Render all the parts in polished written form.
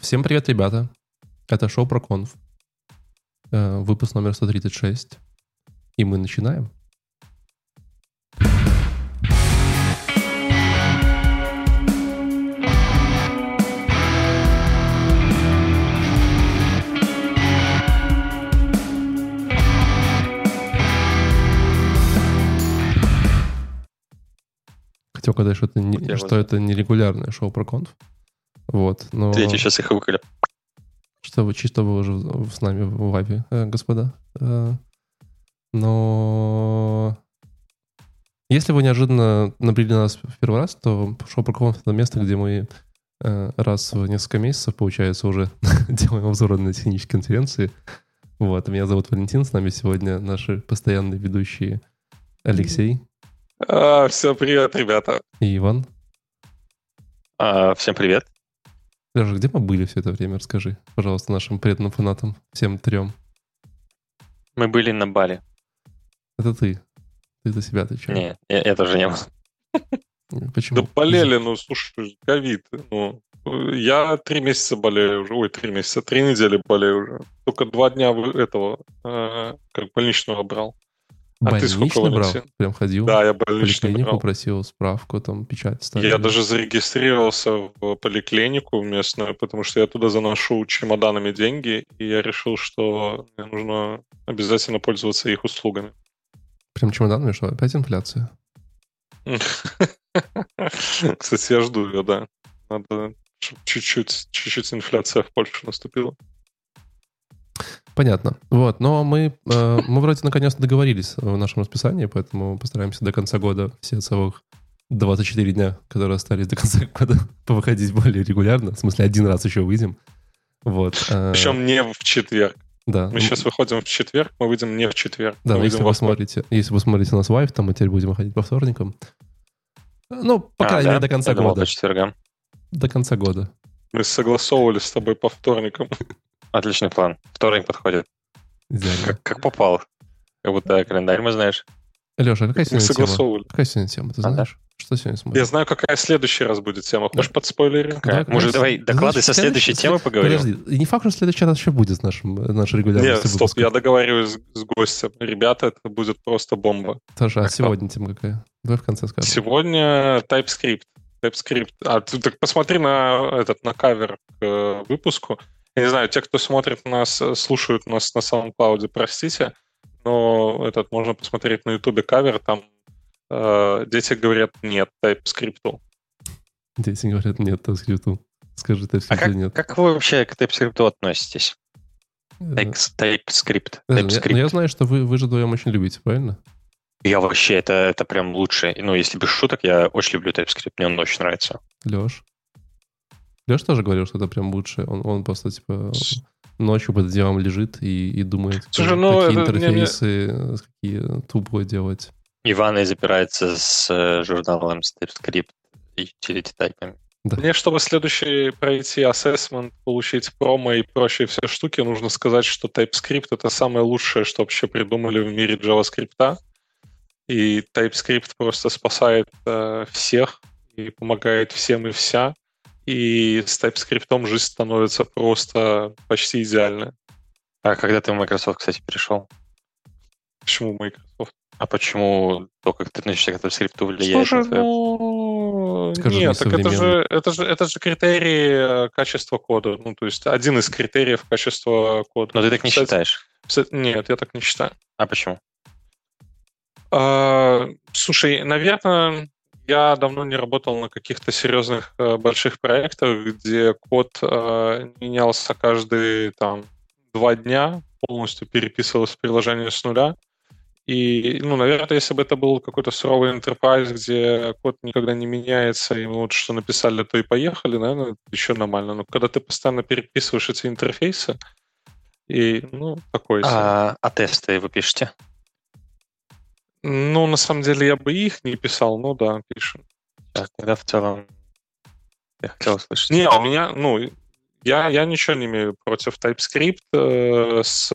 Всем привет, ребята. Это шоу про конф. Выпуск номер 136. И мы начинаем. Хотел сказать, что это нерегулярное шоу про конф. Вот, но... Третий сейчас их выколи. Что вы уже с нами в вайбе, господа. Но если вы неожиданно набрели нас в первый раз, то шоу про конф — это место, где мы раз в несколько месяцев, получается, уже делаем обзоры на технические конференции. Вот, меня зовут Валентин, с нами сегодня наши постоянные ведущие Алексей. Всем привет, ребята. И Иван. Всем привет. Леша, где мы были все это время? Расскажи, пожалуйста, нашим преданным фанатам, всем трем. Мы были на Бали. Это ты. Ты за себя отвечаешь. Не, я тоже не был. Почему? Да болели, слушай, ковид. Я 3 месяца болею уже. Ой, 3 месяца, 3 недели болею уже. Только 2 дня этого, как больничного брал. Больничный брал? Прям ходил? Да, я больничный поликлинику брал. Просил справку, там, печать ставили. Я даже зарегистрировался в поликлинику местную, потому что я туда заношу чемоданами деньги, и я решил, что мне нужно обязательно пользоваться их услугами. Прям чемоданами, что? Опять инфляция? Кстати, я жду ее, да. Надо, чтобы чуть-чуть инфляция в Польше наступила. Понятно. Вот, но мы вроде наконец-то договорились в нашем расписании, поэтому постараемся до конца года все целых 24 дня, которые остались до конца года, повыходить более регулярно. В смысле, один раз еще выйдем. Вот. Причем не в четверг. Да. Мы сейчас выходим в четверг, мы выйдем не в четверг. Да, если вы смотрите нас лайв, там мы теперь будем выходить по вторникам. Ну, по крайней мере, до конца года. По четвергам. До конца года. Мы согласовывали с тобой по вторникам. Отличный план. Вторник подходит. Идеально. Как попал. Как будто календарь мы знаешь. Леша, какая сегодня тема? Согласовывали. Какая сегодня тема, ты знаешь? Что сегодня смотришь? Я знаю, какая в следующий раз будет тема. Хочешь подспойлерить? Может, давай доклады со следующей темы поговорим? Подожди, не факт, что следующий раз еще будет наш регулярный выпуск. Нет, стоп, я договариваюсь с гостем. Ребята, это будет просто бомба. Тоже, а сегодня тема какая? Давай в конце скажем. Сегодня TypeScript. Ты так посмотри на кавер к выпуску. Я не знаю, те, кто смотрит нас, слушают нас на SoundCloud, простите, но можно посмотреть на YouTube кавер, там дети говорят нет TypeScript. Дети говорят нет TypeScript. Скажи TypeScript нет. Как вы вообще к TypeScript относитесь? TypeScript. Я знаю, что вы же вдвоем очень любите, правильно? Я вообще, это прям лучше. Если без шуток, я очень люблю TypeScript, мне он очень нравится. Леш тоже говорил, что это прям лучше. Он просто, ночью под одеялом лежит и думает, какие интерфейсы, какие тупые делать. Иван и запирается с журналом TypeScript и utility-тайпами. Да. Мне, чтобы следующий пройти assessment, получить промо и прочие все штуки, нужно сказать, что TypeScript — это самое лучшее, что вообще придумали в мире JavaScript. И TypeScript просто спасает всех и помогает всем и вся. И с TypeScript жизнь становится просто почти идеальной. А когда ты в Microsoft, кстати, перешел? Почему Microsoft? А почему то, как ты относишься к TypeScript, влияет на твое... Скажи, нет, так это же критерии качества кода. То есть один из критериев качества кода. Но ты так не считаешь? Нет, я так не считаю. А почему? Слушай, наверное, я давно не работал на каких-то серьезных больших проектах, где код менялся каждые 2 дня, полностью переписывалось приложение с нуля. И, наверное, если бы это был какой-то суровый enterprise, где код никогда не меняется, и мы что написали, то и поехали, наверное, это еще нормально. Но когда ты постоянно переписываешь эти интерфейсы, и, такой... А тесты вы пишете? На самом деле, я бы их не писал, но да, пишем. Так, тогда в целом я хотел услышать. Не, у меня, я ничего не имею против TypeScript с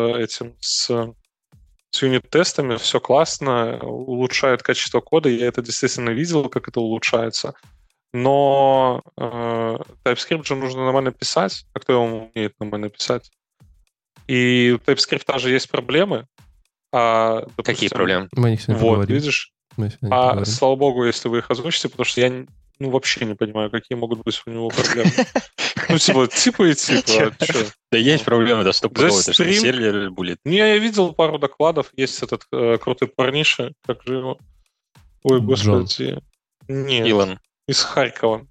юнит-тестами, все классно, улучшает качество кода, я это действительно видел, как это улучшается. Но TypeScript же нужно нормально писать, а кто его умеет нормально писать? И у TypeScript же есть проблемы. Допустим, какие проблемы? Мы о них сегодня вот, поговорим. видишь? Поговорим. Слава богу, если вы их озвучите, потому что я вообще не понимаю, какие могут быть у него проблемы. Типа и типа. Да есть проблемы, да, стопудово. Это стрим... сервер булит. Я видел пару докладов. Есть этот крутой парниша, как же его... Ой, господи. Нет, Илон. из Харькова.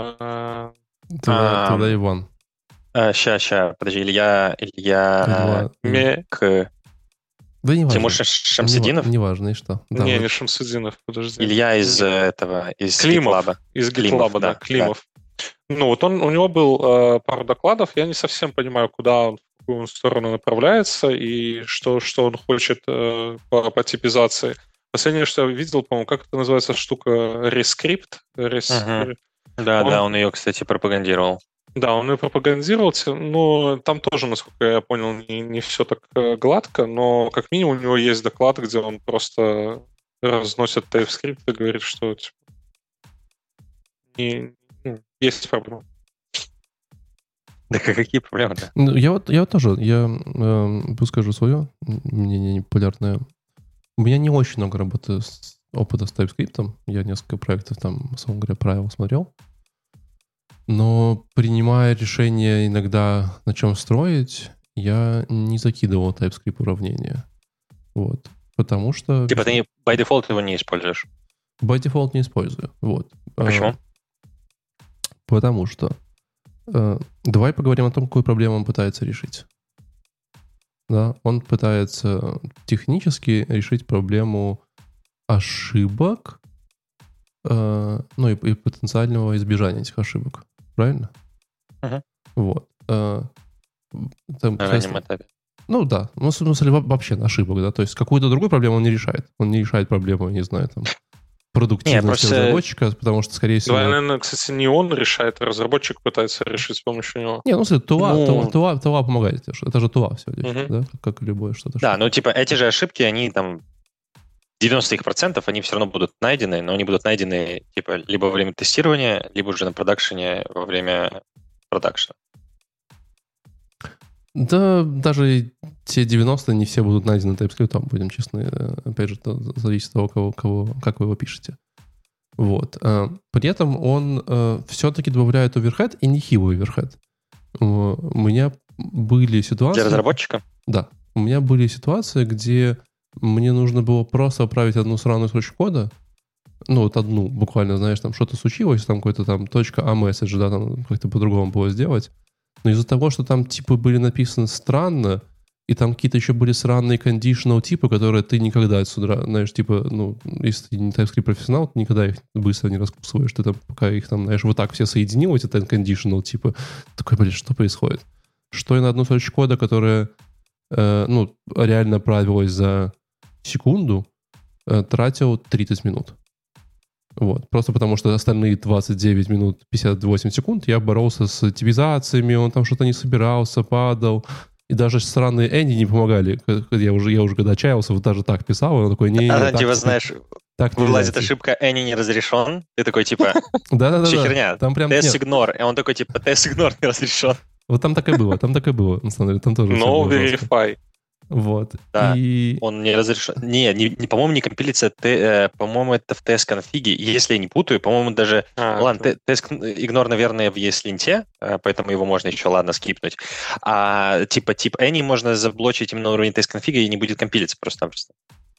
Тогда Иван. Ща, подожди, Илья... Да не важно. Тимур Шамсидинов? Не важно, и что? Да, не Шамсидинов, подожди. Илья из Климов. Из GitLab, да, Климов. У него был пару докладов. Я не совсем понимаю, в какую сторону направляется и что он хочет по типизации. Последнее, что я видел, по-моему, как это называется штука, Rescript. Да, он ее, кстати, пропагандировал. Да, он ее пропагандировал, но там тоже, насколько я понял, не все так гладко, но как минимум у него есть доклад, где он просто разносит TypeScript и говорит, что есть проблемы. Да какие проблемы-то? Я тоже, скажу свое мнение непопулярное. У меня не очень много опыта с TypeScript. Я несколько проектов там, условно говоря, правил смотрел. Но принимая решение иногда, на чем строить, я не закидывал TypeScript уравнения. Вот. Потому что... Типа ты by default его не используешь? By default не использую. Вот. Почему? Потому что... Давай поговорим о том, какую проблему он пытается решить. Да? Он пытается технически решить проблему ошибок, и потенциального избежания этих ошибок. Правильно? Uh-huh. Вот. На раннем этапе. Да. В смысле, вообще ошибок, да. То есть какую-то другую проблему он не решает. Он не решает проблему, не знаю, там, продуктивности разработчика, потому что, скорее всего... Наверное, кстати, не он решает, а разработчик пытается решить с помощью него. Тула помогает. Это же Тула все лишь, да? Как любое что-то. Да, эти же ошибки, они там 90% они все равно будут найдены, но они будут найдены либо во время тестирования, либо уже на продакшене во время продакшена. Да, даже те 90 не все будут найдены TypeScript, будем честны. Опять же, это зависит от того, как вы его пишете. Вот. При этом он все-таки добавляет оверхед, и нехилый оверхед. У меня были ситуации... Для разработчика? Да. У меня были ситуации, где мне нужно было просто отправить одну сраную строчку кода, одну, буквально, знаешь, там что-то случилось, там какой-то там .a-message, да, там как-то по-другому было сделать. Но из-за того, что там типы были написаны странно, и там какие-то еще были сраные conditional типы, которые ты никогда отсюда, знаешь, если ты не TypeScript профессионал, ты никогда их быстро не раскусываешь. Ты там, пока их там, знаешь, вот так все соединил, эти conditional типы, такой, что происходит? Что я на одну строчку кода, которая, реально правилась за секунду, тратил 30 минут. Вот. Просто потому, что остальные 29 минут 58 секунд я боролся с типизациями, он там что-то не собирался, падал. И даже странные энди не помогали. Я уже когда отчаялся, вот даже так писал, он такой, знаешь, вылазит ошибка «any не разрешен», ты такой, да-да-да, все херня, тест-игнор, и он такой, тест-игнор не разрешен. Вот там так и было, на самом деле, там тоже... No verify. Вот. Да, он не разрешен. По-моему, не компилится, по-моему, это в тест-конфиге. Если я не путаю, по-моему, даже... Ладно, тест-игнор, наверное, в ESLint, поэтому его можно еще, скипнуть. А тип any можно заблочить именно на уровне тест-конфига и не будет компилиться просто-напросто.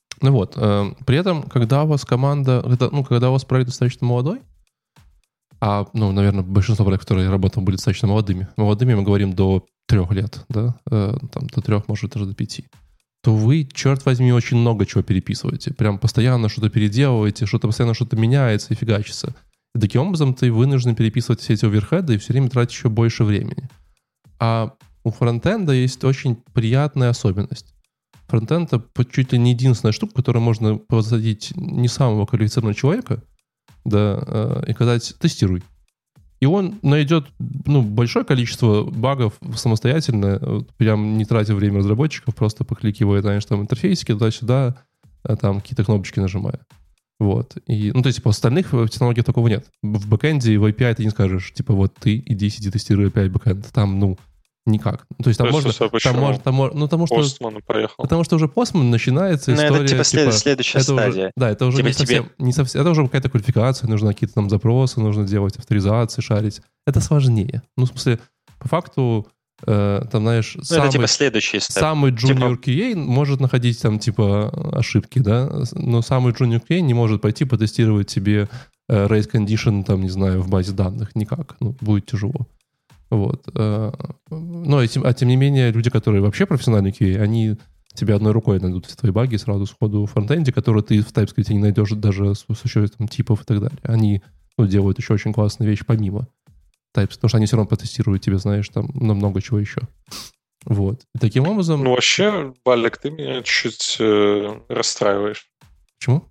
При этом, когда у вас команда... когда у вас проект достаточно молодой, наверное, большинство проектов, которые я работал, были достаточно молодыми. Молодыми мы говорим до 3 лет, да, там до 3, может, даже до 5. То вы, черт возьми, очень много чего переписываете. Прям постоянно что-то переделываете, постоянно что-то меняется и фигачится. И таким образом ты вынужден переписывать все эти оверхеды и все время тратить еще больше времени. А у фронтенда есть очень приятная особенность. Фронтенд — это чуть ли не единственная штука, которую можно посадить не самого квалифицированного человека, да, и сказать «тестируй». И он найдет большое количество багов самостоятельно, прям не тратя время разработчиков, просто покликивая, знаешь, там интерфейсики туда-сюда, там какие-то кнопочки нажимая. Вот. И, ну, то есть, типа, остальных технологий такого нет. В бэкэнде и в API ты не скажешь, типа, вот ты иди сиди тестируй API бэкэнд. Там, ну, никак. То есть там можно... потому что уже Postman начинается история... Ну, это, следующая стадия. Это уже не совсем... Это уже какая-то квалификация, нужно какие-то там запросы, нужно делать авторизации, шарить. Это сложнее. Ну, в смысле, по факту, там, знаешь, самый junior QA может находить там, типа, ошибки, да, но самый junior QA не может пойти потестировать себе race condition, там, не знаю, в базе данных. Никак. Ну, будет тяжело. Вот. Но, тем не менее, люди, которые вообще профессиональные QA, они тебе одной рукой найдут все твои баги сразу сходу в фронтенде, которые ты в TypeScript не найдешь даже с учетом типов и так далее. Они делают еще очень классные вещи помимо TypeScript, потому что они все равно протестируют тебе, знаешь, там на много чего еще. Вот. И таким образом... Ну, вообще, Валик, ты меня чуть расстраиваешь. Почему?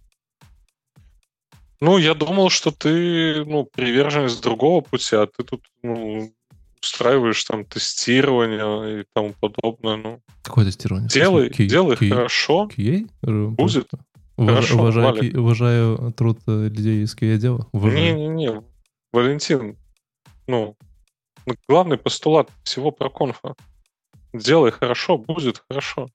Ну, я думал, что ты, приверженец другого пути, а ты тут, устраиваешь там тестирование и тому подобное. Какое тестирование? Делай хорошо. QA? Будет. Хорошо, уважаю труд людей из QA дела. Не, Валентин, главный постулат всего про конфа. Делай хорошо, будет хорошо.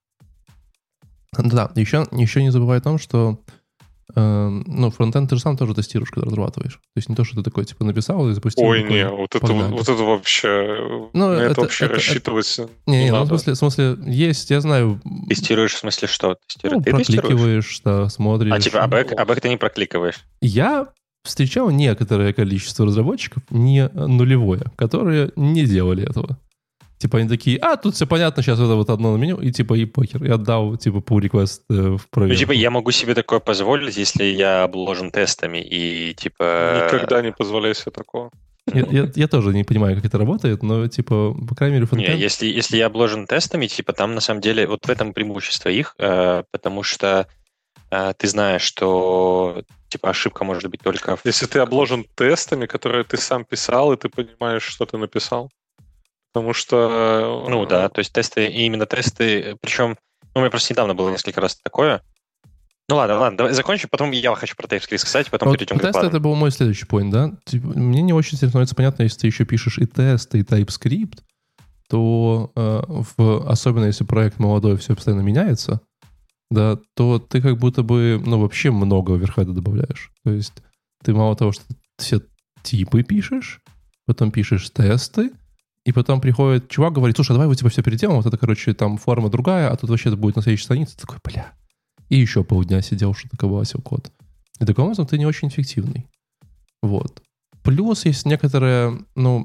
Да, еще не забывай о том, что фронтенд ты же сам тоже тестируешь, когда разрабатываешь. То есть не то, что ты такой, типа, написал и запустил. Ой, не, вот это вообще... это вообще рассчитывать не надо. В смысле, есть, я знаю... Тестируешь, в смысле, что? Ты прокликиваешь, да, смотришь. А бэк ты не прокликиваешь? Я встречал некоторое количество разработчиков, не нулевое, которые не делали этого. Типа они такие, тут все понятно, сейчас это вот одно на меню, и типа и покер. И отдал типа pull request в проверку. Я могу себе такое позволить, если я обложен тестами и типа... Никогда не позволяй себе такого. Я тоже не понимаю, как это работает, но типа, по крайней мере, фронтенд... Если я обложен тестами, типа там на самом деле вот в этом преимущество их, потому что ты знаешь, что типа ошибка может быть только... Если ты обложен тестами, которые ты сам писал, и ты понимаешь, что ты написал. Потому что... Ну да, то есть тесты, и именно тесты, причем, у меня просто недавно было несколько раз такое. Ну ладно, давай закончим, потом я хочу про TypeScript сказать, потом перейдем к тесты. Это был мой следующий point, да? Типа, мне не очень становится понятно, если ты еще пишешь и тесты, и TypeScript, то особенно если проект молодой, все постоянно меняется, да, то ты как будто бы, вообще много оверхеда добавляешь. То есть ты мало того, что все типы пишешь, потом пишешь тесты, и потом приходит чувак, говорит, слушай, давай типа все переделаем, вот это, короче, там форма другая, а тут вообще это будет на следующей странице. Ты такой, бля. И еще полдня сидел, что-то колбасил код. И таким образом ты не очень эффективный. Вот. Плюс есть некоторые,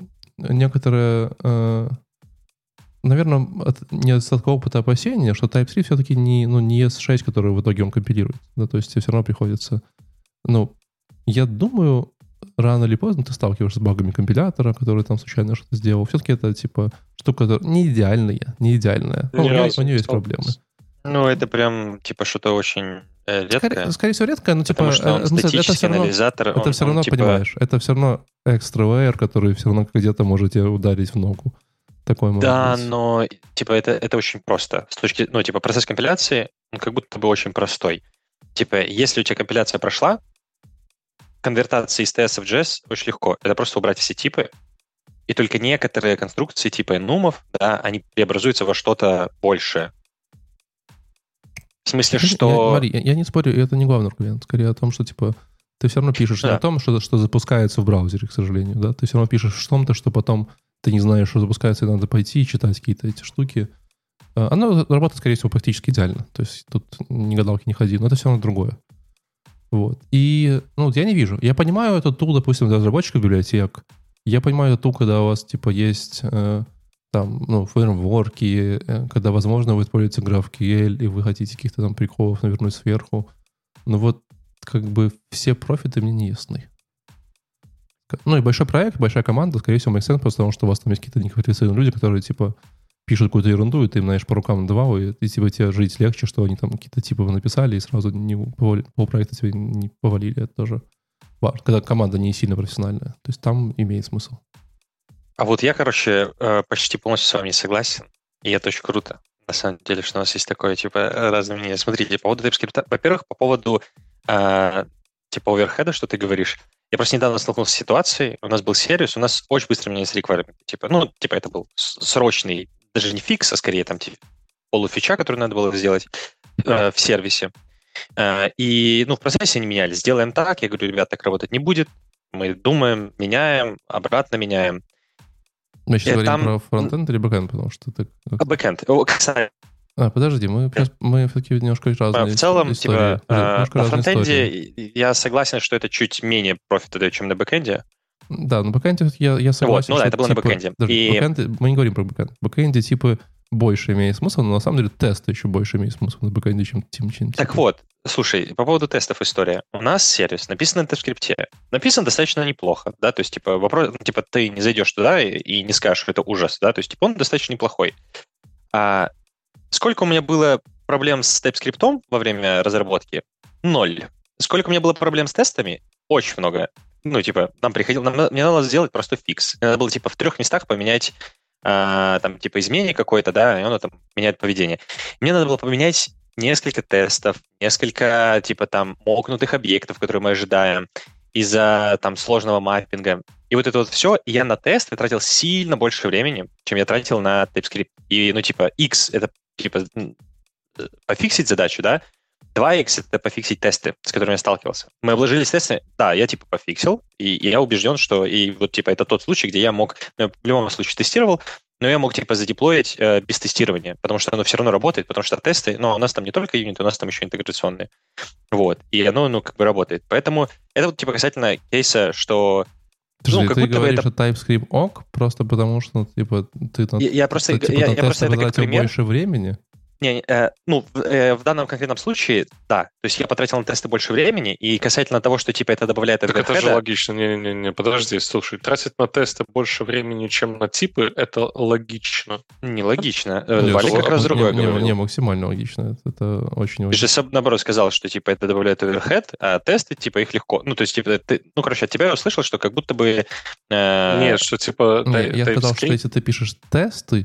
наверное, не от такого опыта опасения, что TypeScript все-таки не ES6, который в итоге он компилирует. Да, то есть тебе все равно приходится... я думаю... Рано или поздно ты сталкиваешься с багами компилятора, который там случайно что-то сделал. Все-таки это, типа, штука не идеальная. У нее есть проблемы. Это прям, типа, что-то очень редкое. Скорее всего, редкое, но, типа... Статический анализатор. Это все равно, понимаешь, это все равно экстра layer, который все равно где-то можете ударить в ногу. Такой может быть. Но, типа, это очень просто. С точки, процесс компиляции, он как будто бы очень простой. Типа, если у тебя компиляция прошла, конвертация из TS в JS очень легко. Это просто убрать все типы, и только некоторые конструкции типа enum'ов, да, они преобразуются во что-то большее. В смысле, что... Я не спорю, это не главный аргумент. Скорее о том, что, типа, ты все равно пишешь не о том, что запускается в браузере, к сожалению, да? Ты все равно пишешь в том-то, что потом ты не знаешь, что запускается, и надо пойти и читать какие-то эти штуки. Оно работает, скорее всего, практически идеально. То есть тут ни гадалки не ходи, но это все равно другое. Вот. И, я не вижу. Я понимаю этот тул, допустим, для разработчиков библиотек. Я понимаю этот тул, когда у вас, типа, есть фреймворки, когда, возможно, вы используете GraphQL, и вы хотите каких-то там приколов навернуть сверху. Но вот, как бы, все профиты мне не ясны. И большой проект, большая команда, скорее всего, make sense, потому что у вас там есть какие-то неквалифицированные люди, которые, типа, пишут какую-то ерунду, и ты им, знаешь, по рукам надавал, и типа тебе жить легче, что они там какие-то типы написали, и сразу полпроекта тебе не повалили. Это тоже важно, когда команда не сильно профессиональная. То есть там имеет смысл. А вот я, почти полностью с вами не согласен, и это очень круто, на самом деле, что у нас есть такое, типа, разное мнение. Смотрите, по поводу TypeScript, во-первых, по поводу типа оверхеда, что ты говоришь. Я просто недавно столкнулся с ситуацией, у нас был сервис, у нас очень быстро менялись requirements. Типа это был срочный, даже не фикс, а скорее там типа полуфича, который надо было сделать в сервисе. И, в процессе они менялись. Сделаем так, я говорю, ребят, так работать не будет. Мы думаем, меняем, обратно меняем. Мы сейчас говорим про фронтенд или бэкенд, потому что ты... Бэкенд. Кстати, подожди, мы все-таки немножко разные в целом, истории. типа, на фронтенде я согласен, что это чуть менее профита дает, чем на бэкенде. Да, на бэкенде я согласен. Вот, это было на бэкенде. Мы не говорим про бэкенд. В бэкенде, типа, больше имеет смысл, но на самом деле тесты еще больше имеют смысл на бэкенде, чем Так вот, слушай, по поводу тестов история. У нас сервис написан на TypeScript. Написан достаточно неплохо, да, то есть, типа, вопрос, типа, ты не зайдешь туда и не скажешь, что это ужас, да, то есть, типа, он достаточно неплохой. Сколько у меня было проблем с TypeScript во время разработки? 0. Сколько у меня было проблем с тестами? Очень много. Мне надо было сделать просто фикс. Мне надо было, типа, в 3 местах поменять там, типа, изменение какое-то, да, и оно там меняет поведение. Мне надо было поменять несколько тестов, несколько, типа, там, мокнутых объектов, которые мы ожидаем, из-за, там, сложного маппинга. И вот это вот все, и я на тесты тратил сильно больше времени, чем я тратил на TypeScript. И, X — это, типа, пофиксить задачу, да, 2x — это пофиксить тесты, с которыми я сталкивался. Мы обложились тестами, да, я, типа, пофиксил, и я убежден, что и вот, типа, это тот случай, где я мог, в любом случае тестировал, но я мог, типа, задеплоить без тестирования, потому что оно все равно работает, потому что тесты, у нас там не только юниты, у нас там еще интеграционные. Вот, и оно, как бы работает. Поэтому это вот, типа, касательно кейса, что... Подожди, ты говоришь, что TypeScript ок, просто потому что, типа, ты на тесты потратил больше времени? В данном конкретном случае, да. То есть я потратил на тесты больше времени, и касательно того, что, типа, это добавляет... Так это же логично. Не, подожди, слушай. Тратить на тесты больше времени, чем на типы, это логично. Нелогично. Валя как раз другое говорил. Не, максимально логично. Это очень логично. Ты же, наоборот, сказал, что, типа, это добавляет overhead, а тесты, типа, их легко... то есть, типа, ты... от тебя я услышал, что как будто бы... Нет, что, типа... Я сказал, что если ты пишешь тесты,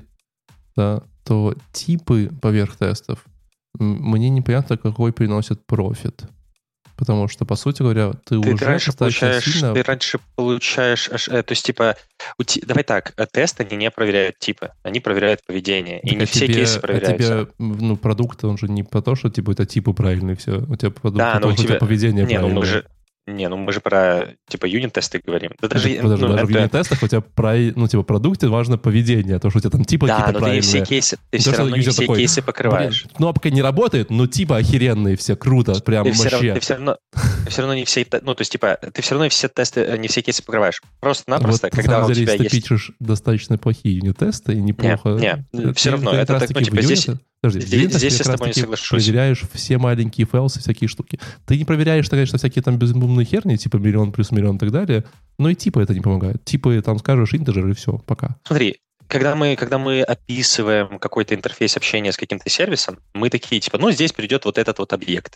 да, то типы поверх тестов мне непонятно, какой приносят профит. Потому что, по сути говоря, ты уже достаточно сильно... Ты раньше получаешь... То есть, типа... Давай так, тесты не проверяют типы, они проверяют поведение. Так, и не все кейсы проверяются. Продукт, он же не про то, что, типа, это типы правильные все. У тебя продукт, потому что у тебя поведение правильное. Мы же про, типа, юнит-тесты говорим. Да даже в юнит-тестах у тебя про продукте важно поведение, то, что у тебя там типы какие-то правильные. Да, но ты все равно не все кейсы покрываешь. Кнопка не работает, но типы охеренные все, круто, прям вообще. Ты все равно не все... то есть, типа, ты все равно все тесты, не все кейсы покрываешь. Просто-напросто, когда у тебя есть... Если ты пишешь достаточно плохие юнит-тесты и неплохо... Нет, все равно. Это так, типа, здесь... Здесь я с тобой не соглашусь. Проверяешь все маленькие файлсы, всякие штуки. Ты не проверяешь, конечно, всякие там безумные херни, типа миллион плюс миллион и так далее, но и типы это не помогает. Типы там скажешь интеджер и все, пока. Смотри, когда мы описываем какой-то интерфейс общения с каким-то сервисом, мы такие, типа, здесь придет вот этот вот объект.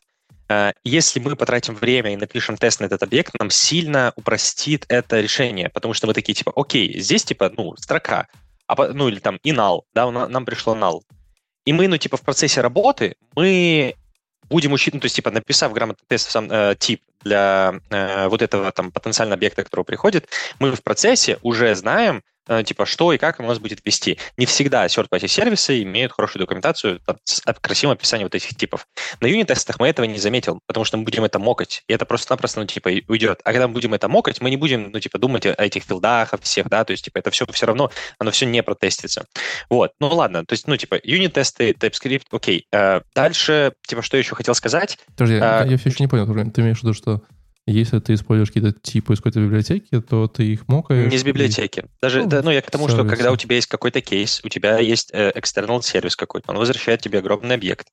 Если мы потратим время и напишем тест на этот объект, нам сильно упростит это решение, потому что мы такие, типа, окей, здесь, типа, строка, или там и null, да, нам пришло null. И мы, в процессе работы мы будем учить, то есть, типа, написав грамотный тест сам тип для вот этого там потенциального объекта, который приходит, мы в процессе уже знаем, типа, что и как он у нас будет вести. Не всегда third-party сервисы имеют хорошую документацию с красивым описанием вот этих типов. На юнит-тестах мы этого не заметим, потому что мы будем это мокать, и это просто-напросто, уйдет. А когда мы будем это мокать, мы не будем, думать о этих филдах, о всех, да, то есть, типа, это все равно, оно все не протестится. Вот, ладно, то есть, юнит-тесты, TypeScript, окей. Дальше, что я еще хотел сказать? Подожди, я все еще не понял, ты имеешь в виду, что если ты используешь какие-то типы из какой-то библиотеки, то ты их мокаешь. Не из библиотеки. Даже, я к тому, что когда у тебя есть какой-то кейс, у тебя есть external сервис какой-то, он возвращает тебе огромный объект.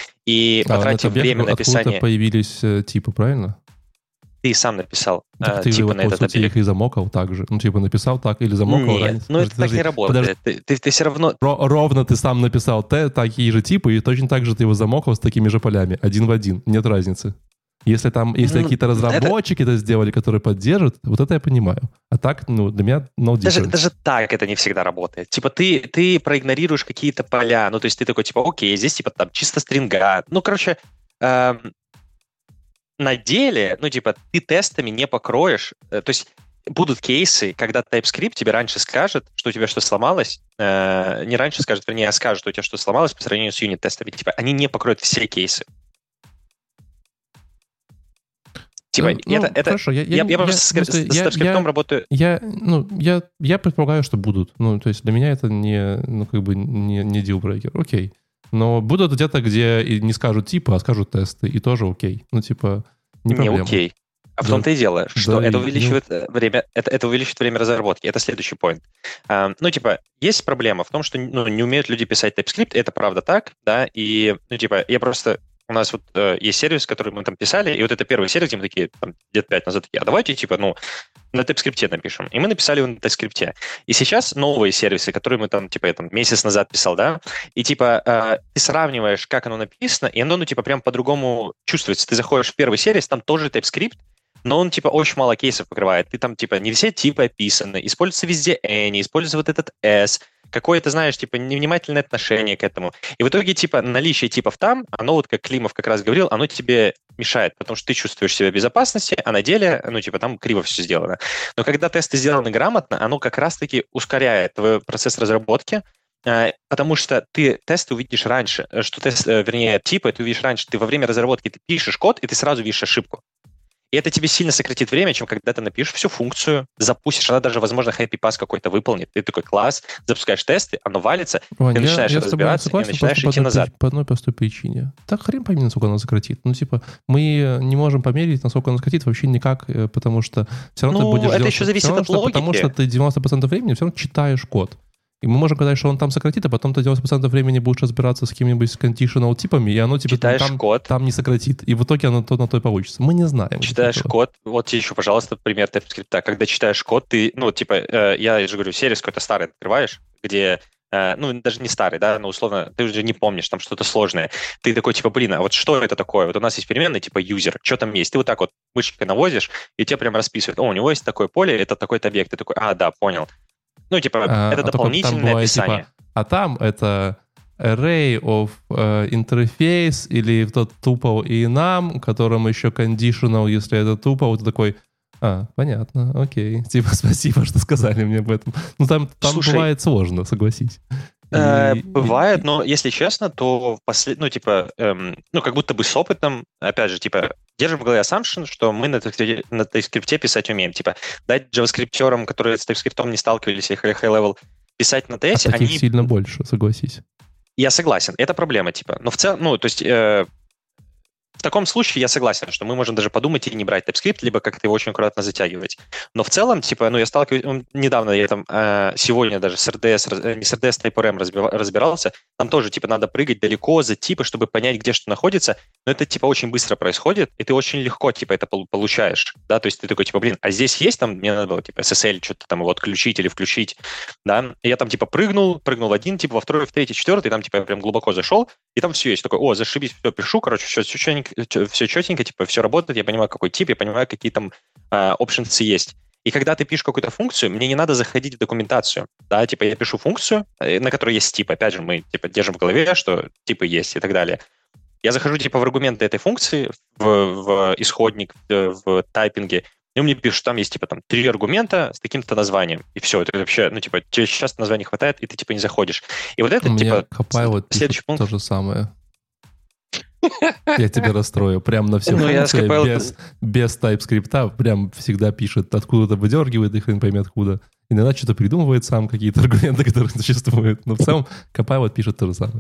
И потратив время на написание... Откуда появились типы, правильно? Ты сам написал типы на этот объект. Ты их и замокал так же. написал так или замокал. Нет, это так не работает. Ты все равно... Ровно ты сам написал такие же типы, и точно так же ты его замокал с такими же полями. Один в один. Нет разницы. Если какие-то разработчики это сделали, которые поддерживают, вот это я понимаю. А так, для меня no difference. Даже так это не всегда работает. Типа ты проигнорируешь какие-то поля, то есть ты такой, типа, окей, здесь типа там чисто стринга. на деле, ну, типа, ты тестами не покроешь, то есть будут кейсы, когда TypeScript тебе раньше скажет, что у тебя что сломалось, не раньше скажет, вернее, а скажет, что у тебя что сломалось по сравнению с юнит-тестами. Типа, они не покроют все кейсы. Типа, хорошо, я просто с TypeScript работаю. Я предполагаю, что будут. Ну, то есть для меня это не deal-breaker. Окей. Но будут где-то, где и не скажут типа, а скажут тесты, и тоже окей. Ну, типа, не проблема. Не окей. А в том-то и дело, что это увеличивает время разработки. Это следующий point. Ну, типа, есть проблема в том, что не умеют люди писать TypeScript, это правда так, да, и, ну, типа, у нас вот есть сервис, который мы там писали, и вот это первый сервис, где мы такие, там, лет 5 назад такие, а давайте, типа, на TypeScript напишем. И мы написали его на TypeScript. И сейчас новые сервисы, которые мы там, типа, я там месяц назад писал, да, и, типа, ты сравниваешь, как оно написано, и оно, ну, типа, прям по-другому чувствуется. Ты заходишь в первый сервис, там тоже TypeScript, но он, типа, очень мало кейсов покрывает. Ты там, типа, не все типы описаны, используется везде any, используется вот этот s, какое-то, знаешь, типа, невнимательное отношение к этому. И в итоге, типа, наличие типов там, оно вот, как Климов как раз говорил, оно тебе мешает, потому что ты чувствуешь себя в безопасности, а на деле, ну, типа, там криво все сделано. Но когда тесты сделаны грамотно, оно как раз-таки ускоряет твой процесс разработки, потому что ты тесты увидишь раньше, типы ты увидишь раньше. Ты во время разработки ты пишешь код, и ты сразу видишь ошибку. И это тебе сильно сократит время, чем когда ты напишешь всю функцию, запустишь, она даже, возможно, happy pass какой-то выполнит. Ты такой, класс, запускаешь тесты, оно валится, ты начинаешь разбираться и начинаешь идти назад. По одной простой причине. Так хрен пойми, насколько оно сократит. Ну, типа, мы не можем померить, насколько оно сократит вообще никак, потому что все равно ты будешь это еще зависит от логики. Потому что ты 90% времени все равно читаешь код. И мы можем сказать, что он там сократит, а потом ты 90% времени будешь разбираться с какими-нибудь conditional типами, и оно тебе там не сократит. И в итоге оно на то и получится. Мы не знаем. Читаешь код, вот тебе еще, пожалуйста, пример TypeScript. Когда читаешь код, ты, ну, типа, я же говорю, сервис какой-то старый открываешь, где, ну, даже не старый, да, но условно, ты уже не помнишь, там что-то сложное. Ты такой, типа, блин, а вот что это такое? Вот у нас есть переменная, типа, user, что там есть? Ты вот так вот мышкой наводишь, и тебе прям расписывают, у него есть такое поле, это такой-то объект. Ты такой, да, понял. Ну, типа, это дополнительное бывает, описание. Типа, а там это array of interface или тот tuple и enum, которым еще conditional, если это tuple, ты такой, понятно, окей. Типа, спасибо, что сказали мне об этом. Ну, там слушай, бывает сложно, согласись. Бывает, но, если честно, то как будто бы с опытом, опять же, типа, держим в голове assumption, что мы на TypeScript писать умеем. Типа, дать джаваскриптерам, которые с TypeScript не сталкивались, или high-level, писать на TS, они... сильно больше, согласись. Я согласен, это проблема, типа. Но в целом, ну, то есть... В таком случае я согласен, что мы можем даже подумать и не брать TypeScript, либо как-то его очень аккуратно затягивать. Но в целом, типа, я сталкиваюсь... Недавно я там сегодня даже с RDS, не с RDS, TypeORM разбирался. Там тоже, типа, надо прыгать далеко за типы, чтобы понять, где что находится. Но это, типа, очень быстро происходит, и ты очень легко, типа, это получаешь. Да, то есть ты такой, типа, блин, а здесь есть там, мне надо было, типа, SSL что-то там его отключить или включить, да. И я там, типа, прыгнул в один, типа, во второй, в третий, четвертый, и там, типа, я прям глубоко зашел, и там все есть. Такой, зашибись, все, пишу, короче, все четенько, типа, все работает, я понимаю, какой тип, я понимаю, какие там options есть. И когда ты пишешь какую-то функцию, мне не надо заходить в документацию, да, типа, я пишу функцию, на которой есть тип, опять же, мы, типа, держим в голове, что типы есть и так далее. Я захожу, типа, в аргументы этой функции, в исходник, в тайпинге, и мне пишут, там есть, типа, там, 3 аргумента с таким-то названием, и все, это вообще, ну, типа, тебе сейчас названия хватает, и ты, типа, не заходишь. И вот это, типа, следующий пункт. То же самое. Я тебя расстрою. Прям на все функции без TypeScript прям всегда пишет, откуда-то выдергивает, и хрен пойми откуда. Иногда что-то придумывает сам, какие-то аргументы, которые существуют. Но в целом Copilot пишет то же самое.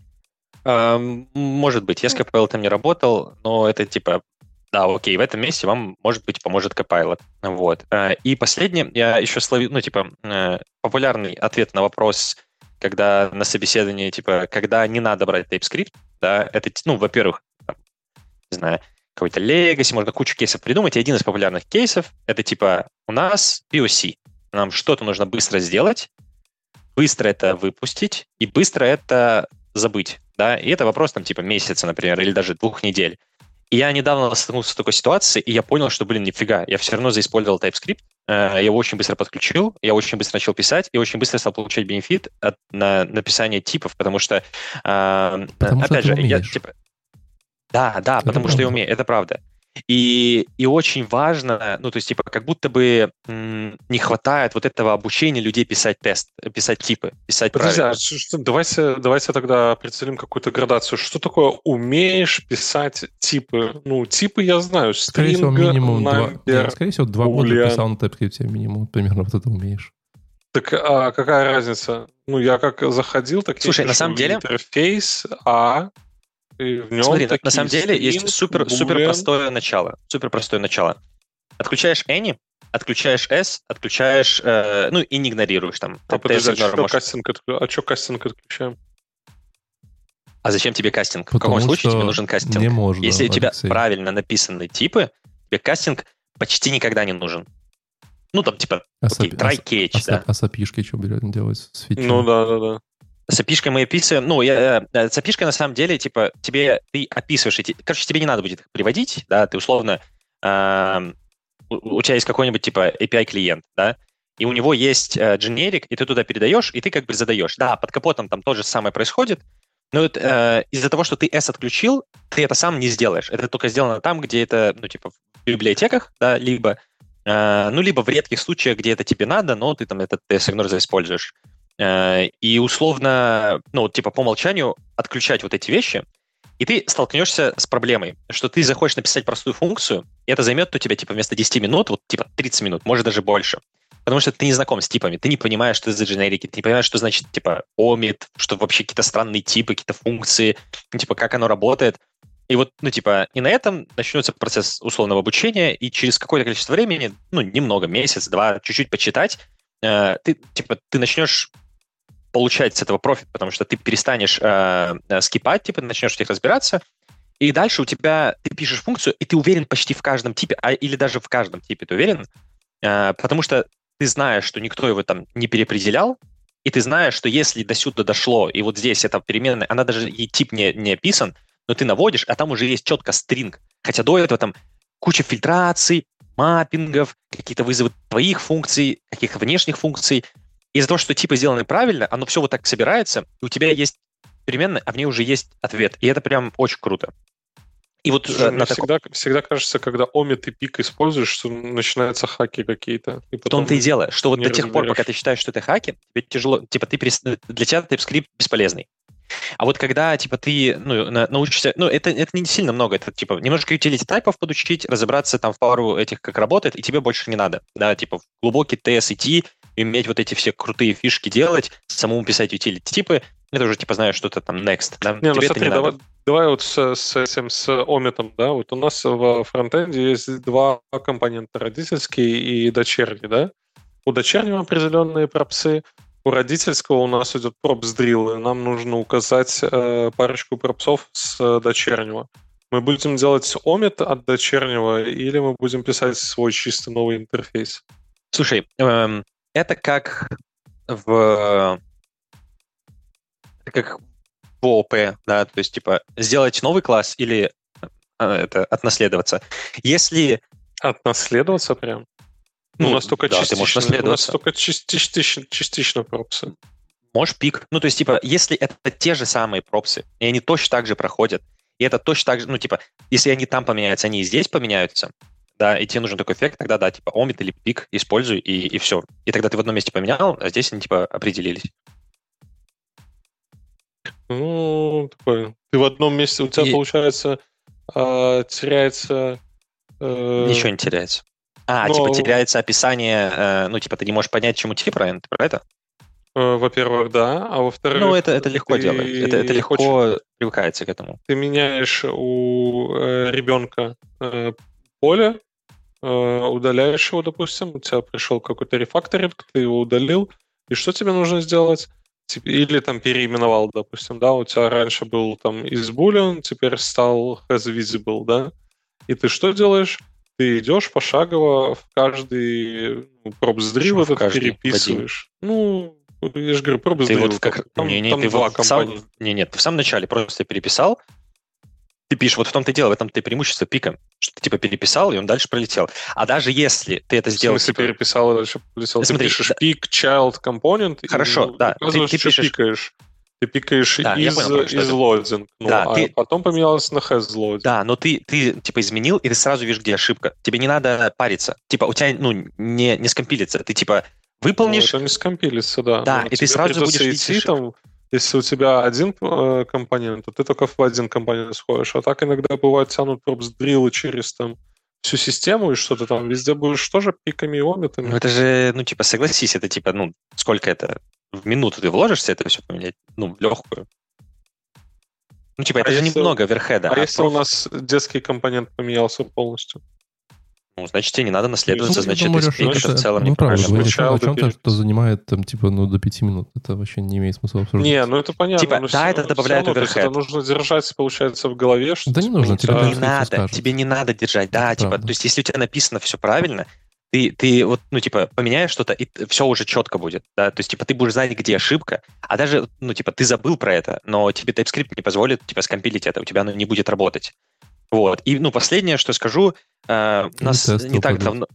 Может быть. Я с Copilot там не работал, но это типа, да, окей, в этом месте вам, может быть, поможет Copilot. Вот. И последнее, я еще словил, ну, типа, популярный ответ на вопрос, когда на собеседовании, типа, когда не надо брать TypeScript, да, это, ну, во-первых, там, не знаю, какой-то legacy, можно кучу кейсов придумать, и один из популярных кейсов — это, типа, у нас POC. Нам что-то нужно быстро сделать, быстро это выпустить и быстро это забыть, да, и это вопрос, там, типа, месяца, например, или даже 2 недель. И я недавно столкнулся с такой ситуацией, и я понял, что, блин, нифига, я все равно заиспользовал TypeScript, я его очень быстро подключил, я очень быстро начал писать, и очень быстро стал получать бенефит от написания типов, потому что, опять же, я, типа... Да, потому что я умею, это правда. И очень важно, ну, то есть, типа, как будто бы не хватает вот этого обучения людей писать тест, писать типы, писать правильно. Давайте тогда определим какую-то градацию. Что такое умеешь писать типы? Ну, типы я знаю. Скорее всего, минимум скорее всего, 2 года boolean. писал на TypeScript, минимум, примерно вот это умеешь. Так а какая разница? Ну, я как заходил, так Слушай, на самом деле... интерфейс, и в нем смотри, на самом деле есть супер простое начало. Супер простое начало. Отключаешь any, отключаешь s, отключаешь, ну и не игнорируешь там. Подожди, что кастинг отключаем? А зачем тебе кастинг? В каком случае тебе нужен кастинг? Не можно, если у тебя Алексей. правильно написаны типы, тебе кастинг почти никогда не нужен. Ну, там, типа, try catch, да. А с API-шкой что будем делать? С фичами? Ну, да. С API-шкой мы описываем... Ну, с API-шкой, на самом деле, типа, ты описываешь эти... Короче, тебе не надо будет их приводить, да, ты условно... у тебя есть какой-нибудь, типа, API-клиент, да, и у него есть generic, и ты туда передаешь, и ты как бы задаешь. Да, под капотом там то же самое происходит, но из-за того, что ты S отключил, ты это сам не сделаешь. Это только сделано там, где это, ну, типа, в библиотеках, да, либо в редких случаях, где это тебе надо, но ты там этот S-ignore используешь. И условно, ну, типа, по умолчанию отключать вот эти вещи, и ты столкнешься с проблемой, что ты захочешь написать простую функцию, и это займет у тебя, типа, вместо 10 минут, вот, типа, 30 минут, может, даже больше. Потому что ты не знаком с типами, ты не понимаешь, что это за дженерики, ты не понимаешь, что значит, типа, omit, что вообще какие-то странные типы, какие-то функции, ну, типа, как оно работает. И вот, ну, типа, и на этом начнется процесс условного обучения, и через какое-то количество времени, ну, немного, месяц, два, чуть-чуть почитать, ты начнешь получать с этого профит, потому что ты перестанешь скипать, типа, начнешь в них разбираться, и дальше у тебя, ты пишешь функцию, и ты уверен почти в каждом типе, или даже в каждом типе ты уверен, потому что ты знаешь, что никто его там не переопределял, и ты знаешь, что если до сюда дошло, и вот здесь эта переменная, она даже, ей тип не описан, но ты наводишь, а там уже есть четко стринг, хотя до этого там куча фильтраций, маппингов, какие-то вызовы твоих функций, каких-то внешних функций. Из-за того, что типы сделаны правильно, оно все вот так собирается, и у тебя есть переменная, а в ней уже есть ответ. И это прям очень круто. И вот мне всегда кажется, когда omit и пик используешь, что начинаются хаки какие-то. В том-то и дело, что вот до тех пор, пока ты считаешь, что это хаки, тебе тяжело, типа, для тебя TypeScript бесполезный. А вот когда, типа, ты научишься... Ну, это не сильно много. Это, типа, немножко utility тайпов подучить, разобраться там в пару этих, как работает, и тебе больше не надо. Да, типа, в глубокий TS идти, иметь вот эти все крутые фишки делать, самому писать utility типы, это уже, типа, знаешь, что-то там next. Да? Не, ну смотри, давай вот с этим, с омитом, да, вот у нас в фронтенде есть два компонента, родительский и дочерний, да. У дочернего определенные пропсы, у родительского у нас идет пропс-дрилл, и нам нужно указать парочку пропсов с дочернего. Мы будем делать омит от дочернего, или мы будем писать свой чисто новый интерфейс? Слушай, это как в ООП, да, то есть, типа, сделать новый класс или отнаследоваться. Если... Отнаследоваться прям? Ну, у нас только да, частично. Ты можешь наследоваться. У нас только частично пропсы. Можешь пик. Ну, то есть, типа, если это те же самые пропсы, и они точно так же проходят, и это точно так же, ну, типа, если они там поменяются, они и здесь поменяются, да, и тебе нужен такой эффект, тогда, да, типа, omit или пик используй, и все. И тогда ты в одном месте поменял, а здесь они, типа, определились. Ну, такое. Ты в одном месте, у тебя, получается, теряется... Ничего не теряется. Типа, теряется описание, ну, типа, ты не можешь понять, чему тип равен, ты про это? Во-первых, да, а во-вторых... Ну, это легко делать, это легко привыкается к этому. Ты меняешь у ребенка поле, удаляешь его, допустим, у тебя пришел какой-то рефакторинг, ты его удалил, и что тебе нужно сделать? Или там переименовал, допустим, да, у тебя раньше был там isBoolean, теперь стал hasVisible, да, и ты что делаешь? Ты идешь пошагово в каждый пропс-дрил этот переписываешь. Ну, я же говорю, пропс-дрил. Вот там два компонента. Нет, ты в самом начале просто переписал, ты пишешь, вот в том-то и дело, в этом ты преимущество пика, что ты типа переписал, и он дальше пролетел. А даже если ты это сделал... В смысле, переписал, и дальше полетел? Смотри, ты пишешь пик, child, component, хорошо, и да, ты пишешь. Ты пикаешь из лодинг, потом поменялось на has-loading. Да, но ты типа изменил, и ты сразу видишь, где ошибка. Тебе не надо париться. Типа у тебя не скомпилится. Ты типа выполнишь... это не скомпилится, да. Да, и ты сразу будешь видеть ошибку. Если у тебя один компонент, то ты только в один компонент сходишь. А так иногда бывает тянут пропс-дриллы через там всю систему, и что ты там везде будешь тоже пиками и омитами. Ну это же, согласись, это типа, сколько это? В минуту ты вложишься это все поменять? В легкую. Это же немного оверхеда. А если у нас детский компонент поменялся полностью? Значит, тебе не надо наследоваться, значит, ты спикаешь в целом неправильно. О чем-то, что занимает там, до 5 минут. Это вообще не имеет смысла обсуждать. Не, это понятно. Да, это добавляет оверхед. Это нужно держать, получается, в голове. Да не нужно, тебе не надо держать. Да, то есть, если у тебя написано все правильно, ты вот, поменяешь что-то, и все уже четко будет, да, то есть, ты будешь знать, где ошибка, а даже, ты забыл про это, но тебе TypeScript не позволит, скомпилить это, у тебя оно не будет работать. Вот, и, последнее, что скажу, у нас не так давно...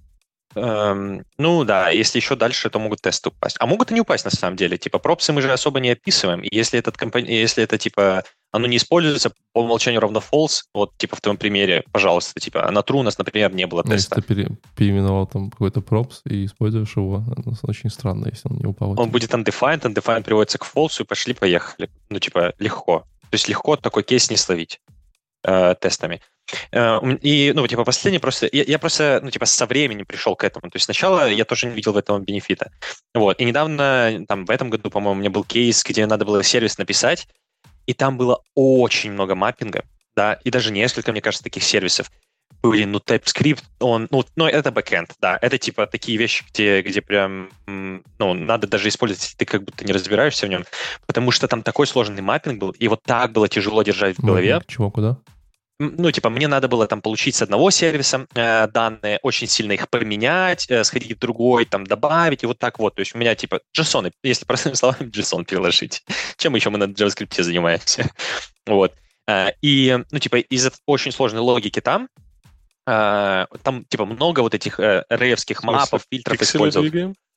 если еще дальше, то могут тесты упасть. А могут и не упасть, на самом деле. Пропсы мы же особо не описываем, и если это, оно не используется, по умолчанию равно false, вот, в твоем примере, пожалуйста, а на true у нас, например, не было теста. Если ты переименовал там какой-то props и используешь его, это очень странно, если он не упал. Он будет undefined приводится к false, и пошли-поехали. Легко. То есть легко такой кейс не словить тестами. И, последнее просто... Я просто, со временем пришел к этому. То есть сначала я тоже не видел в этом бенефита. Вот. И недавно, в этом году, по-моему, у меня был кейс, где надо было сервис написать, и там было очень много маппинга, да, и даже несколько, мне кажется, таких сервисов. Были, TypeScript, это бэкэнд, да, это такие вещи, где прям, надо даже использовать, ты как будто не разбираешься в нем, потому что там такой сложный маппинг был, и вот так было тяжело держать в голове. Чего, куда? Мне надо было там получить с одного сервиса данные, очень сильно их поменять, сходить в другой, там добавить, и вот так вот. То есть у меня JSON, если простыми словами, JSON переложить. Чем еще мы на JavaScript занимаемся? Вот. И, из-за очень сложной логики там много вот этих рейвских мапов, фильтров использовал.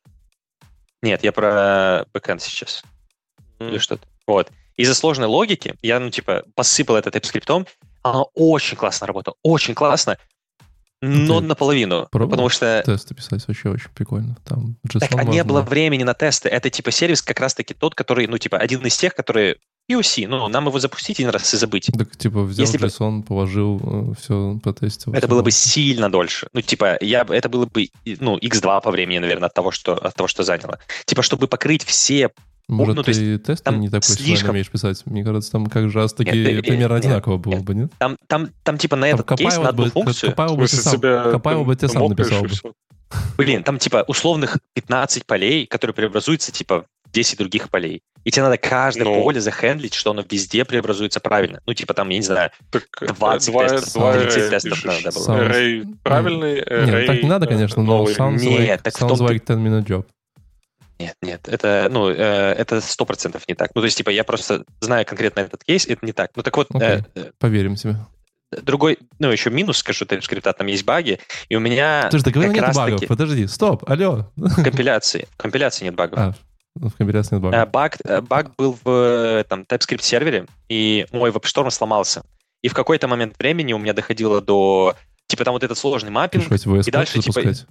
Нет, я про бэкэнд сейчас. Или что-то. Вот. Из-за сложной логики я, посыпал это TypeScript, она очень классно работала, очень классно, но наполовину. Пробовал? Потому что... Тесты писать вообще очень прикольно. Там так, не было времени на тесты. Это сервис как раз-таки тот, который, один из тех, которые POC, нам его запустить один раз и забыть. Так, взял JSON, положил, все потестил. Это было бы сильно дольше. Это было бы, x2 по времени, наверное, от того, что заняло. Чтобы покрыть все... Может, ты тесты не такой слишком умеешь писать? Мне кажется, там как раз таки примерно одинаково было бы, нет? Там на этот кейс, на одну функцию... Копайл бы ты сам написал бы. Блин, там условных 15 полей, которые преобразуются в 10 других полей. И тебе надо каждое поле захендлить, что оно везде преобразуется правильно. Я не знаю, 20 тестов, 30 тестов надо было. Array правильный, Нет, так не надо, конечно, но sounds like 10-minute job. Нет, это 100% не так. Я просто знаю конкретно этот кейс, это не так. Так вот... Поверим тебе. Другой, еще минус, скажу, TypeScript, там есть баги, и у меня... Ты же договорил, нет багов, подожди, стоп, алло. В компиляции нет багов. В компиляции нет багов. Баг был в TypeScript сервере, и мой WebStorm сломался. И в какой-то момент времени у меня доходило до... там вот этот сложный маппинг, и дальше,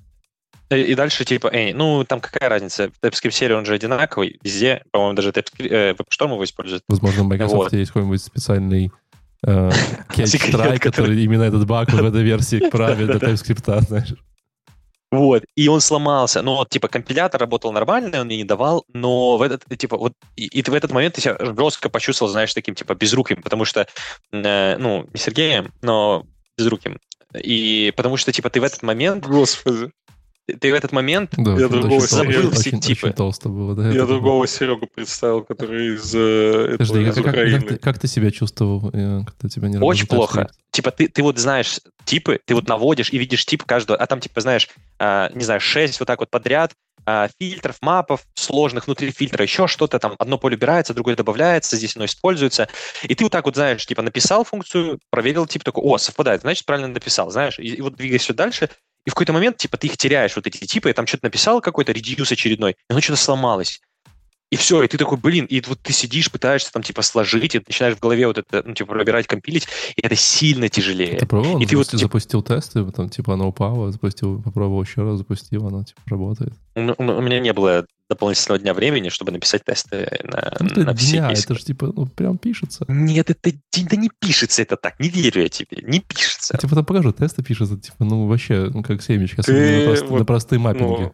И дальше там какая разница? В TypeScript серии он же одинаковый, везде, по-моему, даже WebStorm его использует. Возможно, в Microsoft есть какой-нибудь специальный catch-try, который именно этот баг в этой версии правит до TypeScript, знаешь. Вот, и он сломался. Компилятор работал нормально, он мне не давал, но в этот, и в этот момент я себя жестко почувствовал, знаешь, таким, безруким, потому что, не Сергеем, но безруким. И потому что, ты в этот момент... Господи. Ты в этот момент я другого забыл все типы. Очень толсто было, да? Я другого Серегу представил, который из Украины. Как ты себя чувствовал, когда тебя не работает? Очень плохо. Ты вот знаешь типы, ты вот наводишь и видишь тип каждого, а там, знаешь, не знаю, 6 вот так вот подряд фильтров, мапов сложных внутри фильтра, еще что-то там, одно поле убирается, другое добавляется, здесь оно используется. И ты вот так вот, знаешь, написал функцию, проверил, такой, совпадает, значит, правильно написал, знаешь, и вот двигаешься дальше. И в какой-то момент, ты их теряешь, вот эти типы, я там что-то написал, какой-то редьюс очередной, и оно что-то сломалось. И все, и ты такой, блин, и вот ты сидишь, пытаешься там, типа, сложить, и начинаешь в голове вот это, ну, типа, пробирать, компилить, и это сильно тяжелее. Ты пробовал? И ты вот, запустил тесты, потом, типа, оно упало, попробовал еще раз, запустил, оно, типа, работает. У меня не было дополнительного дня времени, чтобы написать тесты на все дня, кейсы. это же, типа, ну, прям пишется. Нет, это не пишется это так, не верю я тебе, не пишется. Я тебе потом покажу, тесты пишутся, типа, ну, вообще, ну, как семечки, особенно на простые маппинги.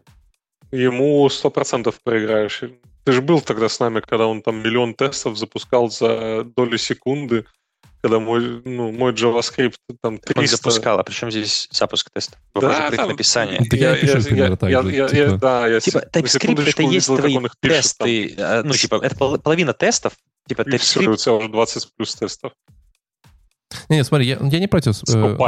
Ему 100% проиграешь. Ты же был тогда с нами, когда он там миллион тестов запускал за долю секунды, когда мой JavaScript там 300... Он запускал, а при чем здесь запуск тестов? Вопрос про их написание. Я пишу примерно так же. Типа, TypeScript это есть твои тесты, ну, типа, это половина тестов, типа TypeScript. У тебя уже 20 плюс тестов. Не, смотри, я не против.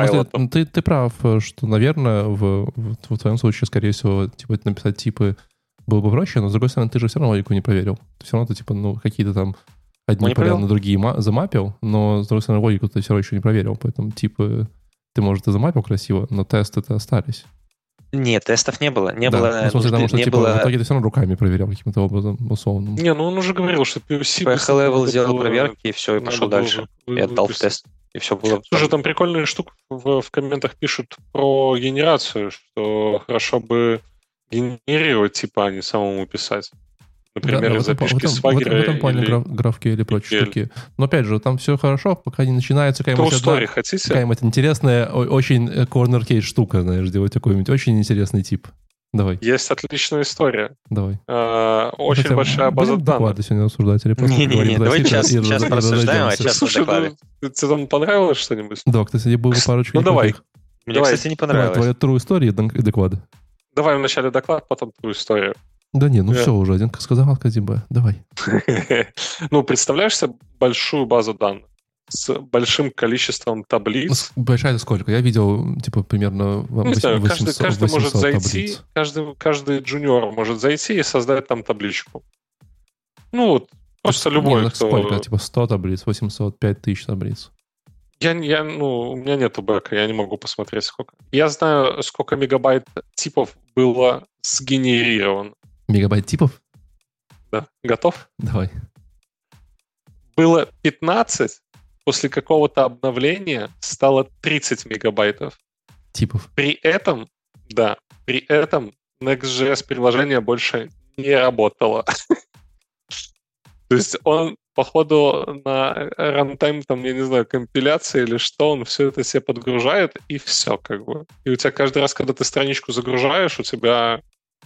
Ты прав, что, наверное, в твоем случае, скорее всего, типа, написать типы было бы проще, но, с другой стороны, ты же все равно логику не проверил. Все равно ты, типа, ну, какие-то там одни поля на другие замапил, но, с другой стороны, логику ты все равно еще не проверил. Поэтому, типа, ты, может, и замапил красиво, но тесты-то остались. Нет, тестов не было. Не было. Ну, в смысле, потому что, типа, в итоге ты все равно руками проверял каким-то образом, условно. Не, ну он уже говорил, что POC... PHLevel сделал проверки, и все, и пошел дальше. И отдал в тест. И все было. Слушай, там прикольная штука в комментах пишут про генерацию, что хорошо бы генерировать типа, а не самому писать. Например, из запишки Swagger. В этом плане GraphQL или прочие штуки. Но опять же, там все хорошо, пока не начинается какая-нибудь интересная, очень corner case штука, знаешь, делать какой-нибудь очень интересный тип. Давай. Есть отличная история. Давай. Очень большая база данных. Доклады сегодня обсуждать или просто не, давай сейчас порассуждаем, а сейчас слушай, доклады. Тебе там понравилось что-нибудь? Да, кстати, было парочку. Ну давай. Мне, кстати, не понравилось. Твоя true история и доклады. Давай вначале доклад, потом true историю. Да не, все уже, один сказал, сказать Б. Давай. Ну, представляешь себе большую базу данных с большим количеством таблиц. Большая это сколько? Я видел, типа, примерно 800 каждый может зайти, таблиц. каждый джуниор может зайти и создать там табличку. Ну, вот, просто любой, кто... Сколько? Типа 100 таблиц, 800, 5000 таблиц. У меня нету бэка, я не могу посмотреть сколько. Я знаю, сколько мегабайт типов было сгенерировано. Мегабайт типов? Да. Готов? Давай. Было 15, после какого-то обновления стало 30 мегабайтов. Типов. При этом Next.js приложение больше не работало. То есть он, походу, на рантайм, там, я не знаю, компиляции или что, он все это себе подгружает, и все, как бы. И у тебя каждый раз, когда ты страничку загружаешь, у тебя...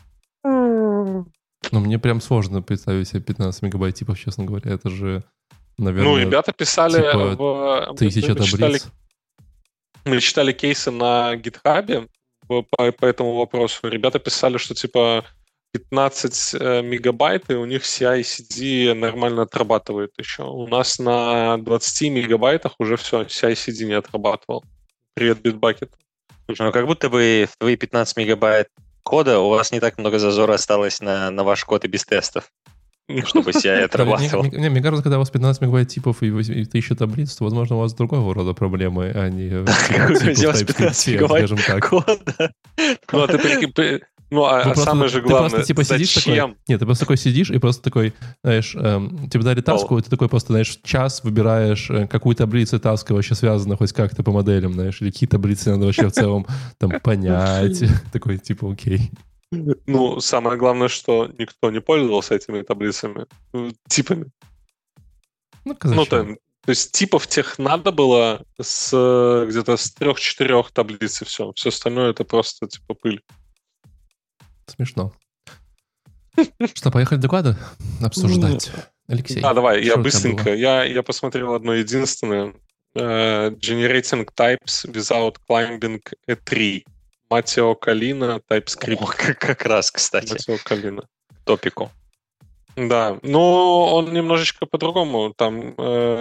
Ну, мне прям сложно представить себе 15 мегабайт типов, честно говоря. Это же, наверное... Ну, ребята писали типа 1000 таблиц. Мы читали кейсы на GitHub по этому вопросу. Ребята писали, что, типа, 15 мегабайт, и у них CI/CD нормально отрабатывает еще. У нас на 20 мегабайтах уже все, CI/CD не отрабатывал. Привет, Bitbucket. Слушай, ну как будто бы в твои 15 мегабайт кода у вас не так много зазора осталось на ваш код и без тестов, чтобы CI отрабатывал. Мне кажется, когда у вас 15 мегабайт типов и 1000 таблиц, то, возможно, у вас другого рода проблемы, а не типов 15 мегабайт кода. Ну, а ты самое же главное, ты просто, типа, сидишь такой... Нет, ты просто такой сидишь и просто такой, знаешь, тебе дали таску, и ты такой просто, знаешь, час выбираешь, какую таблицу таска вообще связана хоть как-то по моделям, знаешь, или какие таблицы надо вообще в целом там понять. Такой, типа, окей. Ну, самое главное, что никто не пользовался этими таблицами, типами. Ну, то есть типов тех надо было где-то с 3-4 таблиц и все. Все остальное это просто, типа, пыль. Смешно. Что, поехали доклады обсуждать? Алексей. Давай, я быстренько. Я посмотрел одно единственное. Generating types without climbing a tree. Матео Калина, TypeScript. Как раз, кстати. Матео Калина. Топику. Да, но он немножечко по-другому. Там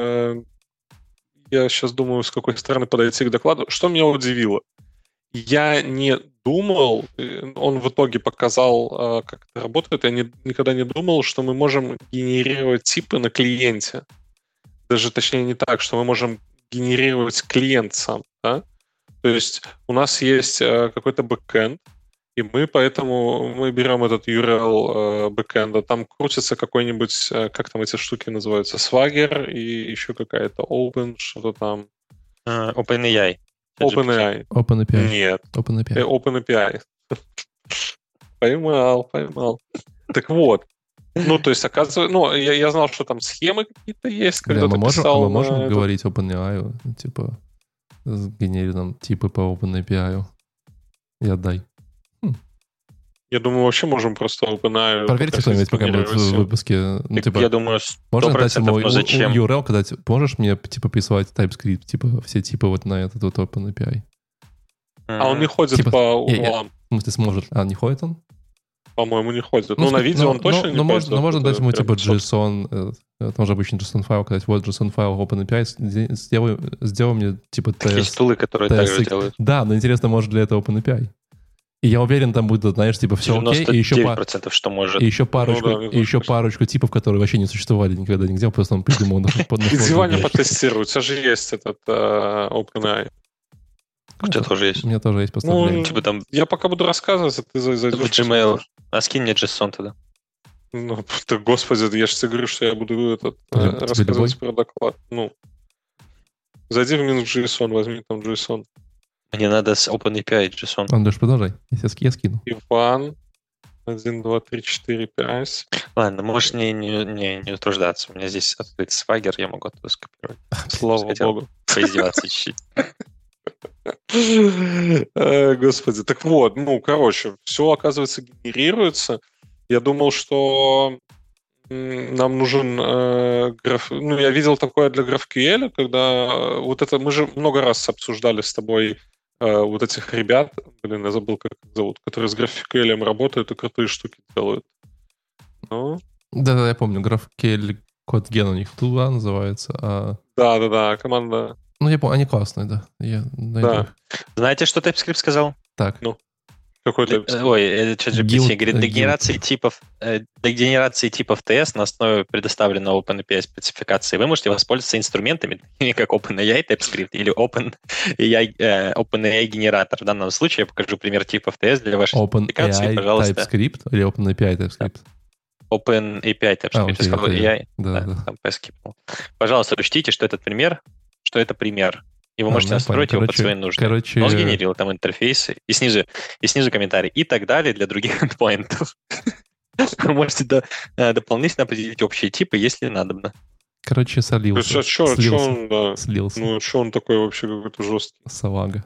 я сейчас думаю, с какой стороны подойти к докладу. Что меня удивило? Я не думал, он в итоге показал, как это работает, я никогда не думал, что мы можем генерировать типы на клиенте. Даже, точнее, не так, что мы можем генерировать клиент сам, да? То есть у нас есть какой-то бэкэнд, И мы берем этот URL бэкэнда, там крутится какой-нибудь, как там эти штуки называются, Swagger и еще какая-то Open, что-то там. OpenAI. OpenAPI. Нет. OpenAPI. OpenAPI. Поймал. Так вот. Ну, то есть, оказывается, я знал, что там схемы какие-то есть, когда ты писал. Мы можем говорить OpenAI, типа, сгенери нам типы по OpenAPI и отдай. Я думаю, вообще можем просто OpenAI... Проверьте кто-нибудь, пока будет в выпуске. Ну, типа, я думаю, 100%, можно дать ему зачем? URL, когда можешь мне, типа, присылать TypeScript, типа, все типы вот на этот вот OpenAPI. А он не ходит типа, по углам. В смысле, сможет. А, не ходит он? По-моему, не ходит. На видео он точно не ходит. Но можно дать ему, типа, JSON, там же обычный JSON файл, сказать, вот JSON файл OpenAPI, сделай мне, типа, тест. Есть тулы, которые так же делают. Да, но интересно, может ли это OpenAPI? И я уверен, там будет, знаешь, типа, все окей. И еще 99%, что может. И еще парочку типов, которые вообще не существовали никогда нигде, просто он придумал. Иди, Ваня, потестируй. У тебя же есть этот OpenAI. У тебя тоже есть. У меня тоже есть поставление. Типа там... Я пока буду рассказывать, а ты зайдешь. В Gmail. А скинь мне JSON тогда. Ну, ты, господи, я же тебе говорю, что я буду рассказывать про доклад. Ну, зайди в Minsk.json, возьми там JSON. Мне надо с OpenAPI JSON. Андрюш, продолжай. Я скину. Иван, 1, 2, 3, 4, 5. Ладно, можешь не утруждаться. У меня здесь открыт Swagger, я могу оттуда скопировать. Слава богу. Поиздеваться чуть-чуть. Господи, так вот, все, оказывается, генерируется. Я думал, что нам нужен я видел такое для GraphQL, когда вот это мы же много раз обсуждали с тобой вот этих ребят, я забыл, как их зовут, которые с GraphQL работают и крутые штуки делают. Ну? Да, я помню, GraphQL CodeGen у них туда называется. Да, команда. Ну, я помню, они классные, да. Да. Знаете, что TypeScript сказал? Так. Какой TypeScript? Ой, ChatGPT говорит, для генерации типов TS на основе предоставленного OpenAPI спецификации вы можете воспользоваться инструментами, как OpenAI TypeScript или OpenAI генератор. В данном случае я покажу пример типов TS для вашей спецификации. OpenAI TypeScript или OpenAPI TypeScript? OpenAPI TypeScript. Я сказал AI. Да. Там поскипнул. Пожалуйста, учтите, что этот пример, что это пример. И вы можете настроить его под свои нужды. Он сгенерил там интерфейсы. И снизу комментарий. И так далее для других эндпоинтов. Вы можете дополнительно определить общие типы, если надо. Солился. Слился. Ну, что он такой вообще какой-то жесткий? Салага.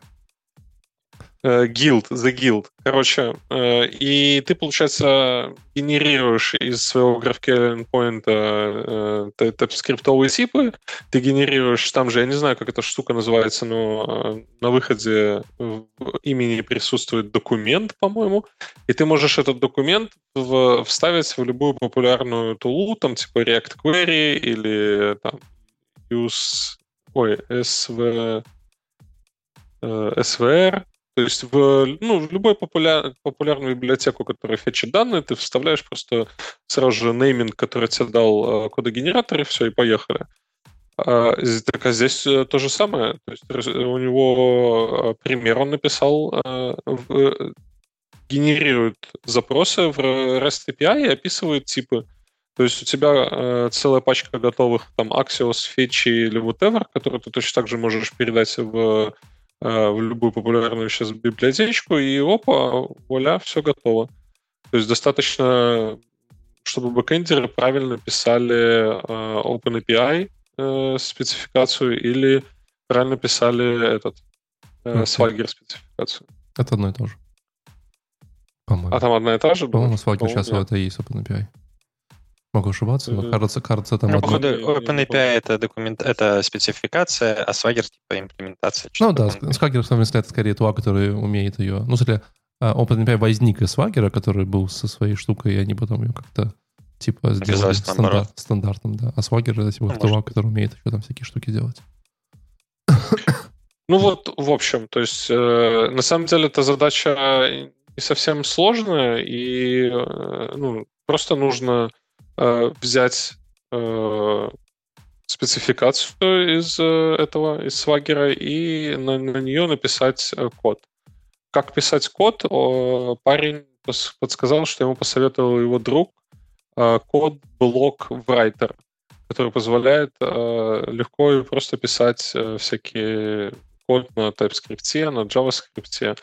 The Guild. Короче, и ты, получается, генерируешь из своего GraphQL endpoint TypeScript-овые типы, ты генерируешь, там же, я не знаю, как эта штука называется, но на выходе в имени присутствует документ, по-моему, и ты можешь этот документ вставить в любую популярную тулу, там, типа React Query или там SVR. То есть в любую популярную библиотеку, которая фетчит данные, ты вставляешь просто сразу же нейминг, который тебе дал кодогенератор, и все, и поехали. Так, здесь то же самое. То есть у него пример он написал, генерирует запросы в REST API и описывает типы. То есть у тебя целая пачка готовых там Axios, Fetch или whatever, которые ты точно так же можешь передать в любую популярную сейчас библиотечку, и опа, вуаля, все готово. То есть достаточно, чтобы бэкэндеры правильно писали OpenAPI спецификацию или правильно писали Swagger спецификацию. Это одно и то же. По-моему. А там одна и та же? По-моему, Swagger сейчас это и есть OpenAPI. Могу ошибаться, но кажется там походу, OpenAPI это спецификация, а Swagger типа имплементация. Да, Swagger, в смысле, это скорее туа, который умеет ее... Ну, в смысле, OpenAPI возник из Swagger, который был со своей штукой, и они потом ее как-то типа сделали стандартным, да. А Swagger это типа туа, который умеет еще там всякие штуки делать. Ну вот, в общем, то есть на самом деле эта задача не совсем сложная, и просто нужно взять спецификацию из Swagger и на нее написать код. как писать код, парень подсказал, что ему посоветовал его друг код-блок Writer, который позволяет легко и просто писать всякий код на TypeScript, на JavaScript.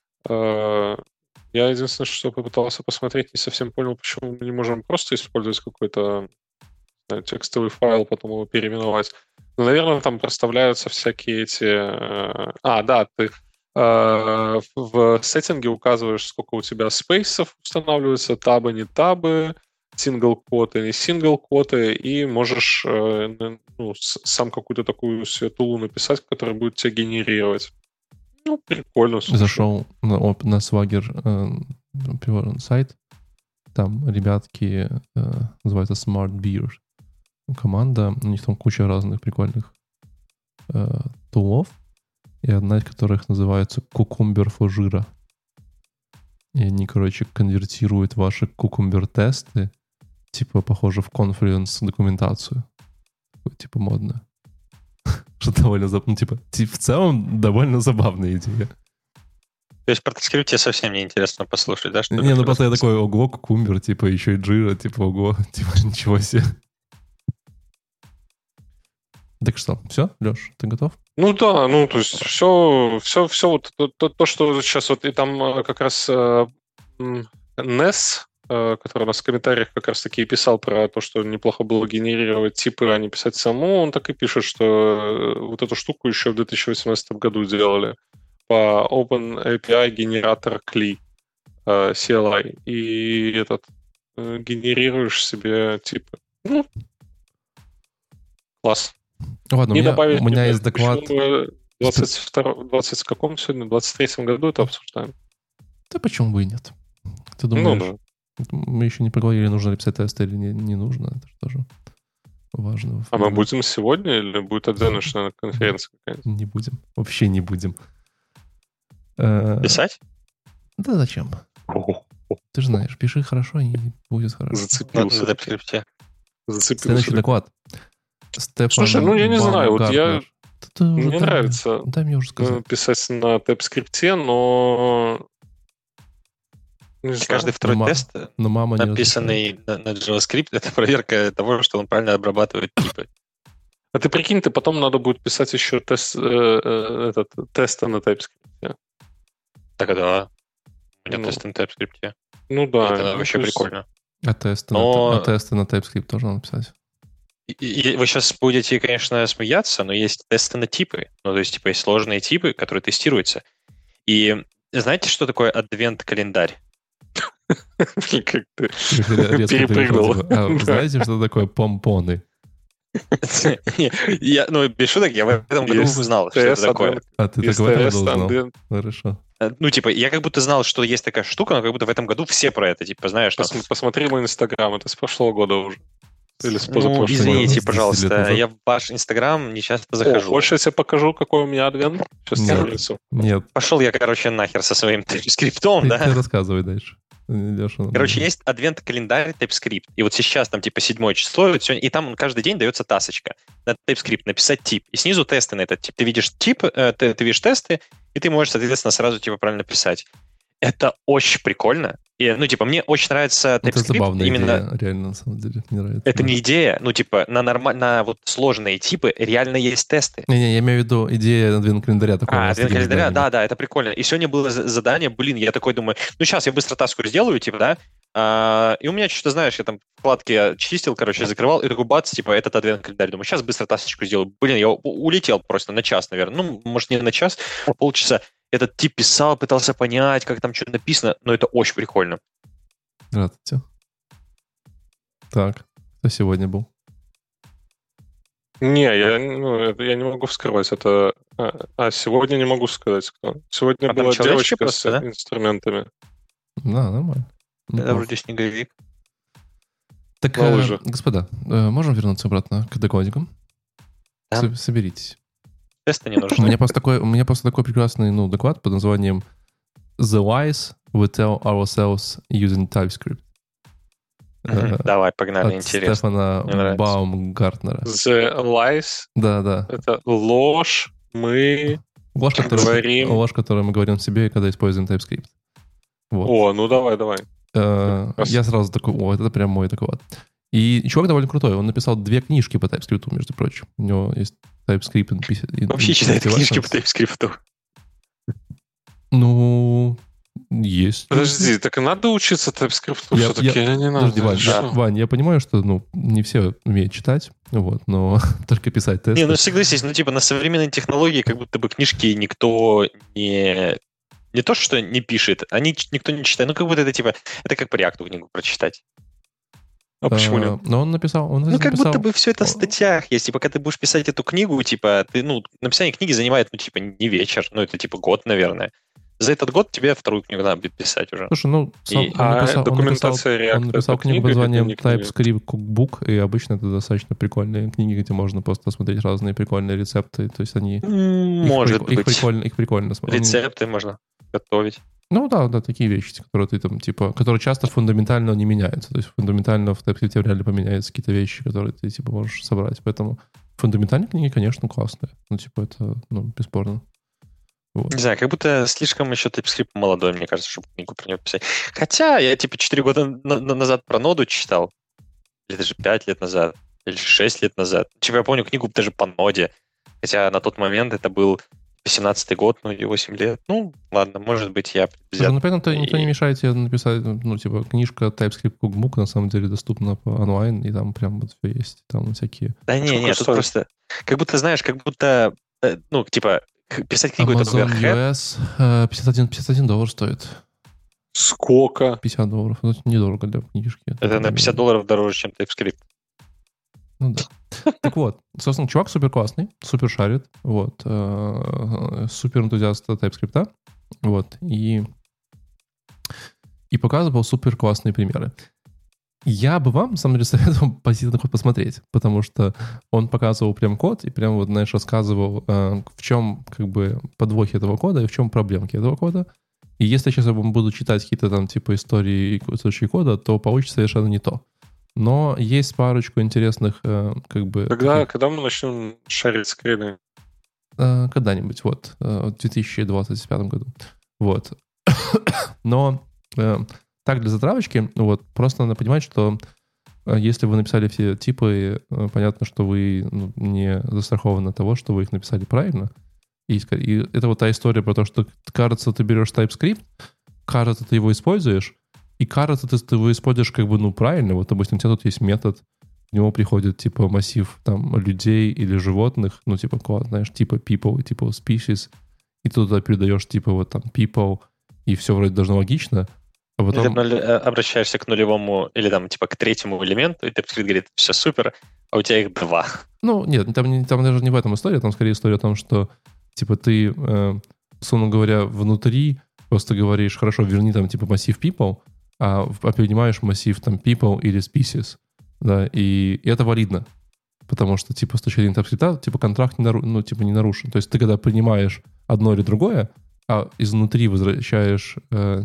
Я единственное, что попытался посмотреть, не совсем понял, почему мы не можем просто использовать какой-то текстовый файл, потом его переименовать. Но, наверное, там проставляются всякие эти... ты в сеттинге указываешь, сколько у тебя спейсов устанавливается, табы, не табы, сингл-квоты, не сингл-квоты, и можешь сам какую-то такую тулу написать, которая будет тебя генерировать. Прикольно. Слушай. Зашел на Swagger сайт, там ребятки называется Smart Beer команда, у них там куча разных прикольных тулов, и одна из которых называется Cucumber for жира. И они, конвертируют ваши Cucumber-тесты, похоже, в Confluence документацию. Типа модно. Что довольно забавно. В целом, довольно забавная идея. То есть про TypeScript тебе совсем не интересно послушать, да? Что просто я такой, ого, Cucumber, еще и жира, ого, ничего себе. Так что, все, Леш, ты готов? То есть все вот то, что сейчас вот и там как раз Несс, который у нас в комментариях как раз таки и писал про то, что неплохо было генерировать типы, а не писать саму, он так и пишет, что вот эту штуку еще в 2018 году делали по OpenAPI генератор CLI, CLI, и генерируешь себе типы. Класс. Ладно, у меня есть доклад. В 20 сегодня? 23-м году это обсуждаем. Да почему бы и нет? Ты думаешь, мы еще не поговорили, нужно ли писать тесты или не нужно? Это же тоже важно. А мы будем сегодня или будет отдельная конференция какая-нибудь? Не будем. Вообще не будем. Писать? Да зачем? Ты же знаешь, пиши хорошо, и будет хорошо. Зацепился. Следующий доклад. Стефан Слушай, я не знаю, мне нравится мне уже сказать. Писать на TypeScript, но каждый второй тест, написанный на JavaScript, это проверка того, что он правильно обрабатывает типы. А ты прикинь, потом надо будет писать еще тесты на TypeScript. Так да. У меня тесты на TypeScript. Это вообще прикольно. А тесты на TypeScript тоже надо писать. И вы сейчас будете, конечно, смеяться, но есть тесты на типы. То есть, есть сложные типы, которые тестируются. И знаете, что такое адвент-календарь? Как ты перепрыгнул. Знаете, что такое помпоны? Без шуток, я в этом году узнал, что это такое. А ты так в этом году узнал? Хорошо. Я как будто знал, что есть такая штука, но как будто в этом году все про это, знаешь. Посмотри мой Инстаграм, это с прошлого года уже. Или с позапрошлого. Извините, пожалуйста, я в ваш Инстаграм не часто захожу. Хочешь, я тебе покажу, какой у меня адвент? Сейчас Нет. Пошел я, нахер со своим скриптом, да? Ты рассказывай дальше. Есть адвент-календарь TypeScript. И вот сейчас там 7 число, и там каждый день дается тасочка на TypeScript, написать тип. И снизу тесты на этот тип. Ты видишь тип, ты видишь тесты, и ты можешь, соответственно, сразу правильно писать. Это очень прикольно. И, мне очень нравится TypeScript. Это забавная именно... идея, реально, на самом деле, мне нравится. Это не идея, на сложные типы реально есть тесты. Не, я имею в виду идея адвент-календаря. Адвент-календаря, да, это прикольно. И сегодня было задание, я такой думаю, сейчас я быстро таску сделаю, да, и у меня что-то, знаешь, я там вкладки чистил, закрывал, и такой бац, этот адвент-календарь. Думаю, сейчас быстро тасочку сделаю. Я улетел просто на час, наверное. Может, не на час, а полчаса. Этот тип писал, пытался понять, как там что-то написано, но это очень прикольно. Здравствуйте. Так, кто сегодня был? Не, я не могу вскрывать это. Сегодня не могу сказать, кто. Сегодня была девочка просто, с инструментами. Да, нормально. Это вроде снеговик. Так, господа, можем вернуться обратно к докладикам? Да. Соберитесь. Тесты не нужны. У меня просто такой прекрасный доклад под названием The Lies We Tell Ourselves Using TypeScript. Давай, погнали, от интересно. Стефана Баумгартнера. The Lies? Да. Это ложь, мы Ложь, которую мы говорим себе, когда используем TypeScript. Вот. О, ну давай. Я сразу такой, это прям мой такой вот. И чувак довольно крутой. Он написал 2 книжки по TypeScript, между прочим. У него есть TypeScript. Вообще читает книжки по TypeScript. Ну, есть. Подожди, так и надо учиться TypeScript все-таки или не надо? Подожди, Вань, я понимаю, что не все умеют читать, вот, но только писать тесты. Не, ну согласись, на современной технологии как будто бы книжки никто не то, что не пишет, никто не читает. Ну, как будто это как по React книгу прочитать. А почему нет? Но он написал... как будто бы все это в статьях есть. Пока ты будешь писать эту книгу, написание книги занимает, не вечер, это год, наверное. За этот год тебе вторую книгу надо будет писать уже. Слушай, он написал книгу под названием TypeScript Cookbook, и обычно это достаточно прикольные книги, где можно просто смотреть разные прикольные рецепты. То есть они... Может быть. Их прикольно смотреть. Рецепты можно готовить. Ну да, такие вещи, которые ты там, которые часто фундаментально не меняются. То есть фундаментально в TypeScript реально поменяются какие-то вещи, которые ты, можешь собрать. Поэтому фундаментальные книги, конечно, классные. Это, бесспорно. Вот. Не знаю, как будто слишком еще TypeScript молодой, мне кажется, чтобы книгу про него писать. Хотя я 4 года назад про ноду читал, или даже 5 лет назад, или 6 лет назад. Я помню книгу даже по ноде, хотя на тот момент это был 18-й год, и 8 лет. Ну, ладно, может быть, я взят. Ну, поэтому никто не мешает тебе написать, книжка TypeScript Cookbook на самом деле доступна онлайн, и там прям вот все есть, там всякие... Да нет, тут просто... Как будто, знаешь, писать книгу это Amazon US $51 стоит. Сколько? $50. Это недорого для книжки. Это на $50 дороже, чем TypeScript. Ну да. Так вот, собственно, чувак супер классный, супер шарит, вот, супер энтузиаст TypeScript, вот, и показывал супер классные примеры. Я бы вам, на самом деле, советовал пойти на код посмотреть, потому что он показывал прям код и прям вот, знаешь, рассказывал, в чем подвохи этого кода и в чем проблемки этого кода. И если я сейчас буду читать какие-то там истории и кусочки кода, то получится совершенно не то. Но есть парочку интересных Когда мы начнем шарить скрины? Когда-нибудь, вот, в 2025 году. Вот. Но... Так, для затравочки, вот, просто надо понимать, что если вы написали все типы, понятно, что вы не застрахованы от того, что вы их написали правильно. И это вот та история про то, что, кажется, ты берешь TypeScript, кажется, ты его используешь, и кажется, ты его используешь правильно. Вот, допустим, у тебя тут есть метод, в него приходит, массив там людей или животных, знаешь, people, species, и ты туда передаешь, people, и все вроде должно логично. А потом... Ты обращаешься к нулевому или к третьему элементу, и TypeScript говорит, все супер, а у тебя их 2. Ну, нет, там даже не в этом история, там скорее история о том, что ты, условно говоря, внутри просто говоришь, хорошо, верни там массив people, а принимаешь массив там people или species, да, и это валидно, потому что с точки зрения TypeScript контракт не нарушен. То есть ты когда принимаешь одно или другое, а изнутри возвращаешь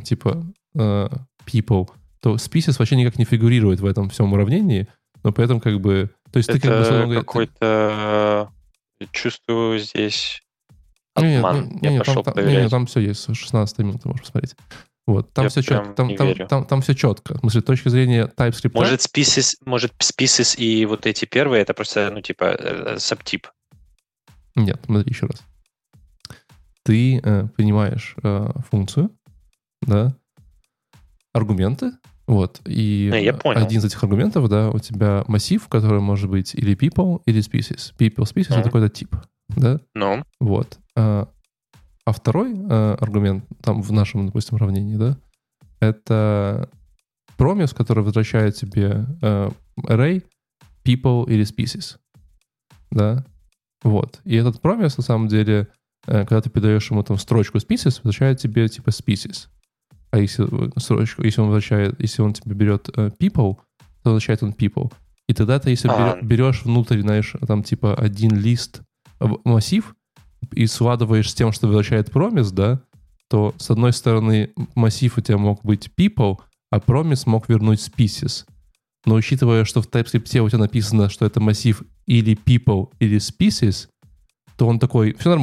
people, то species вообще никак не фигурирует в этом всем уравнении, но при этом То есть это ты какой-то... Чувствую здесь обман. Я пошел проверять. Нет, там все есть. 16 минут ты можешь посмотреть. Вот, там все четко. Там все четко. В смысле, с точки зрения TypeScript... Может, species и вот эти первые, это просто, сабтип. Нет, смотри еще раз. Ты принимаешь функцию, да, аргументы, вот, и один из этих аргументов, да, у тебя массив, который может быть или people, или species. Species — это какой-то тип, да? Вот. А второй аргумент, там в нашем, допустим, уравнении, да, это промис, который возвращает тебе array people или species, да? Вот. И этот промис, на самом деле, когда ты передаешь ему там строчку species, возвращает тебе species. А если он тебе берет people, то возвращает он people. И тогда ты, если берешь внутрь, знаешь, там один лист массив и складываешь с тем, что возвращает промис, да, то с одной стороны массив у тебя мог быть people, а промис мог вернуть species. Но учитывая, что в TypeScript у тебя написано, что это массив или people, или species, то он такой, все нормально.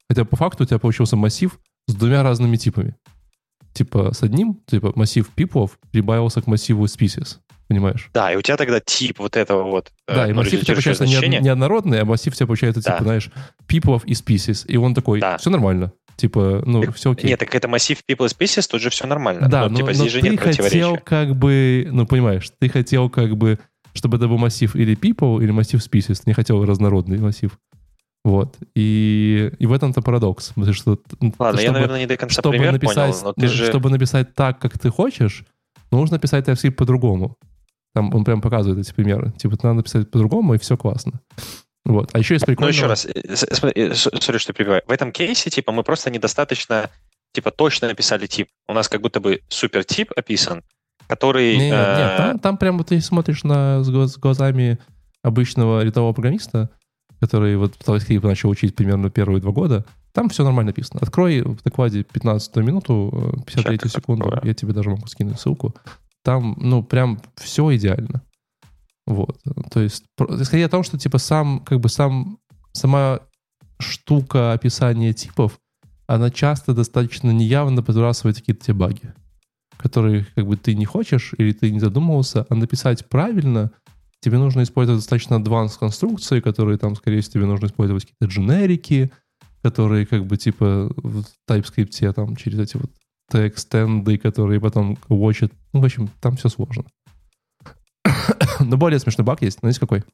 Хотя по факту у тебя получился массив с двумя разными типами. Типа с одним, типа массив пиплов прибавился к массиву species. Понимаешь? Да, и у тебя тогда тип вот этого вот... Да, и массив у тебя получается неоднородный, а массив у тебя получается, типа, знаешь, пиплов и species. И он такой, все нормально. Типа, все окей. Нет, так это массив people и species, тут же все нормально. Да, но ты хотел как бы, понимаешь, ты хотел как бы, чтобы это был массив или people, или массив species. Ты не хотел разнородный массив. Вот. И в этом-то парадокс. Потому что, ладно, я, наверное, не до конца пример понял, но ты же... Чтобы написать так, как ты хочешь, нужно писать TypeScript по-другому. Там он прям показывает эти примеры. Типа, надо писать по-другому, и все классно. Вот. А еще есть прикольно... Ну, еще раз, смотри, что я прибиваю. В этом кейсе, типа, мы просто недостаточно, типа, точно написали тип. У нас как будто бы супертип описан, который... Нет, там прям вот ты смотришь с глазами обычного рядового программиста, который вот TypeScript начал учить примерно первые 2 года, там все нормально написано. Открой в докладе 15-ю минуту, 53-ю секунду, я тебе даже могу скинуть ссылку. Там, прям все идеально. Вот. То есть, скорее о том, что, типа, сама штука описания типов, она часто достаточно неявно подбрасывает какие-то те баги, которые, как бы, ты не хочешь или ты не задумывался, а написать правильно тебе нужно использовать достаточно advanced конструкции, которые там, скорее всего, тебе нужно использовать какие-то дженерики, которые, как бы, типа, в TypeScript там через эти вот экстенды, которые потом watchат. В общем, там все сложно. Но более смешной баг есть. Знаете, какой?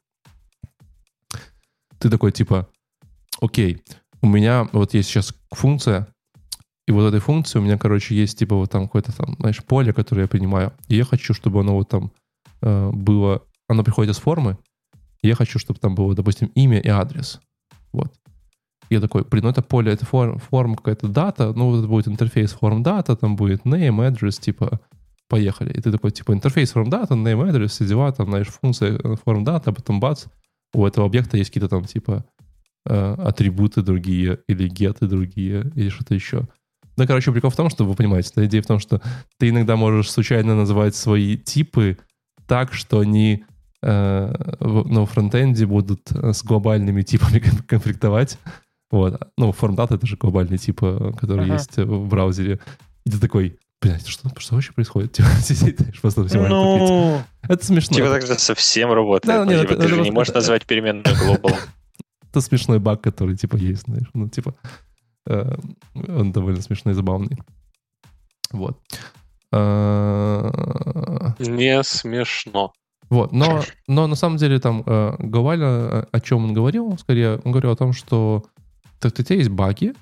Ты такой, типа, окей, у меня вот есть сейчас функция, и вот этой функции у меня, короче, есть, типа, вот там какое-то там, знаешь, поле, которое я принимаю, и я хочу, чтобы оно вот там было... Оно приходит из формы, и я хочу, чтобы там было, допустим, имя и адрес. Вот. Я такой, это поле, это форма какая-то дата, вот это будет интерфейс form data, там будет name, address, типа, поехали. И ты такой, типа, интерфейс form data, name, address, все дела, там, знаешь, функция form data, а потом бац, у этого объекта есть какие-то там, типа, атрибуты другие, или геты другие, или что-то еще. Ну, короче, прикол в том, что, вы понимаете, идея в том, что ты иногда можешь случайно называть свои типы так, что они на фронтенде будут с глобальными типами конфликтовать. Вот. Form data — это же глобальный тип, который есть в браузере. И ты такой, блядь, что вообще происходит? Просто это смешно. Типа так же совсем работает. Ты же не можешь назвать переменную global. Это смешной баг, который, типа, есть, знаешь. Он довольно смешной и забавный. Вот. Не смешно. Вот, но на самом деле там глобально о чем он говорил? Скорее, он говорил о том, что у тебя есть баги.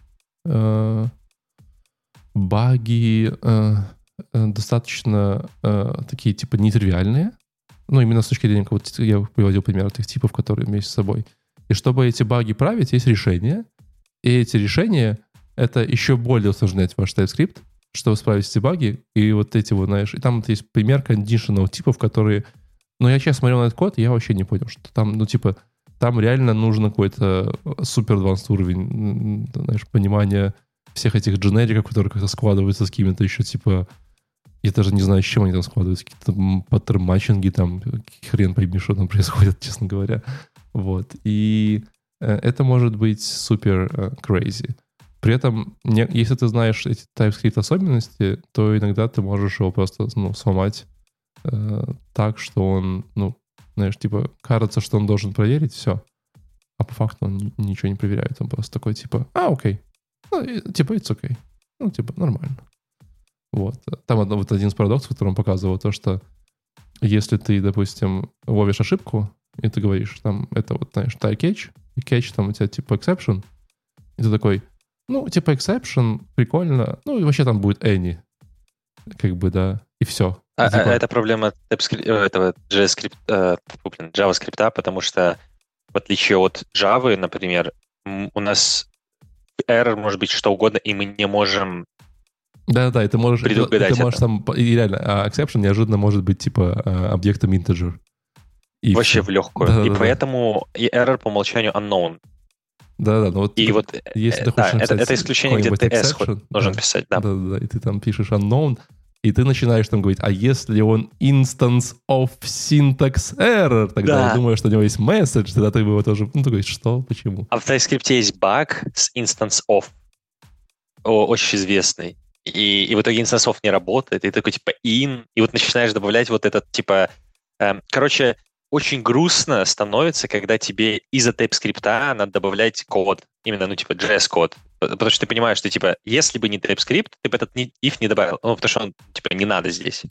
Баги достаточно такие, типа, нетривиальные. Именно с точки зрения, вот я приводил пример этих типов, которые между собой. И чтобы эти баги править, есть решения. И эти решения, это еще более усложняет ваш TypeScript, чтобы справить эти баги. И вот эти вот, знаешь, и там вот есть пример conditional типов, которые... я сейчас смотрел на этот код, и я вообще не понял, что там, там реально нужно какой-то супер advanced уровень, знаешь, понимания всех этих дженериков, которые как-то складываются с какими-то еще, типа, я даже не знаю, с чем они там складываются, какие-то паттерн-матчинги, там, хрен пойми, что там происходит, честно говоря. Вот. И это может быть супер crazy. При этом, если ты знаешь эти TypeScript особенности, то иногда ты можешь его просто, сломать так, что он, знаешь, типа, кажется, что он должен проверить все, а по факту он ничего не проверяет. Он просто такой, типа, окей. Типа, it's okay. Нормально. Вот. Там один из парадоксов, который он показывал, то, что если ты, допустим, ловишь ошибку, и ты говоришь, там, это вот, знаешь, tie catch, и catch там у тебя, типа, exception, и ты такой, типа, exception, прикольно, и вообще там будет any, как бы, да, и все. Это проблема этого JavaScript, потому что в отличие от Java, например, у нас error может быть что угодно, и мы не можем Да-да, и ты можешь там, и реально, exception неожиданно может быть типа объектом integer. И вообще в легкую. И поэтому и error по умолчанию unknown. Да-да, но и вот если ты хочешь написать это исключение, где ты S нужно писать. Да-да-да, и ты там пишешь unknown, И ты начинаешь там говорить, а если он instance of syntax error, тогда я думаю, что у него есть message, тогда ты его тоже, ну, ты говоришь, что, почему? А в TypeScript есть баг с instance of, очень известный. И в итоге instance of не работает, и такой типа in, и вот начинаешь добавлять вот этот типа... короче, очень грустно становится, когда тебе из-за TypeScript надо добавлять код, именно, ну, типа JS-код. Потому что ты понимаешь, что, типа, если бы не TypeScript, ты бы этот if не добавил. Ну, потому что он, типа, не надо здесь.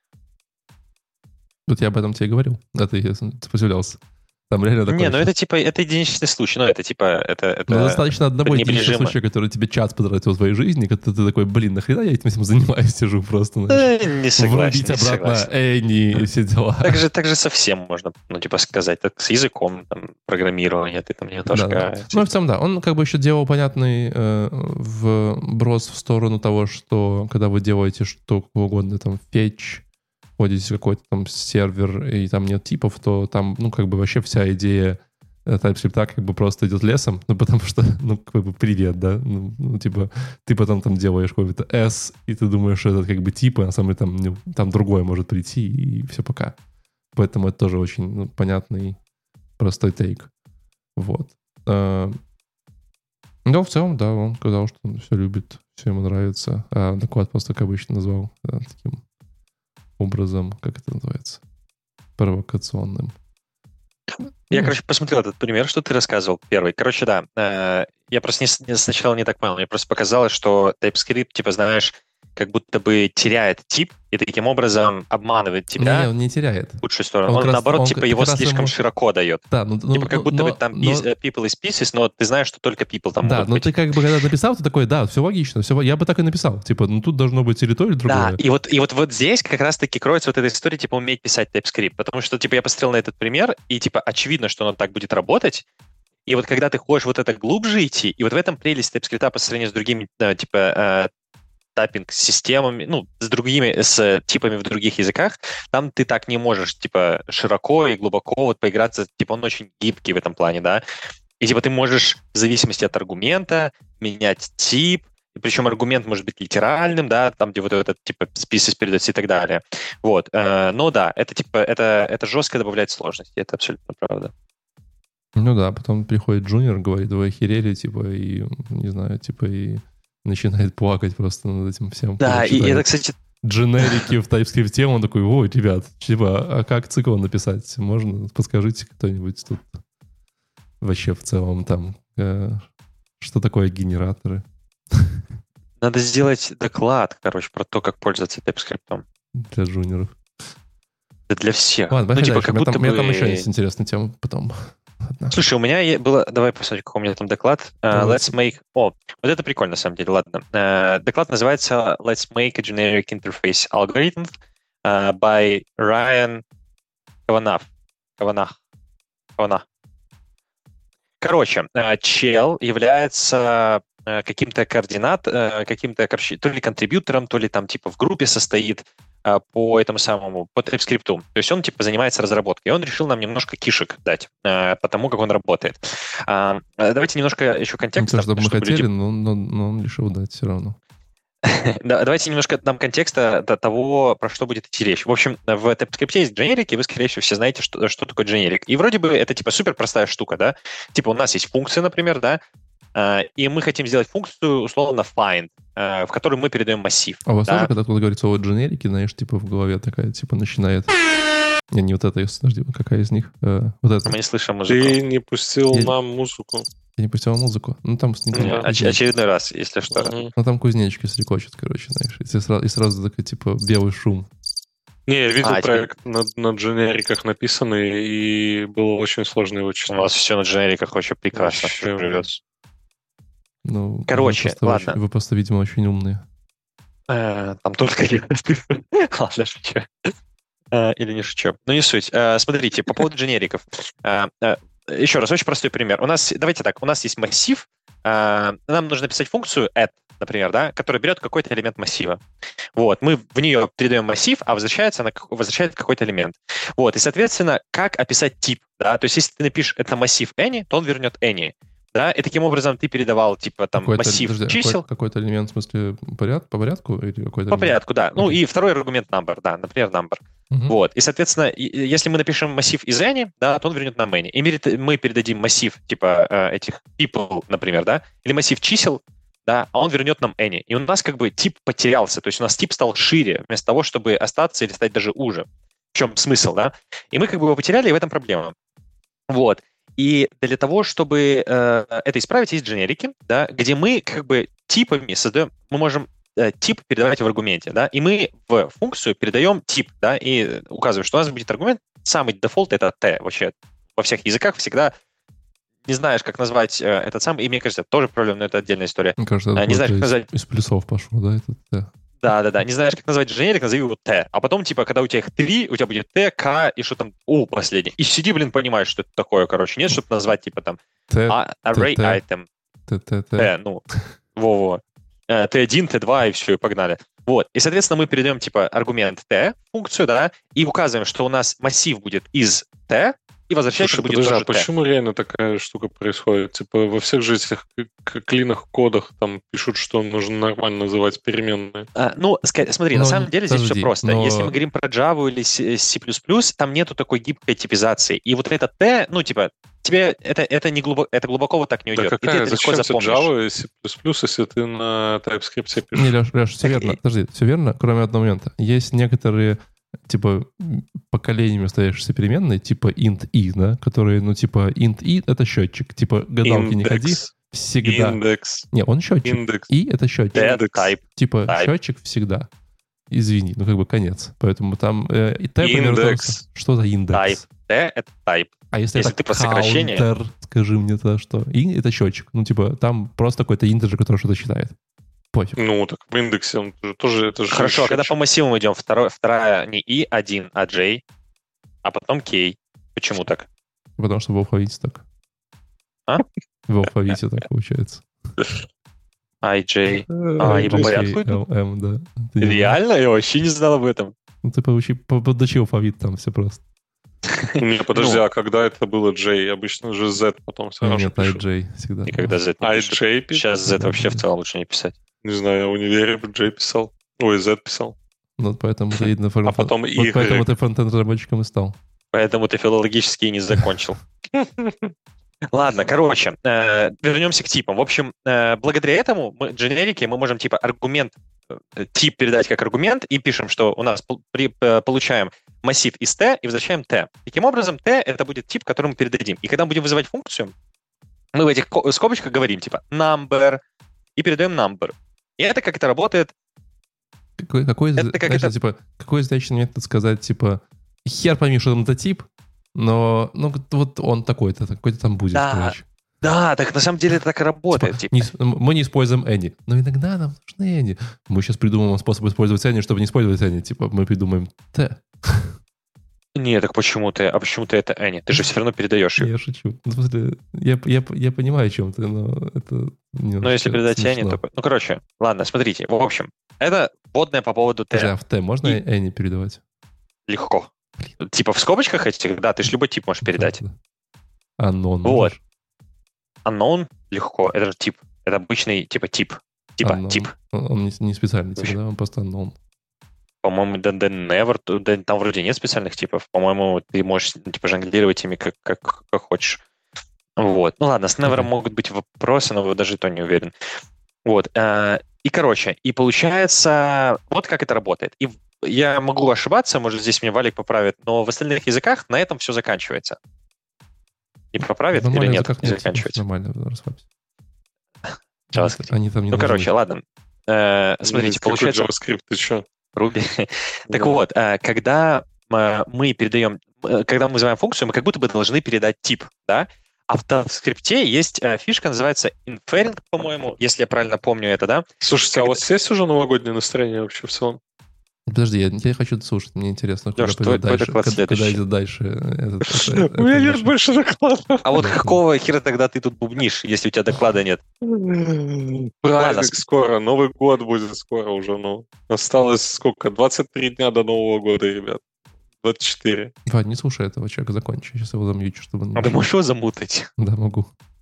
Вот я об этом тебе говорил. Да, ты сопротивлялся. Там реально такое... Не, ну это типа, это единичный случай, ну это типа, это ну, достаточно одного единичного случая, который тебе час потратил в твоей жизни, когда ты такой, блин, нахрена я этим занимаюсь, сижу просто, не согласен, врубить обратно Энни и все дела. Так же совсем можно, ну типа сказать, так с языком там, программирования, ты там немножко... Да. Ну, в целом, да, он как бы еще делал понятный вброс в сторону того, что когда вы делаете что угодно, там, fetch, вводите какой-то там сервер, и там нет типов, то там, ну, как бы вообще вся идея TypeScript как бы просто идет лесом, ну, потому что, ну, как бы привет, да, ну, типа, ты потом там делаешь какой-то S, и ты думаешь, что это как бы тип, а на самом деле там другое может прийти, и все, пока. Поэтому это тоже очень понятный, простой тейк. Вот. Но в целом, да, он сказал, что он все любит, все ему нравится, а доклад просто, как обычно, назвал таким образом, как это называется, провокационным. Я, короче, посмотрел этот пример, что ты рассказывал первый. Короче, да, я просто сначала не так понял. Мне просто показалось, что TypeScript, типа, знаешь, как будто бы теряет тип и таким образом обманывает тебя. Не, он не теряет. В худшую сторону. Он наоборот, типа, его слишком широко дает. Да, типа, как будто бы там people is pieces, но ты знаешь, что только people там могут быть. Да, но ты как бы, когда написал, ты такой, да, все логично, все, я бы так и написал. Типа, ну тут должно быть или то, или другое. Да, и вот здесь как раз-таки кроется вот эта история, типа, уметь писать TypeScript. Потому что, типа, я посмотрел на этот пример, и, типа, очевидно, что он так будет работать. И вот когда ты хочешь вот это глубже идти, и вот в этом прелесть TypeScript по сравнению с другими, типа, тайпинг-системами, ну, с типами в других языках, там ты так не можешь, типа, широко и глубоко вот поиграться, типа, он очень гибкий в этом плане, да, и, типа, ты можешь в зависимости от аргумента менять тип, и причем аргумент может быть литеральным, да, там, где вот этот, типа, species передается и так далее, вот, но да, это, типа, это жестко добавляет сложности, это абсолютно правда. Ну да, потом приходит джуниор, говорит, вы охерели, типа, и, не знаю, типа, и начинает плакать просто над этим всем. Да, и это, кстати... Дженерики в TypeScript, он такой, ой, ребят, типа, а как цикл написать? Можно? Подскажите кто-нибудь тут вообще в целом там, что такое генераторы? Надо сделать доклад, короче, про то, как пользоваться TypeScript. Для джуниоров. Да для всех. Ладно, ну, типа, как будто бы... У меня там еще есть интересная тема потом. Ладно. Слушай, у меня было... Давай посмотрим, какой у меня там доклад. Let's make... О, вот это прикольно, на самом деле, ладно. Доклад называется Let's make a generic interface algorithm by Ryan Kavanagh. Короче, чел является каким-то короче, то ли контрибьютором, то ли там типа в группе состоит по этому самому, по TypeScript. То есть он типа занимается разработкой. И он решил нам немножко кишек дать по тому, как он работает. Давайте немножко еще контекста. Ну, то, что мы хотели, но он решил дать все равно. Давайте немножко дам контекста до того, про что будет идти речь. В общем, в TypeScript есть дженерики, и вы, скорее всего, все знаете, что такое дженерик. И вроде бы это типа супер простая штука, да? Типа у нас есть функция, например, да? И мы хотим сделать функцию, условно, find, в которую мы передаем массив. А у вас тоже, когда кто-то говорит слово дженерики, знаешь, типа в голове такая, типа, начинает... Не вот эта, подожди, какая из них? Вот эта. Мы не слышим музыку. Ты не пустил нам музыку. Я не пустил музыку. Ну, там... Очередной раз, если что. Ну, там кузнечики стрекочут, короче, знаешь. И сразу такой, типа, белый шум. Не, я видел проект на дженериках написанный, и было очень сложно его читать. У вас все на дженериках вообще прекрасно живется. Ну, короче, ладно. Вы просто, видимо, очень умные. Там тоже какие-то... Ладно, шучу. Или не шучу. Ну, не суть. Смотрите, по поводу дженериков. Еще раз, очень простой пример. Давайте так, у нас есть массив. Нам нужно писать функцию add, например, да, которая берет какой-то элемент массива. Вот, мы в нее передаем массив, а возвращает какой-то элемент. Вот, и, соответственно, как описать тип, да, то есть если ты напишешь это массив any, то он вернет any. да, и таким образом ты передавал, типа, там, массив чисел. Какой-то элемент, в смысле, по порядку? Или какой-то по порядку, да. Ну, и второй аргумент number, да, например, number. Вот, и, соответственно, если мы напишем массив из any, да, то он вернет нам any. И мы передадим массив, типа, этих people, например, да, или массив чисел, да, а он вернет нам any. И у нас как бы тип потерялся, то есть у нас тип стал шире, вместо того, чтобы остаться или стать даже уже. В чем смысл, да? И мы как бы его потеряли, и в этом проблема. Вот. И для того, чтобы это исправить, есть дженерики, да, где мы как бы типами создаем, мы можем тип передавать в аргументе, да, и мы в функцию передаем тип, да, и указываем, что у нас будет аргумент, самый дефолт это t. Вообще во всех языках всегда не знаешь, как назвать этот самый, и мне кажется, это тоже проблема, но это отдельная история. Мне кажется, это не знаешь, как назвать... из плюсов пошло, да, это t. Да. Не знаешь, как назвать дженерик, назови его t. А потом, типа, когда у тебя их 3, у тебя будет t, k и что там, последний. И сиди, понимаешь, что это такое, короче. Нет, чтобы назвать, типа, там, array item. T, ну, во-во. T1, T2 и все, и погнали. Вот. И, соответственно, мы передаем, типа, аргумент t, функцию, да, и указываем, что у нас массив будет из t, и возвращается будет тоже t. Почему реально такая штука происходит? Типа, во всех же этих клинах, кодах там пишут, что нужно нормально называть переменные. Смотри, на самом деле здесь все просто. Если мы говорим про Java или C++, там нету такой гибкой типизации. И вот это t, ну, типа, тебе это не глубоко, это глубоко вот так не уйдет. Да, зачем тебе Java и C++, если ты на TypeScript пишешь? Не, Леш, все верно. Подожди, все верно, кроме одного момента. Есть некоторые типа поколениями остающиеся переменные, типа int i, да, которые, ну, типа int i — это счетчик, типа гадалки не ходи, всегда. Индекс. Не, он счетчик. Индекс. И это счетчик. Type. Типа type. Счетчик всегда. Извини, ну как бы конец. Поэтому там и type, индекс. Что за индекс? Type. T — это type. А если это ты по сокращению? Counter, скажи мне то, что? И это счетчик. Ну, типа, там просто какой-то интеджер, который что-то считает. Пофиг. Ну, так в индексе он тоже это же... Хорошо, а когда по массивам идем, вторая не i1, а j, а потом k. Почему так? Потому что в алфавите так. А? В алфавите так получается. IJ. И по порядку идут? LM, да. Реально? Я вообще не знал об этом. Ну, ты подучи алфавит, там все просто. Не, подожди, а когда это было J? Обычно же Z потом сразу Нет, IJ всегда. Никогда Z не пишут. IJ пишет? Сейчас Z вообще в целом лучше не писать. Не знаю, я в универе J писал. Ой, Z писал. Ну, поэтому ты видно А потом Y. Поэтому ты фронтенд-разработчиком и стал. Поэтому ты филологически и не закончил. Ладно, короче, вернемся к типам. В общем, благодаря этому дженерики мы можем типа аргумент, тип передать как аргумент и пишем, что у нас получаем массив из t и возвращаем t. Таким образом, t — это будет тип, который мы передадим. И когда мы будем вызывать функцию, мы в этих скобочках говорим типа number и передаем number. И это как это работает. Какой изящный метод сказать, типа, хер пойми, что там за тип, но ну, вот он такой-то, какой-то там будет, короче. Да, так на самом деле это так и работает. Типа. Мы не используем any, но иногда нам нужны any. Мы сейчас придумаем способ использовать any, чтобы не использовать any. Типа мы придумаем t. Нет, так почему ты? А почему ты это any? Ты же все равно передаешь ее. Я шучу. В смысле, я понимаю, о чем ты, но это... Но если передать any, то... Ну, короче, ладно, смотрите. В общем, это вводное по поводу t. А в t можно any передавать? Легко. Блин. Типа в скобочках этих, да, ты же любой тип можешь передать. Unknown. Вот. Unknown легко. Это же тип. Это обычный типа тип. Типа unknown. тип. Он не специальный тип, да? Он просто unknown. По-моему, там вроде нет специальных типов. По-моему, ты можешь типа жонглировать ими как хочешь. Вот. Ну ладно, с never могут быть вопросы, но даже то не уверен. Вот. И, короче, и получается, вот как это работает. И я могу ошибаться, может, здесь меня Валик поправит, но в остальных языках на этом все заканчивается. И поправит или нет, не заканчивается. Нормально, расслабься. JavaScript. Ну, короче, ладно. Смотрите, получается... JavaScript, ты что? Ruby. Так вот, когда мы передаем... Когда мы вызываем функцию, мы как будто бы должны передать тип, да? А в JavaScript есть фишка, называется inferring, по-моему, если я правильно помню это, да? Слушайте, а у вас есть уже новогоднее настроение вообще в целом? Подожди, я хочу это слушать, мне интересно, когда идет дальше. У меня нет больше докладов. А вот какого хера тогда ты тут бубнишь, если у тебя доклада нет? Праздник скоро, Новый год будет скоро уже, ну. Осталось сколько? 23 дня до Нового года, ребят. 24. Вань, не слушай этого человека, закончи. Сейчас его замьючу, чтобы... А ты можешь его замутать? Да, могу.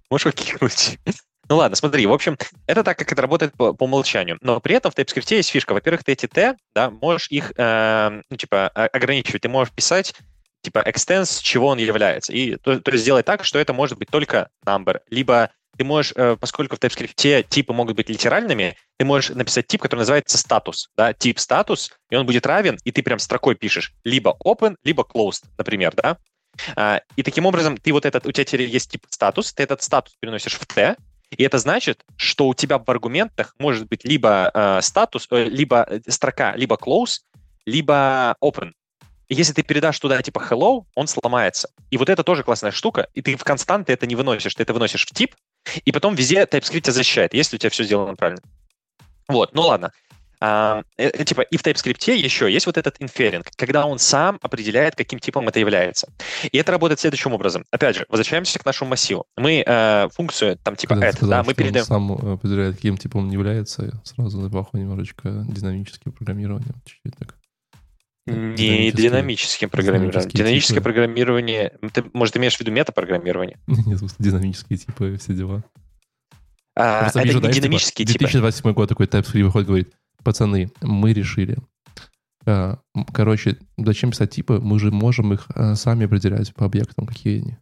Можешь его кикнуть. Ну ладно, смотри, в общем, это так, как это работает по умолчанию. Но при этом в TypeScript есть фишка. Во-первых, ты эти T, да, можешь их, ограничивать. Ты можешь писать, extends, с чего он является. И то есть сделать так, что это может быть только number. Либо ты можешь, поскольку в TypeScript типы могут быть литеральными, ты можешь написать тип, который называется статус, да, тип статус, и он будет равен, и ты прям строкой пишешь либо open, либо closed, например, да. И таким образом ты у тебя теперь есть тип статус, ты этот статус переносишь в T, и это значит, что у тебя в аргументах может быть либо статус, либо строка, либо close, либо open. Если ты передашь туда типа hello, он сломается. И вот это тоже классная штука, и ты в константы это не выносишь, ты это выносишь в тип, и потом везде TypeScript тебя защищает, если у тебя все сделано правильно. Вот, ну ладно. И в TypeScript еще есть вот этот inferring, когда он сам определяет, каким типом это является. И это работает следующим образом. Опять же, возвращаемся к нашему массиву. Мы функцию там типа когда add, сказал, да, мы передаем... Он сам определяет, каким типом он является, сразу напахло немножечко динамическим программированием. Чуть-чуть так. Не динамическим программированием. Динамическое программирование... Ты, может, имеешь в виду метапрограммирование? Нет, динамические типы, все дела. Это вижу, не динамические типы. 2028 год такой TypeScript выходит, говорит, пацаны, мы решили. Короче, зачем писать типы? Мы же можем их сами определять по объектам, какие они.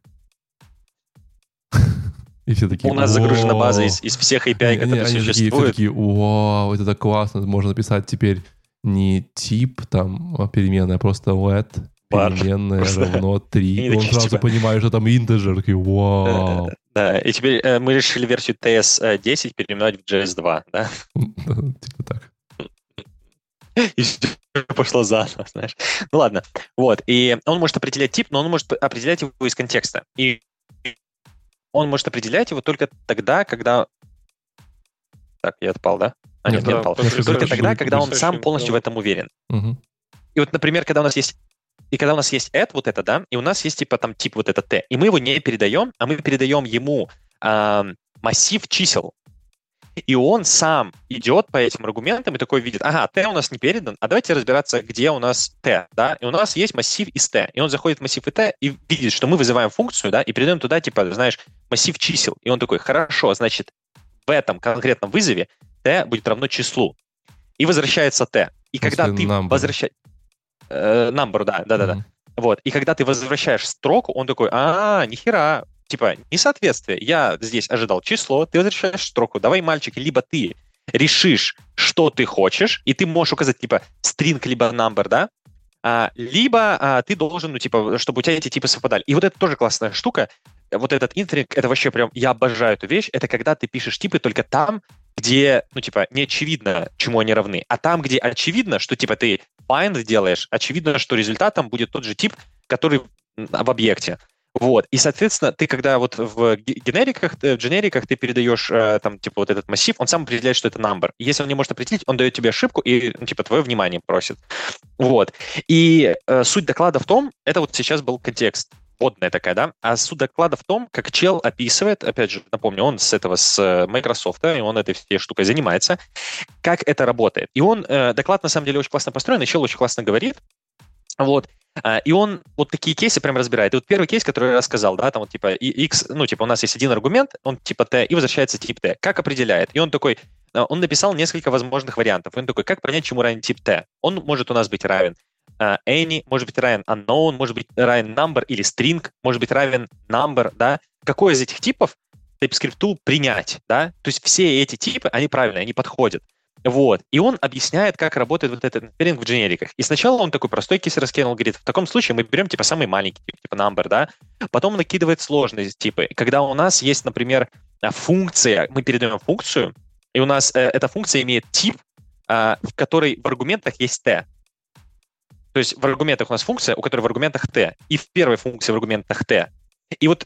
И все такие, у нас загружена база из всех API, которые существуют. Все такие, вау, это так классно. Можно писать теперь не тип там переменная, а просто let переменная равно 3. И он сразу понимает, что там интеджер. Такие, вау. Да, и теперь мы решили версию TS10 переименовать в JS2, да? Типа так. И все пошло заново, знаешь. Ну ладно. Вот. И он может определять тип, но он может определять его из контекста. И он может определять его только тогда, когда... Так, я отпал, да? Нет, не отпал. Только тогда, когда он сам полностью в этом уверен. И вот, например, когда у нас есть add вот это, да, и у нас есть типа там тип вот это t, и мы его не передаем, а мы передаем ему массив чисел. И он сам идет по этим аргументам и такой видит, ага, t у нас не передан, а давайте разбираться, где у нас t, да, и у нас есть массив из t, и он заходит в массив t и видит, что мы вызываем функцию, да, и передаем туда, типа, знаешь, массив чисел, и он такой, хорошо, значит, в этом конкретном вызове t будет равно числу, и возвращается t. И когда ты возвращаешь... Number, да. Вот, и когда ты возвращаешь строку, он такой, нихера, типа, несоответствие. Я здесь ожидал число, ты возвращаешь строку. Давай, мальчик, либо ты решишь, что ты хочешь, и ты можешь указать, типа, string, либо number, да, либо ты должен, ну, типа, чтобы у тебя эти типы совпадали. И вот это тоже классная штука. Вот этот inferring, это вообще прям, я обожаю эту вещь, это когда ты пишешь типы только там, где, ну, типа, не очевидно, чему они равны, а там, где очевидно, что, типа, ты find делаешь, очевидно, что результатом будет тот же тип, который в объекте. Вот. И, соответственно, ты, когда вот в генериках ты передаешь там, типа, вот этот массив, он сам определяет, что это number. И если он не может определить, он дает тебе ошибку и, ну, типа, твое внимание просит. Вот. И суть доклада в том, это вот сейчас был контекст, вводная такая, да, а суть доклада в том, как чел описывает, опять же, напомню, он с Microsoft, и он этой всей штукой занимается, как это работает. И он, доклад на самом деле очень классно построен, и чел очень классно говорит, вот, и он вот такие кейсы прям разбирает. И вот первый кейс, который я рассказал, да, там вот типа x, ну, типа у нас есть один аргумент, он типа t, и возвращается тип t. Как определяет? И он такой, он написал несколько возможных вариантов. И он такой, как понять, чему равен тип t? Он может у нас быть равен any, может быть равен unknown, может быть равен number или string, может быть равен number, да. Какой из этих типов TypeScript принять, да? То есть все эти типы, они правильные, они подходят. Вот. И он объясняет, как работает вот этот инферинг в дженериках. И сначала он такой простой кейс раскинул, говорит, в таком случае мы берем типа самый маленький тип, типа number, да, потом накидывает сложные типы. Когда у нас есть, например, функция, мы передаем функцию, и у нас эта функция имеет тип, в которой в аргументах есть t. То есть в аргументах у нас функция, у которой в аргументах t, и в первой функции в аргументах t. И вот,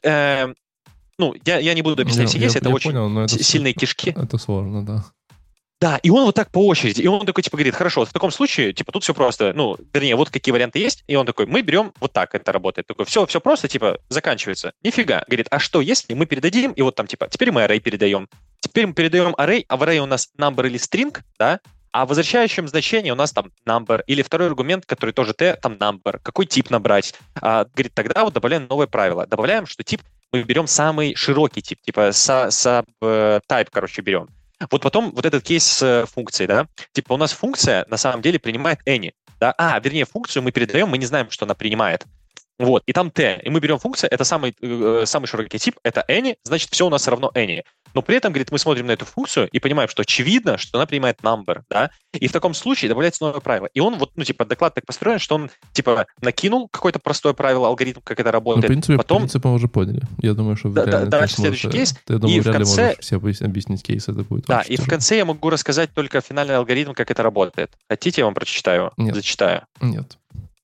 ну, я не буду объяснять все кейсы, это очень понял, сильные кишки. Это сложно, да. Да, и он вот так по очереди, и он такой, типа, говорит, хорошо, вот в таком случае, типа, тут все просто, ну, вернее, вот какие варианты есть, и он такой, мы берем, вот так это работает, такой, все просто, типа, заканчивается, нифига, говорит, а что, если мы передадим, и вот там, типа, теперь мы array передаем, теперь мы передаем array, а в array у нас number или string, да, а в возвращающем значении у нас там number, или второй аргумент, который тоже t, там number, какой тип набрать, говорит, тогда вот добавляем новое правило, добавляем, что тип мы берем самый широкий тип, типа sub-type, короче, берем. Вот потом вот этот кейс с функцией, да, типа у нас функция на самом деле принимает any, да, вернее, функцию мы передаем, мы не знаем, что она принимает. Вот, и там t, и мы берем функцию, это самый широкий тип, это any, значит, все у нас равно any. Но при этом, говорит, мы смотрим на эту функцию и понимаем, что очевидно, что она принимает number, да, и в таком случае добавляется новое правило. И он вот, доклад так построен, что он, накинул какое-то простое правило, алгоритм, как это работает. Ну, принцип мы уже поняли. Я думаю, что дальше следующий кейс. Я думаю, вряд ли можешь все объяснить кейс, это будет. Да, и в конце я могу рассказать только финальный алгоритм, как это работает. Хотите, я вам прочитаю? Нет. Зачитаю? Нет.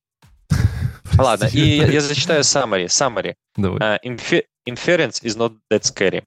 Ладно, и я зачитаю summary. Давай. Inference is not that scary.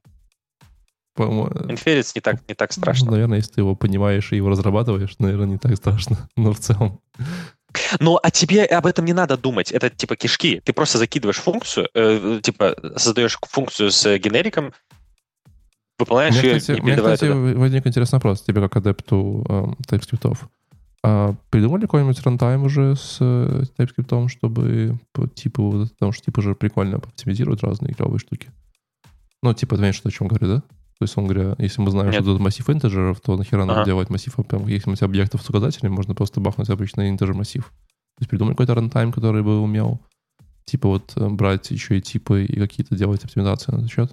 Inference не так страшно. Наверное, если ты его понимаешь и его разрабатываешь, наверное, не так страшно, но в целом. Ну, а тебе об этом не надо думать. Это типа кишки. Ты просто закидываешь функцию, создаешь функцию с генериком, выполняешь ее, не передавая туда. Мне, кстати, возник интересный вопрос тебе как адепту TypeScript. Придумали какой-нибудь рантайм уже с TypeScript, чтобы типу, потому что типа же прикольно оптимизировать разные игровые штуки. Ну, типа, ты понимаешь, что о чем говорю, да? То есть, он говоря, если мы знаем, что тут массив интеджеров, то нахера нам делать массив, если у тебя объектов с указателями, можно просто бахнуть обычный интеджер массив. То есть, придумали какой-то рантайм, который бы умел типа вот брать еще и типы и какие-то делать оптимизации на этот счет?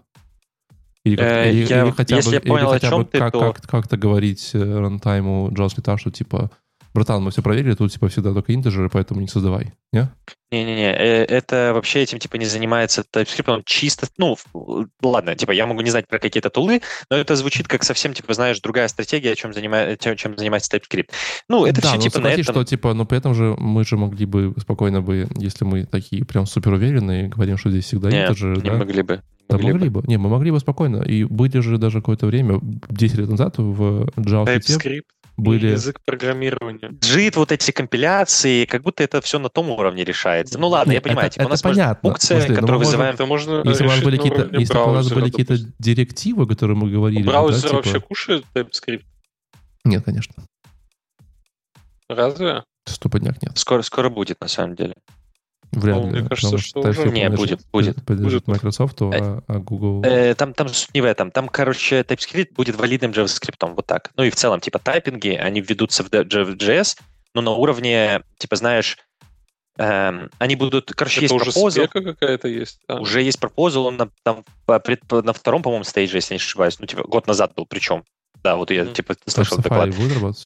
Или хотя бы как-то говорить рантайму JavaScript, что типа братан, мы все проверили, тут типа всегда только интеджеры, поэтому не создавай, не? Не-не-не, это вообще этим типа не занимается TypeScript, он чисто, ладно, типа я могу не знать про какие-то тулы, но это звучит как совсем, типа, знаешь, другая стратегия, чем занимается TypeScript. Ну, это все типа на этом... что типа, но при этом же мы же могли бы спокойно бы, если мы такие прям супер уверенные, говорим, что здесь всегда интеджеры, да? Могли бы. Да, могли бы. Не, мы могли бы спокойно. И были же даже какое-то время, 10 лет назад в JavaScript были... Язык программирования. JIT, вот эти компиляции, как будто это все на том уровне решается. Ну ладно, я понимаю. Это у нас понятно. Функция, которую вызываем... Если у нас были какие-то директивы, которые мы говорили... Браузер вообще кушает TypeScript? Нет, конечно. Разве? Стопудняк нет. Скоро будет, на самом деле. Вряд ли. Мне кажется, что уже... Не, будет. Поддержит Microsoft, а Google... Там суть не в этом. Там, короче, TypeScript будет валидным JavaScript. Вот так. Ну и в целом, типа, тайпинги, они введутся в JS, но на уровне, типа, знаешь, они будут... Короче, это есть уже proposal. Спека какая-то есть? Уже есть proposal, он на втором, по-моему, стейдже, если не ошибаюсь. Ну, типа, год назад был, причем. Да, вот я, типа, слышал доклад. Safari будет работать?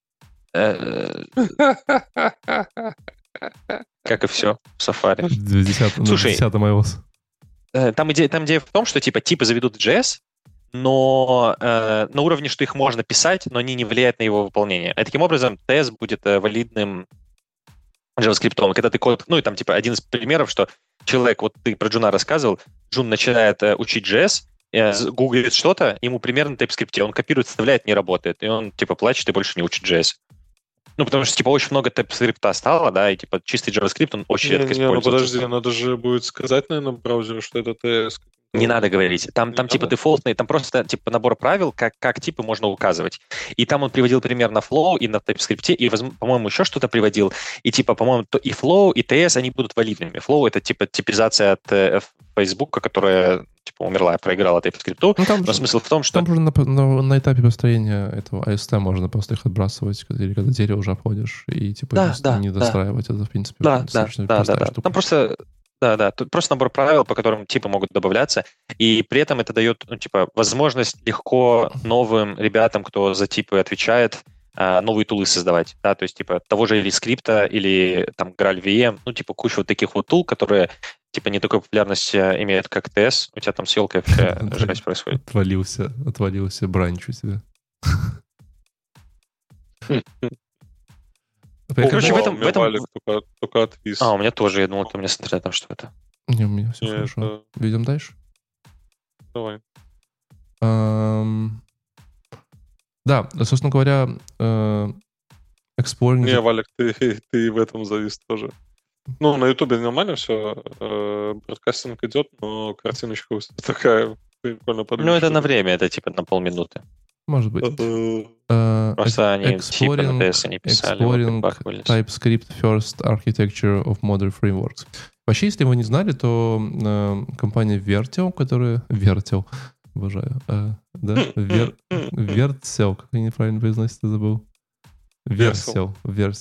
Как и все в Safari. Слушай, 10 iOS. Там идея в том, что типа типы заведут в JS, но на уровне, что их можно писать, но они не влияют на его выполнение. И таким образом TS будет валидным JavaScript. Когда ты код... Ну и там типа один из примеров, что человек, вот ты про Джуна рассказывал, Джун начинает учить JS, гуглит что-то, ему примерно TypeScript, он копирует, вставляет, не работает, и он типа плачет и больше не учит JS. Ну, потому что, типа, очень много TypeScript стало, да, и, типа, чистый JavaScript, он очень редко используется. Ну, подожди, надо же будет сказать, наверное, браузеру, что это TS. Не надо говорить. Там типа, дефолтный, там просто, типа, набор правил, как типы можно указывать. И там он приводил пример на Flow и на TypeScript, и, по-моему, еще что-то приводил. И, типа, по-моему, и Flow, и TS, они будут валидными. Flow — это, типа, типизация от Facebook, которая, типа, умерла, проиграла TypeScript. Ну, но смысл в том, что... Там уже на этапе построения этого AST можно просто их отбрасывать, или когда дерево уже обходишь, и, типа, не достраивать. Это, в принципе, достаточно простая штука. Там просто... Да, тут просто набор правил, по которым типы могут добавляться, и при этом это дает, возможность легко новым ребятам, кто за типы отвечает, новые тулы создавать, да, то есть, типа, того же или скрипта, или, там, GraalVM, куча вот таких вот тул, которые, типа, не такой популярности имеют, как TS, у тебя там с елкой вообще жесть происходит. Отвалился бранч у тебя. Короче, в этом... Только отвис. У меня тоже, я думал, у меня с интернетом что-то. Не, у меня все хорошо. Видим дальше? Давай. Да, собственно говоря, exploring... Не, Валик, ты в этом завис тоже. Ну, на Ютубе нормально все, бродкастинг идет, но картиночка такая прикольно подвижная. Ну, это на время, это типа на полминуты. Может быть. Просто они типа на TS не писали. Exploring TypeScript First Architecture of Modern Frameworks. Вообще, если вы не знали, то компания Vertel, которая... Vertel, обожаю. Да? Vertel, как они неправильно произносят, я забыл. Vertel.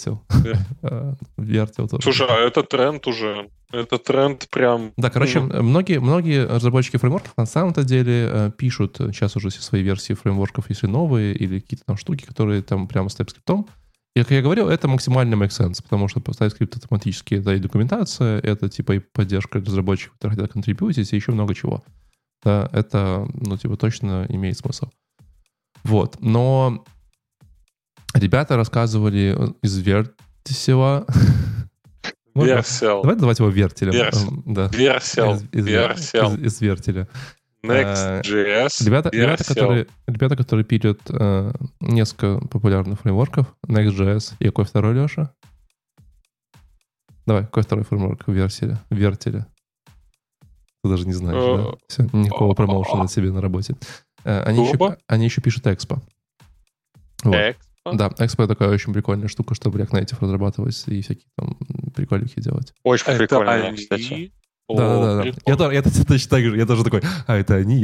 Vertel тоже. Слушай, а это тренд уже. Это тренд прям... Да, короче, многие разработчики фреймворков на самом-то деле пишут сейчас уже все свои версии фреймворков, если новые, или какие-то там штуки, которые там прямо с TypeScript. И, как я говорил, это максимально make sense, потому что TypeScript автоматически это и документация, это типа и поддержка разработчиков, которые хотят контрибьютить, и еще много чего. Да, это, точно имеет смысл. Вот. Но ребята рассказывали из Вертисела... Версел. Давай называть его Вертелем. Версел. Из Вертеля. Next.js. Ребята, которые пилят несколько популярных фреймворков. Next.js. И какой второй, Леша? Давай, какой второй фреймворк в Вертеле? Ты даже не знаешь, да? Все, никакого промоушена себе на работе. Они еще пишут Expo. Вот. Да, Expo — такая очень прикольная штука, чтобы React Native разрабатывать и всякие там прикольники делать. Очень прикольно, кстати. Да. Я точно так же. Я тоже такой, это они.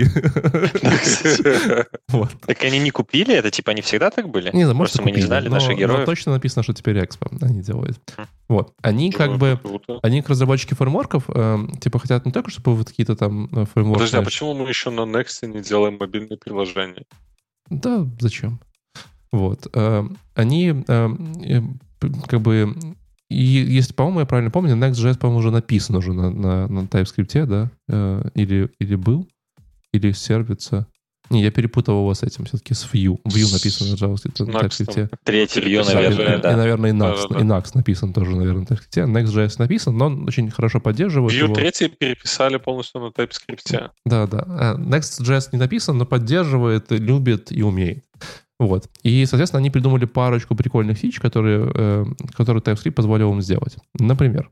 Так они не купили это? Типа они всегда так были? Не знаю, может, просто мы не знали наших героев. Но точно написано, что теперь Expo они делают. Вот. Они они как разработчики фреймворков, типа хотят не только, чтобы вот какие-то там фреймворки... Подожди, а почему мы еще на Next не делаем мобильные приложения? Да, зачем? Вот. Они как бы... И если, по-моему, я правильно помню, Next.js, по-моему, уже написан уже на TypeScript, да? Или был? Или сервится? Не, я перепутал его с этим, все-таки с Vue. Vue написан на JavaScript, на TypeScript. Третий Vue, наверное, да. И, наверное, и Next написан тоже, наверное, на TypeScript. Next.js написан, но он очень хорошо поддерживает Vue его. 3 переписали полностью на TypeScript. Да. Next.js не написан, но поддерживает, любит и умеет. Вот. И, соответственно, они придумали парочку прикольных фич, которые TypeScript позволил им сделать. Например,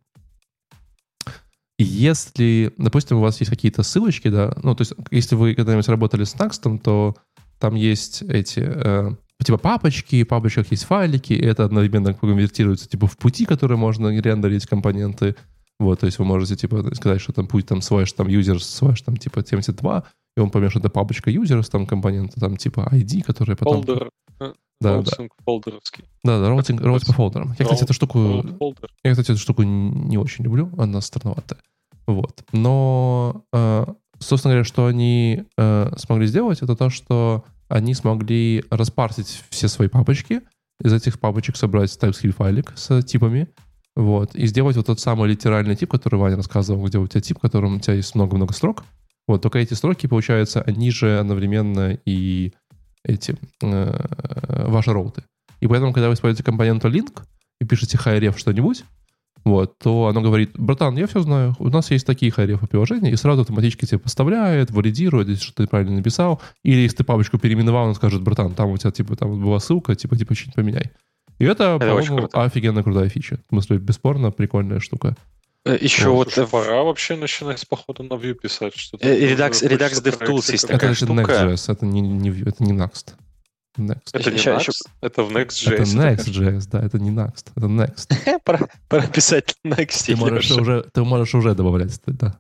если, допустим, у вас есть какие-то ссылочки, да, то есть, если вы когда-нибудь работали с Next, то там есть эти, типа папочки, в папочках есть файлики, и это одновременно конвертируется, типа, в пути, которые можно рендерить компоненты. Вот, то есть вы можете, типа, сказать, что там путь, там, slash, там, users, slash, там, типа, 72, и он поймет, что это папочка users, там, компоненты, там, типа, ID, которые потом... Folder. Роутинг фолдеровский. Да, роутинг по фолдерам. Я, кстати, эту штуку не очень люблю, она странноватая. Вот. Но, собственно говоря, что они смогли сделать, это то, что они смогли распарсить все свои папочки, из этих папочек собрать TypeScript файлик с типами, вот, и сделать вот тот самый литеральный тип, который Ваня рассказывал, где у тебя тип, в котором у тебя есть много-много строк. Вот, только эти строки, получается, они же одновременно и эти ваши роуты. И поэтому, когда вы используете компоненту link и пишете hi-ref что-нибудь, вот, то оно говорит: братан, я все знаю, у нас есть такие hi-ref приложения, и сразу автоматически тебе поставляет, валидирует, если что ты правильно написал. Или если ты папочку переименовал, он скажет: братан, там у тебя типа там была ссылка, типа чуть-чуть поменяй. И это по-моему, офигенно крутая фича. В смысле, бесспорно, прикольная штука. Еще вот пора вообще начинать, походу, на Vue писать что-то. Redux DevTools есть такая штука. Это Next.js, это не Vue, это не Next. Это не Next? Это в Next.js. Это Next.js, да, это не Next, это Next. Пора писать Next. Ты можешь уже добавлять, да.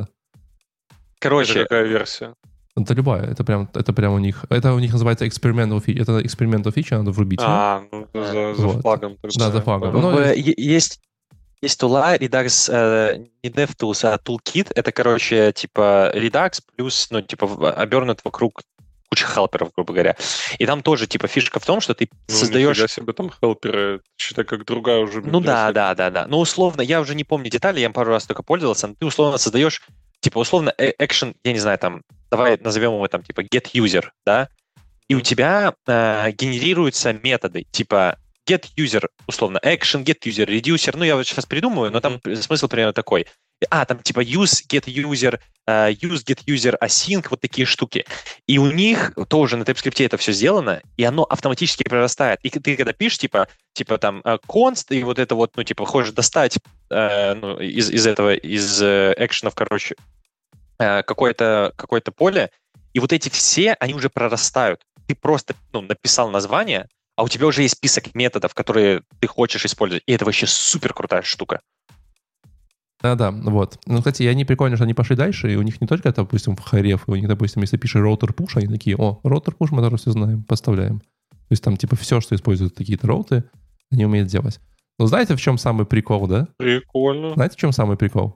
Короче. Это какая версия? Это любая, это прям у них. Это у них называется experimental feature. Это experimental feature, надо врубить. За флагом. Да, за флагом. Есть тула Redux, не DevTools, а Toolkit. Это, короче, типа Redux плюс, обернут вокруг кучи хелперов, грубо говоря. И там тоже, типа, фишка в том, что ты создаешь... Нифига себе там хелперы, считай, как другая уже библиотека. Да. Ну, условно, я уже не помню детали, я пару раз только пользовался, но ты условно создаешь, типа, условно, action, я не знаю, там, давай назовем его там, типа, getUser, да? И у тебя генерируются методы, типа, getUser, условно, action, getUser, reducer, я вот сейчас придумаю, но там смысл примерно такой. Там типа use getUser, async, вот такие штуки. И у них тоже на TypeScript это все сделано, и оно автоматически прорастает. И ты когда пишешь, типа там const, и вот это вот, хочешь достать из экшенов, короче, какое-то поле, и вот эти все, они уже прорастают. Ты просто написал название, а у тебя уже есть список методов, которые ты хочешь использовать. И это вообще супер крутая штука. Да, вот. Ну, кстати, и они прикольно, что они пошли дальше, и у них не только, допустим, в Href, у них, допустим, если пишешь роутер push, они такие, роутер push мы тоже все знаем, поставляем. То есть там типа все, что используют какие-то роуты, они умеют делать. Но знаете, в чем самый прикол, да? Прикольно. Знаете, в чем самый прикол?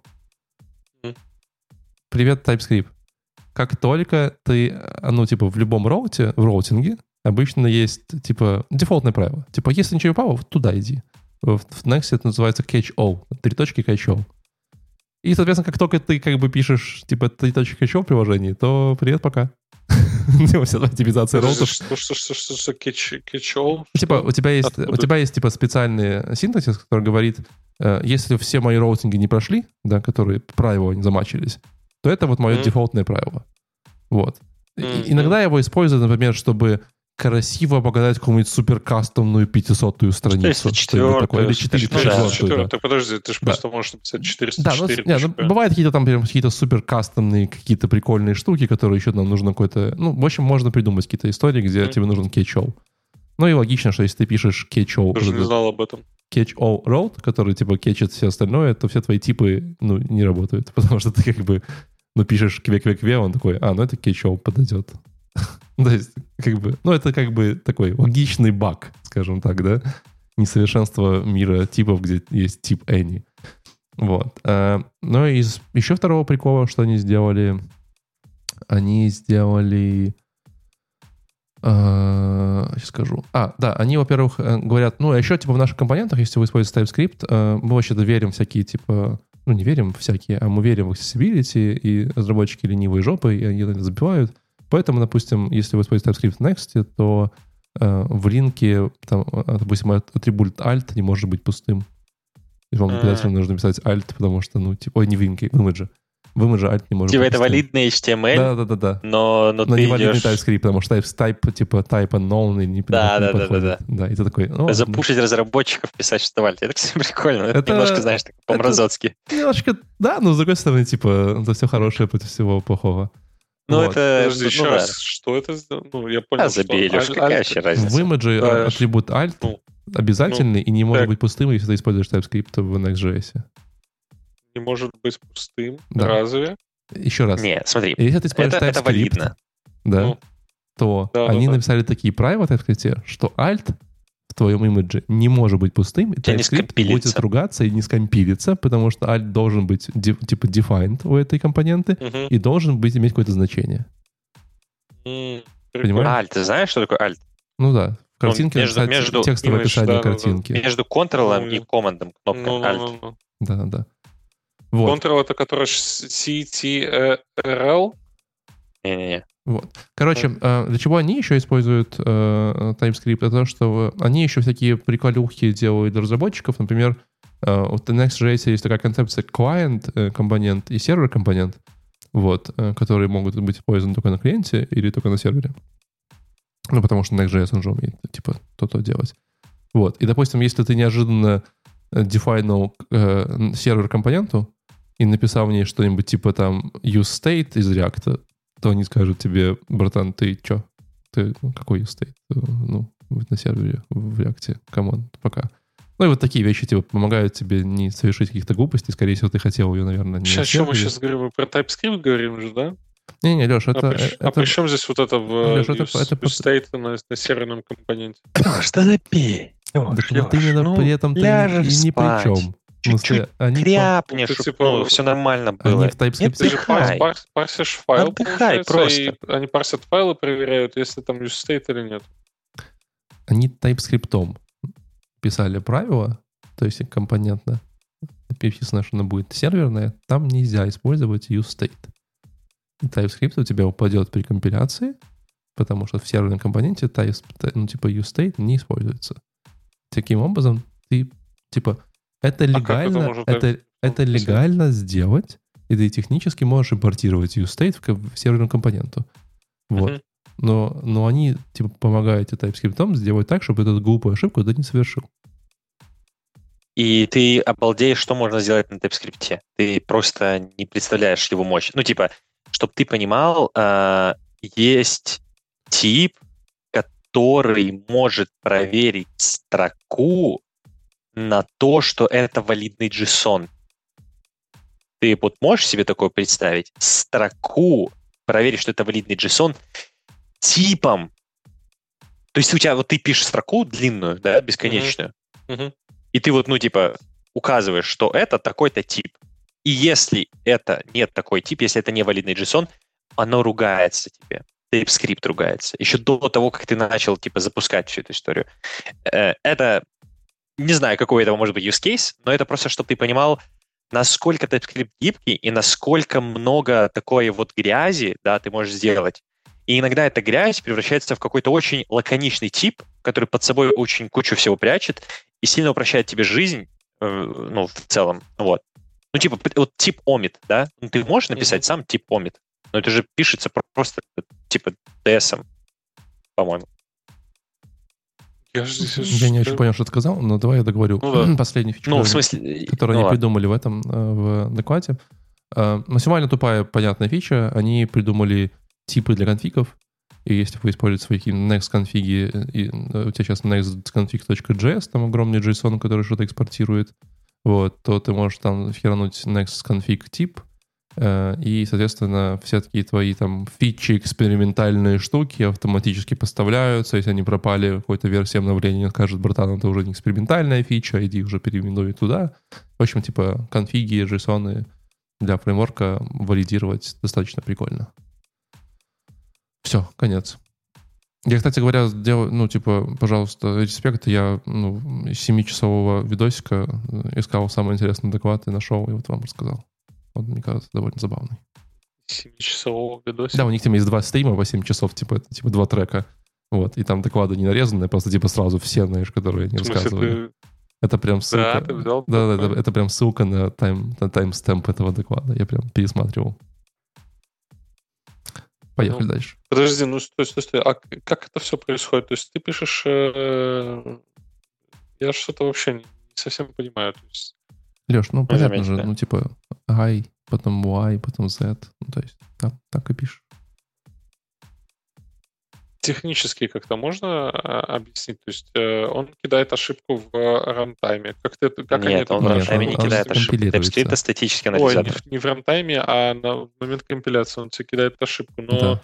Привет, TypeScript. Как только ты, в любом роуте, в роутинге, обычно есть, дефолтное правило. Если ничего не упало, туда иди. В Next это называется catch-all. 3 точки catch-all. И, соответственно, как только ты пишешь, 3 точки catch-all в приложении, то привет, пока. Вся оптимизация роутов. Что catch-all? У тебя есть специальный синтаксис, который говорит, если все мои роутинги не прошли, да, которые правила не замачились, то это вот мое дефолтное правило. Вот. Иногда я его использую, например, чтобы красиво показать какую-нибудь супер кастомную 500-ю страницу. 404-ю. Или 404-ю. Так подожди, ты же просто можешь написать 404. Да, бывают какие-то супер кастомные, какие-то прикольные штуки, которые еще нам нужно какой-то... в общем, можно придумать какие-то истории, где тебе нужен catch-all. Ну и логично, что если ты пишешь catch-all... Даже не знал об этом. Catch-all route, который кетчит все остальное, то все твои типы, не работают. Потому что ты пишешь кве-кве-кве, он такой, это catch-all подойдет. То есть, это такой логичный баг, скажем так, да? Несовершенство мира типов, где есть тип any. Вот. Но из еще второго прикола, что они сделали, сейчас скажу. Они, во-первых, говорят, а еще, в наших компонентах, если вы используете TypeScript, мы вообще-то верим всякие, не верим всякие, а мы верим в accessibility, и разработчики ленивые жопы, и они это забивают. Поэтому, допустим, если вы используете TypeScript в Next, то в линке, допустим, атрибут alt не может быть пустым. Вам обязательно нужно писать alt, потому что, не в линке, в имидже. В имидже alt не может быть это пустым. валидный HTML, да. но ты не валидный идешь... TypeScript, потому что type unknown и не подходит. Да, и ты такой... Запушить разработчиков, писать, что в alt. Это, кстати, прикольно. Это немножко, знаешь, так по-мразоцки. Немножко, да, но с другой стороны, это все хорошее против всего плохого. Подожди, еще раз, что это? Я понял, забей, Леш, какая еще разница? В имидже атрибут alt обязательный и не может быть пустым, если ты используешь TypeScript в Next.js. Не может быть пустым? Да. Разве? Еще раз. Нет, смотри, если ты используешь TypeScript, это валидно. Да, то они написали такие правила в TypeScript, что alt в твоем имидже не может быть пустым, и TypeScript будет ругаться и не скомпилиться, потому что alt должен быть defined у этой компоненты и должен иметь какое-то значение. Понимаешь? Alt, ты знаешь, что такое alt? Ну да. В картинке между текстовое описание картинки. Между Ctrl и командом кнопка alt. Да. Вот. Ctrl это который CTRL? Не-не-не. Вот. Короче, для чего они еще используют TypeScript? Это то, что они еще всякие приколюхи делают для разработчиков. Например, у Next.js есть такая концепция client-компонент и сервер-компонент, которые могут быть использованы только на клиенте или только на сервере. Потому что Next.js, он же умеет, то делать. Вот. И, допустим, если ты неожиданно дефайнул сервер-компоненту и написал в ней что-нибудь use state из React, то они скажут тебе, братан, ты что? Ты какой use state? На сервере в React. Камон, пока. И вот такие вещи помогают тебе не совершить каких-то глупостей. Скорее всего, ты хотел ее, наверное, не... Сейчас, что мы сейчас говорим? Мы про TypeScript говорим же, да? Не, Леш, это... при чем здесь это в use state на серверном компоненте? Что за пей? Ты именно при этом ты ни при чем. Чуть-чуть кряпнешь, чтобы все нормально было. Они в TypeScript... Ты же парсишь файл, отдыхай просто. И они парсят файлы, проверяют, если там use state или нет. Они TypeScript писали правила, то есть компонентно написано, что она будет серверная, там нельзя использовать use state. И TypeScript у тебя упадет при компиляции, потому что в серверном компоненте use state не используется. Таким образом, ты это легально, это легально сделать, и ты технически можешь импортировать use state в серверную компоненту. Вот. Но они помогают тебе TypeScript сделать так, чтобы эту глупую ошибку ты не совершил. И ты обалдеешь, что можно сделать на TypeScript. Ты просто не представляешь его мощь. Чтобы ты понимал, есть тип, который может проверить строку на то, что это валидный JSON. ты вот можешь себе такое представить? Строку, проверить, что это валидный JSON, типом. То есть у тебя вот ты пишешь строку длинную, да, бесконечную, и ты вот, указываешь, что это такой-то тип. И если это нет такой тип, если это не валидный JSON, оно ругается тебе. TypeScript ругается. Еще до того, как ты начал, запускать всю эту историю. Это, не знаю, какой это может быть use case, но это просто, чтобы ты понимал, насколько TypeScript гибкий и насколько много такой вот грязи, да, ты можешь сделать. И иногда эта грязь превращается в какой-то очень лаконичный тип, который под собой очень кучу всего прячет и сильно упрощает тебе жизнь, в целом. Вот. Вот тип omit, да? Ты можешь написать сам тип omit, но это же пишется просто TS, по-моему. Я не очень понял, что ты сказал, но давай я договорю. Последний фичу, которую они придумали в докладе. Максимально тупая, понятная фича. Они придумали типы для конфигов. И если вы используете свои next конфиги, у тебя сейчас nextconfig.js, там огромный JSON, который что-то экспортирует, вот, то ты можешь там херануть nextconfig тип, и, соответственно, все такие твои там фичи, экспериментальные штуки автоматически поставляются. Если они пропали в какой-то версии обновления, он скажет: братан, это уже не экспериментальная фича, иди уже переименуй туда. В общем, конфиги, JSON для фреймворка валидировать достаточно прикольно. Все, конец. Я, кстати говоря, сделал, пожалуйста, респект. Я 7-часового видосика искал самый интересный доклад и нашел, и вот вам рассказал. Он, мне кажется, довольно забавный. 7-часового видосика? Да, у них там есть 2 стрима по 7 часов, это 2 трека. Вот, и там доклады не нарезанные, просто сразу все, знаешь, которые они рассказывали. Это прям ссылка. Да, ты взял. Да, это прям ссылка на таймстемп этого доклада. Я прям пересматривал. Поехали дальше. Подожди, стой. А как это все происходит? То есть ты пишешь... Я что-то вообще не совсем понимаю. То есть... Леш, понятно же, I, потом Y, потом Z. То есть так и пишешь. Технически как-то можно объяснить? То есть он кидает ошибку в рантайме. Нет, он в рантайме не кидает ошибку. TypeScript это статический анализатор. Ой, не в рантайме, а на момент компиляции он тебе кидает ошибку. Но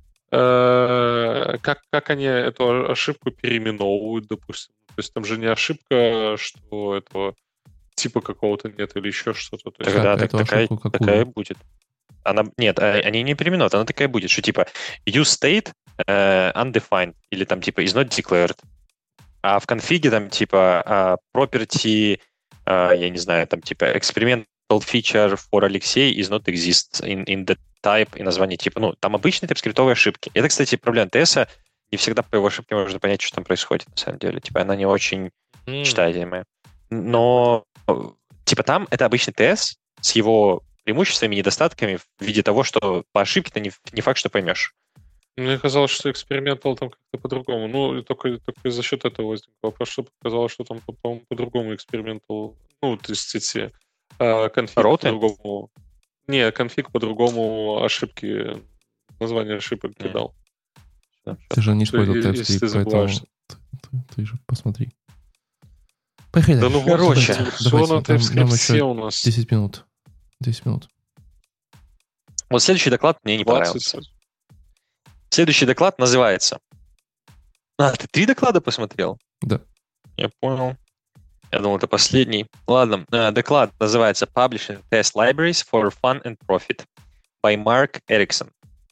как они эту ошибку переименовывают, допустим? То есть там же не ошибка, что этого типа какого-то нет или еще что-то. Тогда такая будет. Нет, они не переименуют, она такая будет, что use state undefined, или там is not declared. А в конфиге там property, я не знаю, там experimental feature for Alexei is not exist in the type и название типа. Там обычные TypeScript-овые ошибки. Это, кстати, проблема TS. Не всегда по его ошибке можно понять, что там происходит на самом деле. Она не очень читаемая. Но там это обычный TS с его преимуществами и недостатками в виде того, что по ошибке ты не факт, что поймешь. Мне казалось, что экспериментал там как-то по-другому. Только за счет этого возник вопрос, что показалось, что там, по-моему, по-другому экспериментал. То есть эти конфиг по-другому. Не, конфиг по-другому ошибки, название ошибок кидал. Ты же не использовал TypeScript, поэтому ты же посмотри. Поехали. Да короче. Нам еще у нас 10 минут. 10 минут. Вот следующий доклад мне не понравился. Следующий доклад называется... ты 3 доклада посмотрел? Да. Я понял. Я думал, это последний. Ладно, доклад называется Publishing Test Libraries for Fun and Profit by Mark Erickson.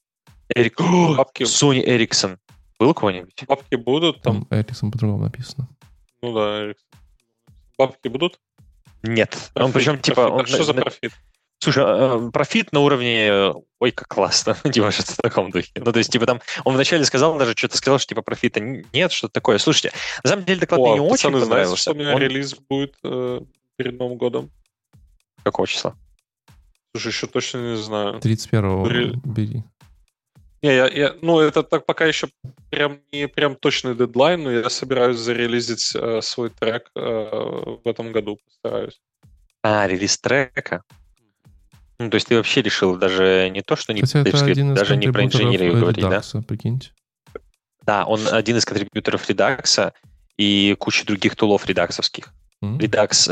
Sony Ericsson. Был у кого-нибудь? Бабки будут? Там Ericsson по-другому написано. Ну да, Ericsson. Бабки будут? Нет. Он причем что за профит? Слушай, профит на уровне, ой, как классно, что-то в таком духе. То есть, там, он вначале сказал, даже что-то сказал, что, профита нет, что-то такое. Слушайте, на самом деле доклад мне не очень понравился. Что у меня релиз будет перед Новым годом? Какого числа? Слушай, еще точно не знаю. 31-го бери. Не, это так пока еще не прям точный дедлайн, но я собираюсь зарелизить свой трек в этом году, постараюсь. Релиз трека? То есть ты вообще решил даже не то, что не TypeScript, даже не про инженерию говорить, да? Прикиньте. Да, он один из контрибьюторов Redux и кучи других тулов редаксовских. Redux,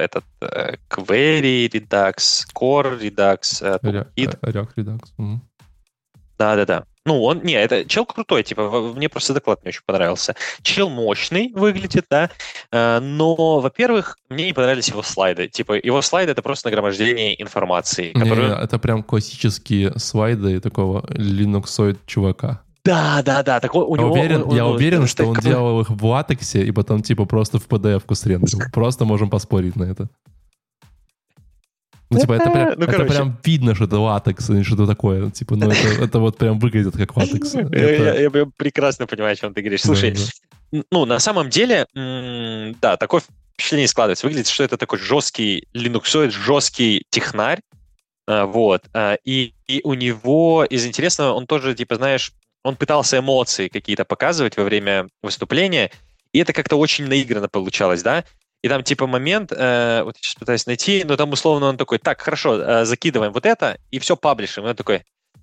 Query Redux, Core Redux, React Redux. Да. Ну, это чел крутой, типа, мне просто доклад не очень понравился. Чел мощный выглядит, да, но, во-первых, мне не понравились его слайды. Типа, его слайды — это просто нагромождение информации. Это прям классические слайды такого линуксоид чувака. Да. Такой, Я уверен, что он делал их в латексе и потом типа просто в PDF-ку срендерил. Просто можем поспорить на это. Ну, типа, это прям видно, что это латекс, или что-то такое. Типа, ну, это вот прям выглядит как латекс. Я прекрасно понимаю, о чем ты говоришь. Слушай, ну, на самом деле, да, такое впечатление складывается. Выглядит, что это такой жесткий линуксоид, жесткий технарь. Вот. И у него, из интересного, он тоже, типа, знаешь, он пытался эмоции какие-то показывать во время выступления, и это как-то очень наигранно получалось, да? И там типа момент, вот я сейчас пытаюсь найти, но там условно он такой, так, хорошо, закидываем вот это, и все паблишим. И он такой,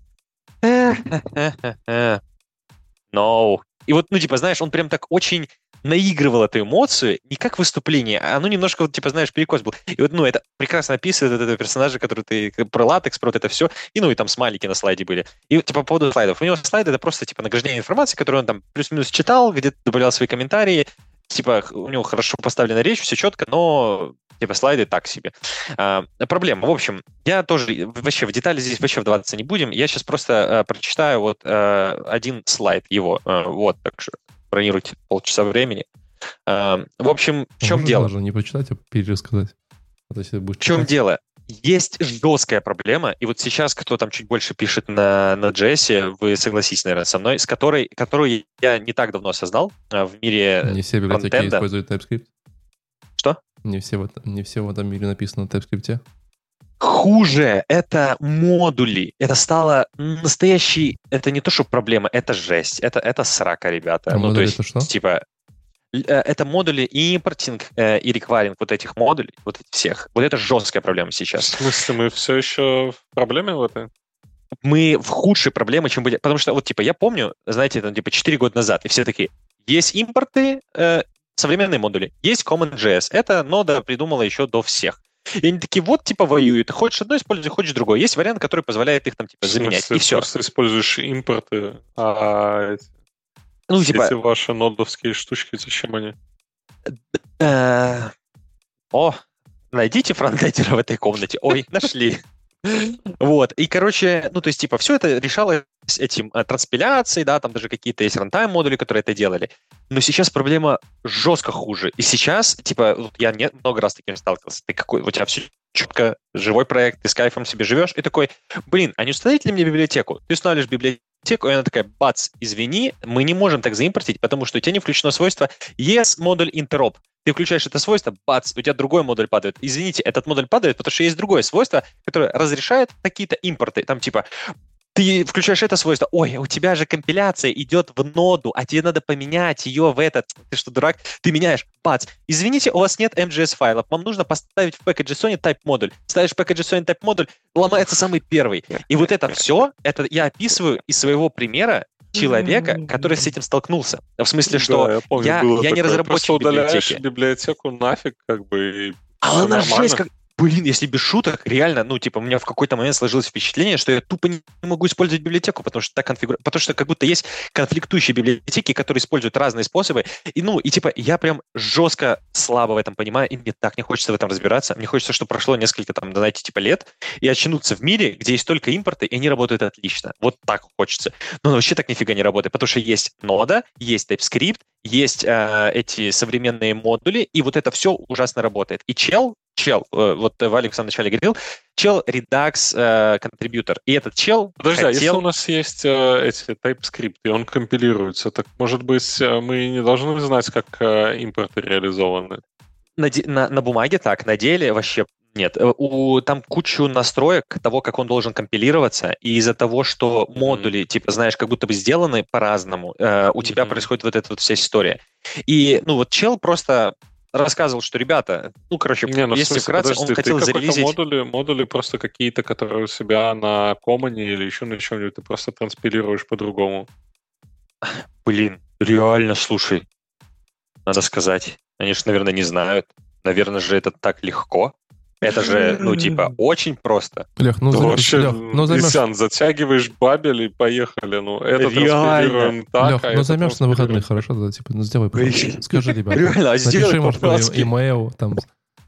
no. И вот, ну, типа, знаешь, он прям так очень наигрывал эту эмоцию, не как выступление, а оно немножко, вот, типа, знаешь, перекос был. И вот, ну, это прекрасно описывает этого персонажа, который ты про латекс, про вот это все, и, ну, и там смайлики на слайде были. И, типа, по поводу слайдов. У него слайды — это просто, типа, награждение информации, которую он там плюс-минус читал, где-то добавлял свои комментарии, типа, у него хорошо поставлена речь, все четко, но, типа, слайды так себе. Проблема. В общем, я тоже вообще в детали здесь вообще вдаваться не будем. Я сейчас просто прочитаю вот один слайд его. Вот, так что бронируйте полчаса времени. В общем, в чем дело? Можно не прочитать, а пересказать. В чем дело? Есть жесткая проблема, и вот сейчас, кто там чуть больше пишет на JS, вы согласитесь, наверное, со мной, которую я не так давно осознал в мире не все библиотеки фронтенда. Используют TypeScript? Что? Не все в этом мире написано на TypeScript. Хуже, это модули. Это стало настоящий... Это не то, что проблема, это жесть. Это срака, ребята. А модули это что? Типа... Это модули и импортинг, и реквайринг вот этих модулей, вот этих всех. Вот это жесткая проблема сейчас. В смысле, мы все еще в проблеме в этой? Мы в худшей проблеме, чем были. Потому что, вот, типа, я помню, знаете, там, типа, 4 года назад, и все такие, есть импорты, современные модули, есть CommonJS. Это нода придумала еще до всех. И они такие, вот, типа, воюют. Хочешь одно использовать, хочешь другое. Есть вариант, который позволяет их там, типа, заменять. И все. Ты просто используешь импорты, ну, типа... эти ваши нодовские штучки, зачем они? Найдите фронтендера в этой комнате. Ой, нашли. Вот, и, короче, ну, то есть, типа, все это решалось этим транспиляцией, да, там даже какие-то есть рантайм-модули, которые это делали. Но сейчас проблема жестко хуже. И сейчас, типа, вот я много раз с таким сталкивался. Ты какой, у тебя все четко, живой проект, ты с кайфом себе живешь, и такой, блин, а не установить ли мне библиотеку? Ты устанавливаешь библиотеку, и она такая, бац, извини, мы не можем так заимпортить, потому что у тебя не включено свойство модуль interop. Ты включаешь это свойство, бац, у тебя другой модуль падает. Извините, этот модуль падает, потому что есть другое свойство, которое разрешает какие-то импорты. Там типа, ты включаешь это свойство, ой, у тебя же компиляция идет в ноду, а тебе надо поменять ее в этот. Ты что, дурак? Ты меняешь, бац. Извините, у вас нет MJS файлов, вам нужно поставить в package.json type модуль. Ставишь package.json type модуль, ломается самый первый. И вот это все, это я описываю из своего примера человека, который с этим столкнулся. В смысле, что да, я не разработчик библиотеки. Просто удаляешь библиотеку нафиг, как бы, и а она жесть, как... Блин, если без шуток, реально, ну, типа, у меня в какой-то момент сложилось впечатление, что я тупо не могу использовать библиотеку, потому что потому что как будто есть конфликтующие библиотеки, которые используют разные способы. И, ну, и типа, я прям жестко слабо в этом понимаю, и мне так не хочется в этом разбираться. Мне хочется, чтобы прошло несколько, там, знаете, типа лет, и очнуться в мире, где есть только импорты, и они работают отлично. Вот так хочется. Но вообще так нифига не работает, потому что есть нода, есть TypeScript, есть эти современные модули, и вот это все ужасно работает. И чел, вот Валик в самом начале говорил, чел Redux контрибьютор. И этот чел Подожди, а если у нас есть эти TypeScript, и он компилируется, так, может быть, мы не должны знать, как импорты реализованы? На бумаге так, на деле вообще нет. Там кучу настроек того, как он должен компилироваться, и из-за того, что модули, типа, знаешь, как будто бы сделаны по-разному, у тебя происходит вот эта вот вся история. И, ну, вот чел просто рассказывал, что, ребята, ну, короче, если вкратце, он хотел зарелизить... Модули просто какие-то, которые у себя на Common или еще на чем-нибудь, ты просто транспилируешь по-другому. Блин, реально, слушай, надо сказать. Они же, наверное, не знают. наверное же, это так легко. Это же, очень просто. Лех, Исян, затягиваешь бабель и поехали. Это транспилируем так, Лех, займешься на выходных, хорошо? Да, сделай, пожалуйста. Скажи, ребята. Реально, сделай по-братски. Имейл, там,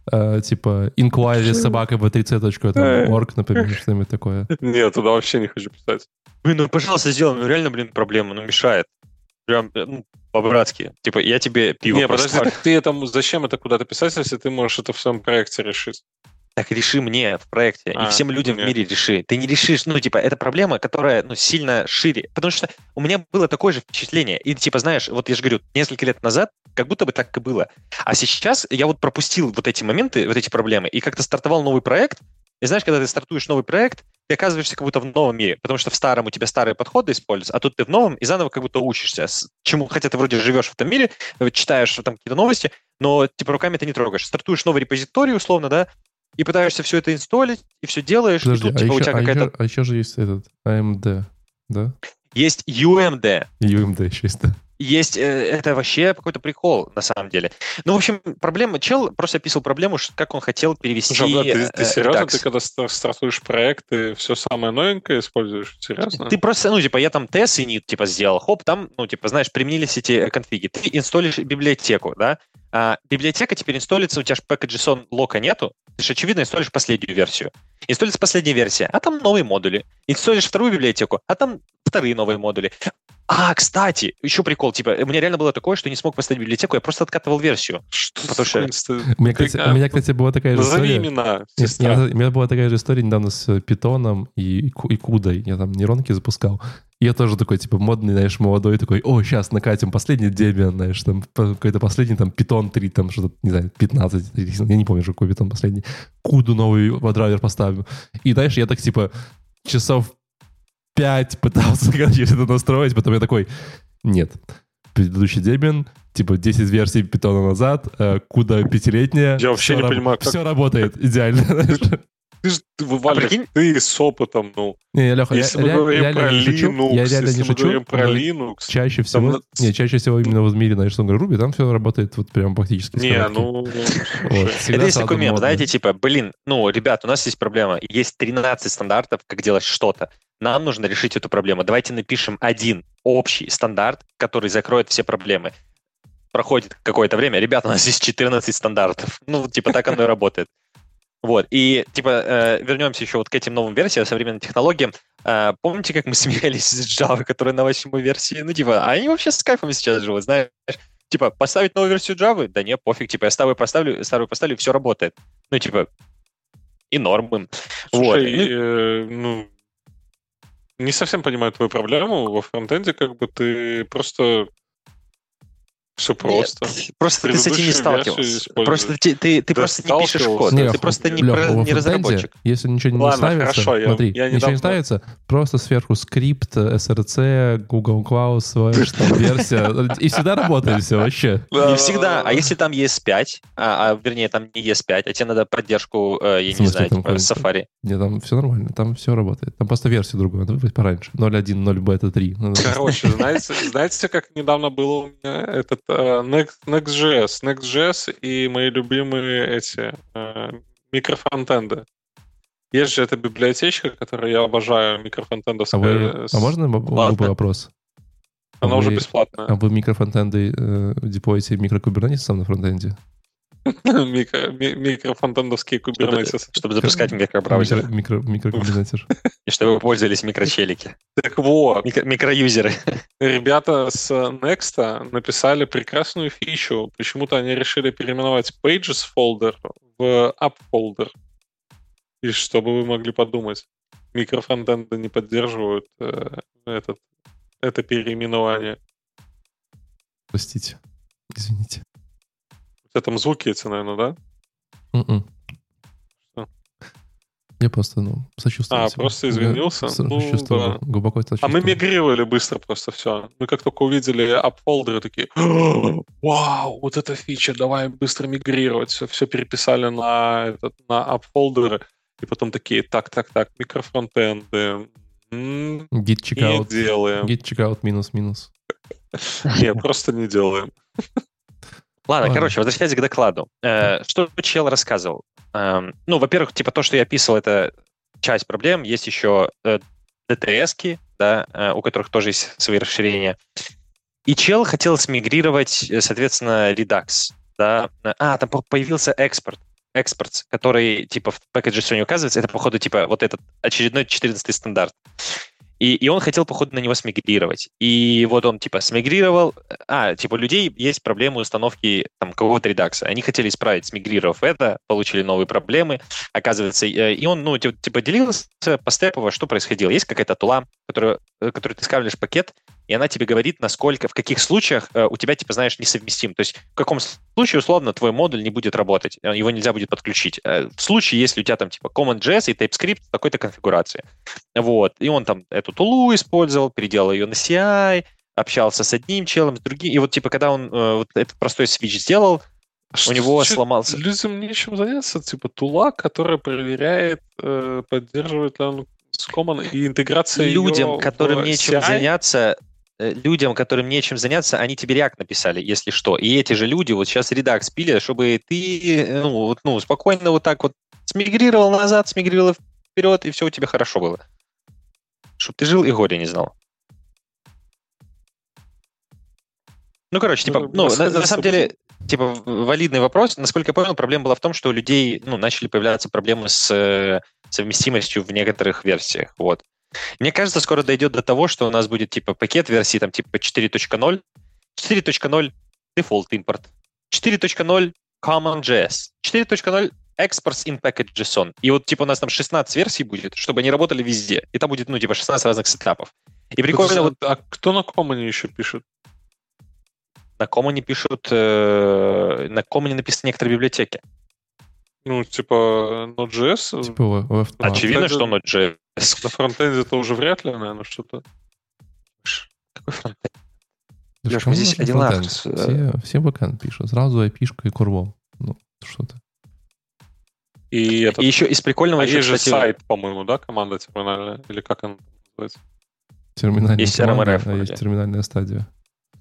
inquiry@v3c.org, например, что-нибудь такое. Нет, туда вообще не хочу писать. Пожалуйста, сделай. Реально, проблема, мешает. Прям, по-братски. Я тебе пиво подожди, зачем это куда-то писать, если ты можешь это в своем проекте решить? Так реши мне в проекте, и всем людям в мире реши. Ты не решишь, это проблема, которая, сильно шире. Потому что у меня было такое же впечатление. И, знаешь, вот я же говорю, несколько лет назад как будто бы так и было. А сейчас я пропустил вот эти моменты, вот эти проблемы, и как-то стартовал новый проект. И знаешь, когда ты стартуешь новый проект, ты оказываешься как будто в новом мире, потому что в старом у тебя старые подходы используются, а тут ты в новом и заново как будто учишься. Хотя ты вроде живешь в этом мире, читаешь там какие-то новости, но руками ты не трогаешь. Стартуешь новый репозиторий, условно, да, и пытаешься все это инсталлить, и все делаешь, подожди, и тут у тебя какая-то... А еще же есть этот AMD, да? Есть UMD. UMD еще есть, да. Есть, это вообще какой-то прикол, на самом деле. В общем, чел просто описывал проблему, как он хотел перевести... Слушай, ты серьезно? Ты когда стартуешь проект, ты все самое новенькое используешь? Серьезно? Ты просто, я там TES init, сделал, хоп, там, знаешь, применились эти конфиги. Ты инсталлишь библиотеку, да? А библиотека теперь инсталлится, у тебя же package.json лока нету, ты же, очевидно, инсталлишь последнюю версию. Инсталлится последняя версия, а там новые модули. Инсталлишь вторую библиотеку, а там вторые новые модули. Кстати, еще прикол, у меня реально было такое, что не смог поставить библиотеку, я просто откатывал версию. Что? У меня, кстати, была такая же история. Назови имена. У меня была такая же история недавно с питоном и кудой. Я там нейронки запускал. И я тоже такой, модный, знаешь, молодой, такой, сейчас накатим последний Debian, знаешь, там какой-то последний, там, Python 3, там, что-то, не знаю, 15, я не помню, какой Python последний. Куду новый драйвер поставлю. И, знаешь, я так, часов 5 пытался, это настроить, потом я такой, нет, предыдущий Debian, 10 версий Python назад, куда 5-летняя. Я вообще не понимаю, как... Все работает идеально. Ты с опытом, Не, Леха, если мы говорим про Linux, я реально не шучу, говорим про Linux... Чаще всего именно в мире, знаешь, на Ruby, там все работает прям практически. Это если такой мем, знаете, ребят, у нас есть проблема, есть 13 стандартов, как делать что-то. Нам нужно решить эту проблему. Давайте напишем один общий стандарт, который закроет все проблемы. Проходит какое-то время, ребята, у нас есть 14 стандартов. Так оно и работает. И, вернемся еще к этим новым версиям, современным технологиям. Помните, как мы смеялись с Java, которая на 8-й версии? Они вообще с кайфом сейчас живут, знаешь. Поставить новую версию Java? Да не, пофиг, я старую поставлю, все работает. И норм им. Слушай, не совсем понимаю твою проблему. Во фронтенде ты просто... Все просто. Нет, просто ты с этим не сталкивался. Просто ты просто не пишешь код. Ты просто не разработчик. Если ничего не ставится, смотри, ничего не ставится, просто сверху скрипт, SRC, Google Cloud, версия, и всегда работает все вообще. Не всегда. А если там ES5, вернее, там не ES5, а тебе надо поддержку, я не знаю, Safari? Нет, там все нормально, там все работает. Там просто версию другую надо выбрать пораньше. 0.1, 0 бета 3. Короче, знаете, как недавно было у меня этот Next.js и мои любимые эти микрофронтенды. Есть же эта библиотечка, которую я обожаю, микрофронтендовская. А можно глупый вопрос? Она уже бесплатная. А вы микрофронтенды деплоите микрокубернетисом на фронтенде? Микрофронтендовские кубернетисы. Чтобы запускать микробраузер. Микрокубернетис. И чтобы вы пользовались микрочелики. Так вот. Микроюзеры. Ребята с Next написали прекрасную фичу. Почему-то они решили переименовать Pages folder в App folder. И чтобы вы могли подумать, микрофронтенды не поддерживают это переименование. Простите. Извините. У тебя там звуки эти, наверное, да? Что? Я просто, сочувствую. Просто извинился? Сочувствую, глубоко сочувствую. А мы мигрировали быстро просто все. Мы как только увидели апфолдеры, такие, вау, вот эта фича, давай быстро мигрировать. Все переписали на апфолдеры. И потом такие, так, микрофронтенды. Git checkout. Не делаем. Git checkout минус. Нет, просто не делаем. Ладно, короче, возвращаясь к докладу. Что чел рассказывал? Ну, во-первых, типа то, что я описывал, это часть проблем. Есть еще DTS-ки, да, у которых тоже есть свои расширения. И чел хотел смигрировать, соответственно, Redux. Да. Там появился экспорт, который типа в Package.json не указывается. Это, походу, типа вот этот очередной 14-й стандарт. И он хотел, походу, на него смигрировать. И вот он, типа, смигрировал... у людей есть проблемы установки там какого-то редакса. Они хотели исправить, смигрировав это, получили новые проблемы. Оказывается, и он, типа, делился постепово, что происходило. Есть какая-то тула, которую ты скавливаешь пакет, и она тебе говорит, насколько, в каких случаях у тебя, типа, знаешь, несовместим. То есть в каком случае, условно, твой модуль не будет работать, его нельзя будет подключить. В случае, если у тебя там, типа, CommonJS и TypeScript в такой-то конфигурации. Вот. И он там эту тулу использовал, переделал ее на CI, общался с одним челом, с другим. И вот, типа, когда он вот этот простой свич сделал, у него сломался... Людям нечем заняться, типа, тула, которая проверяет, поддерживает ли он с Common и интеграция людям, которым нечем заняться... Людям, которым нечем заняться, они тебе React написали, если что. И эти же люди вот сейчас Redux пили, чтобы ты спокойно вот так вот смигрировал назад, смигрировал вперед, и все у тебя хорошо было. Чтобы ты жил и горя не знал. Ну, короче, типа, на самом деле, типа, валидный вопрос. Насколько я понял, проблема была в том, что у людей, начали появляться проблемы с совместимостью в некоторых версиях, вот. Мне кажется, скоро дойдет до того, что у нас будет типа пакет версии там типа 4.0, 4.0 default import, 4.0 CommonJS, 4.0 exports in package.json. И вот типа у нас там 16 версий будет, чтобы они работали везде. И там будет, 16 разных сетапов. И прикольно... А кто на Common еще пишет? На Common пишут... на Common написаны некоторые библиотеки. Типа Node.js? Типа очевидно, что Node.js. На фронтенде это уже вряд ли, наверное, что-то. Какой фронтенд? Леш, мы здесь одинаково. Все бэкэнд пишут. Сразу IP-шкой и курвом. Что-то. И еще из прикольного... есть же сайт, по-моему, да, команда терминальная? Или как она называется? Терминальная есть команда, RMRF, есть терминальная стадия.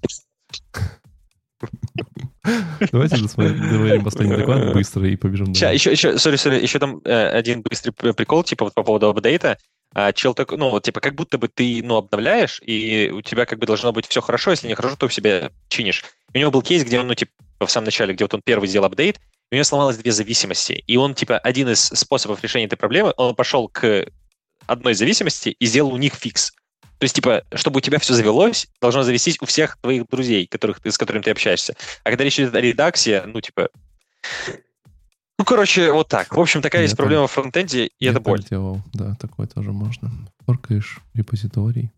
Давайте договорим последний доклад быстро и побежим дальше. Еще там один быстрый прикол, типа вот по поводу апдейта. Чел такой, как будто бы ты, обновляешь, и у тебя как бы должно быть все хорошо, если не хорошо, то в себя чинишь. И у него был кейс, где он, в самом начале, где вот он первый сделал апдейт, и у него сломалось 2 зависимости. И он, один из способов решения этой проблемы, он пошел к одной зависимости и сделал у них фикс. То есть, чтобы у тебя все завелось, должно завестись у всех твоих друзей, с которыми ты общаешься. А когда речь идет о редаксе, вот так. В общем, такая есть проблема в фронтенде, и это боль. Делал. Да, такое тоже можно. Форкаешь репозиторий.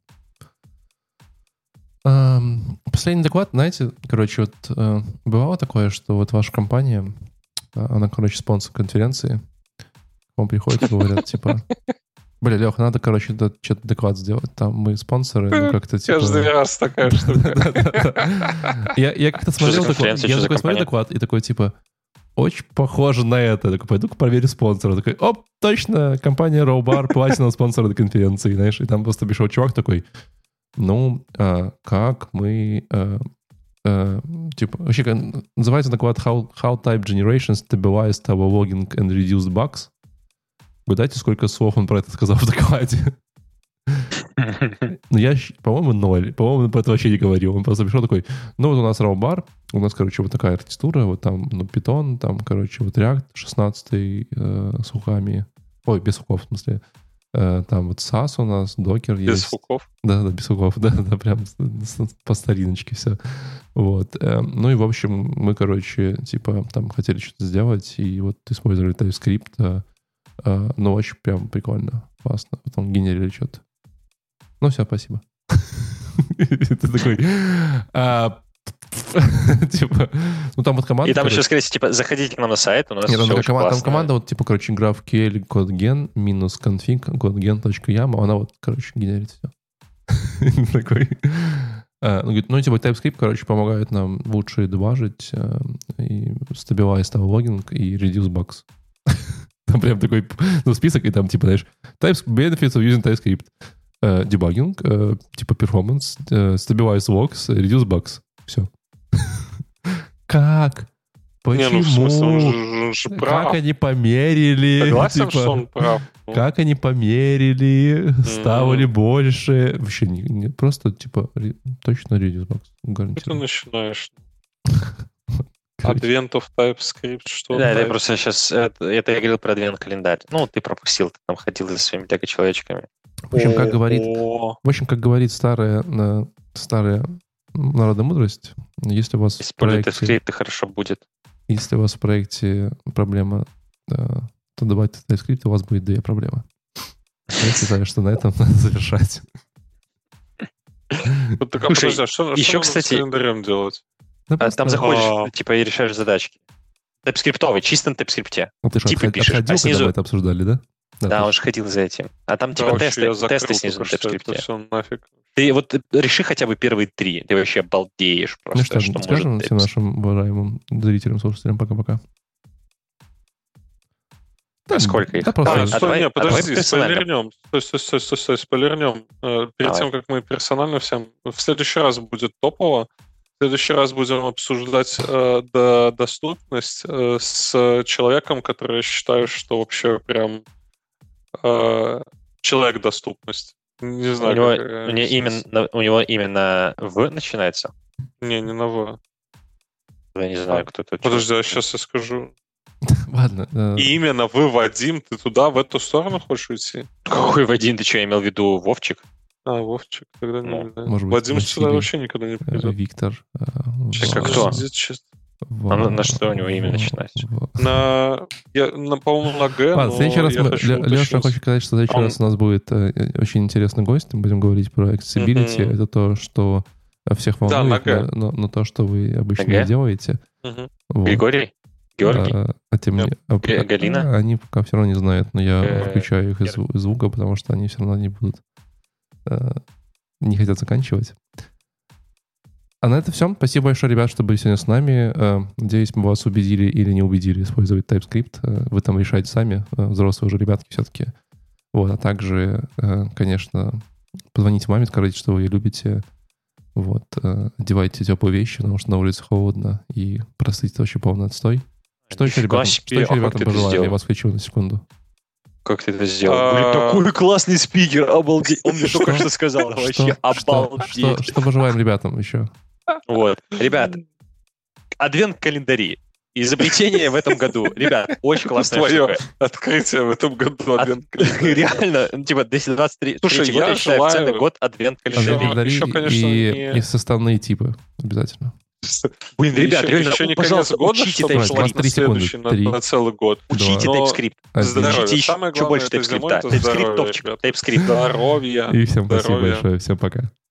Последний доклад, знаете, бывало такое, что вот ваша компания, она, спонсор конференции, к вам приходят и говорят, типа... Лех, надо, что-то доклад сделать. Там мы спонсоры, как-то типа... Каждый раз такая штука. Я как-то смотрел смотрю доклад и такой, типа, очень похоже на это. Я такой, пойду-ка проверю спонсора. Такой, оп, точно, компания Rowbar платит нам спонсора конференции, знаешь. И там просто пришел чувак такой, как мы... вообще, называется доклад How Type Generation Stabilized Our Logging and Reduced Bugs. Угадайте, сколько слов он про это сказал в докладе. Я, по-моему, 0. По-моему, он про это вообще не говорил. Он просто пришел такой, вот у нас Rowbar, у нас, вот такая архитектура, вот там, Python, там, вот React 16 с хуками. Ой, без хуков, в смысле. Там вот SAS у нас, Docker есть. Без хуков? Да, без хуков, да, прям по стариночке все. Вот. И, в общем, мы, там хотели что-то сделать, и вот использовали TypeScript, очень прям прикольно, классно. Потом генерили что-то. Все, спасибо. Ты такой... там вот команда... И там еще, скорее всего, заходите к нам на сайт, у нас все очень классно. Там команда, GraphQL, CodeGen, -config, codegen.yam, она генерит все. Такой... говорит, TypeScript, помогает нам лучше дебажить и stabilize our logging и reduce bugs. Там прям такой список, и там, знаешь, benefits of using TypeScript. Debugging, performance, stabilize logs, reduce bugs. Все. Как? Почему? Не, в смысле, он же прав. Как они померили? Согласен, что он прав. Как они померили? Ставили больше? Вообще не просто, точно Redis Box. Что ты начинаешь? Advent of TypeScript, что? Да, это просто сейчас... Это я говорил про Advent календарь. Ты пропустил, ты там ходил за своими лего-человечками. В общем, как говорит старая народная мудрость, если у вас используй TypeScript, и хорошо будет. Если у вас в проекте проблема, то добавьте TypeScript, у вас будет две проблемы. Я считаю, что на этом надо завершать. Слушай, еще, кстати, с календарем делать? Там заходишь, и решаешь задачки. TypeScript-овый, чисто на TypeScript. Ты же отходил, когда мы это обсуждали, да? Да, он же ходил за этим. А там тесты снизу на TypeScript. Ты вот реши хотя бы первые 3. Ты вообще балдеешь просто. Ну что скажем всем нашим уважаемым зрителям, слушателям пока-пока. Сколько их? Подожди, спойлернем. Стой, спойлернем. Перед тем, как мы персонально всем... В следующий раз будет топово. В следующий раз будем обсуждать доступность с человеком, который я считаю, что вообще прям человек-доступность. Не знаю. У него именно В начинается? Не на В. Я не знаю, кто это. Подожди, а сейчас я скажу. Ладно. И именно вы, Вадим, ты туда, в эту сторону хочешь уйти? Какой Вадим? Ты что, я имел в виду Вовчик? Вовчик, тогда не. Может быть, Вадим сюда вообще никогда не придет. Виктор. Кто? На что у него имя начинается? По-моему, на Г. Ладно, в следующий раз Леша хочет сказать, что в следующий раз у нас будет очень интересный гость. Мы будем говорить про accessibility. Это то, что всех волнует, но то, что вы обычно не делаете. Григорий? Георгий? Галина? Они пока все равно не знают, но я включаю их из звука, потому что они все равно не будут не хотят заканчивать. А на это все. Спасибо большое, ребят, что были сегодня с нами. Надеюсь, мы вас убедили или не убедили использовать TypeScript. Вы там решаете сами, взрослые уже ребятки все-таки. Вот, а также, конечно, позвоните маме, скажите, что вы ее любите. Вот, одевайте теплые вещи, потому что на улице холодно, и простыть это вообще полный отстой. Что еще ребятам пожелаем? Я вас включу на секунду. Как ты это сделал? Блин, такой классный спикер, обалдеть. Он мне только что сказал, вообще обалдеть. Что пожелаем ребятам еще? Вот, ребят, адвент-календари. Изобретение в этом году. Ребят, очень классная штука. Открытие в этом году адвент-календарь. Реально, 2023 год, я считаю, ценный год адвент-календарей. Еще, конечно, и составные типы обязательно. Блин, ребят, реально, пожалуйста, учите TypeScript на целый год. Учите TypeScript. Учите еще больше TypeScript. TypeScript топчик. TypeScript. Здоровья. И всем спасибо большое. Всем пока.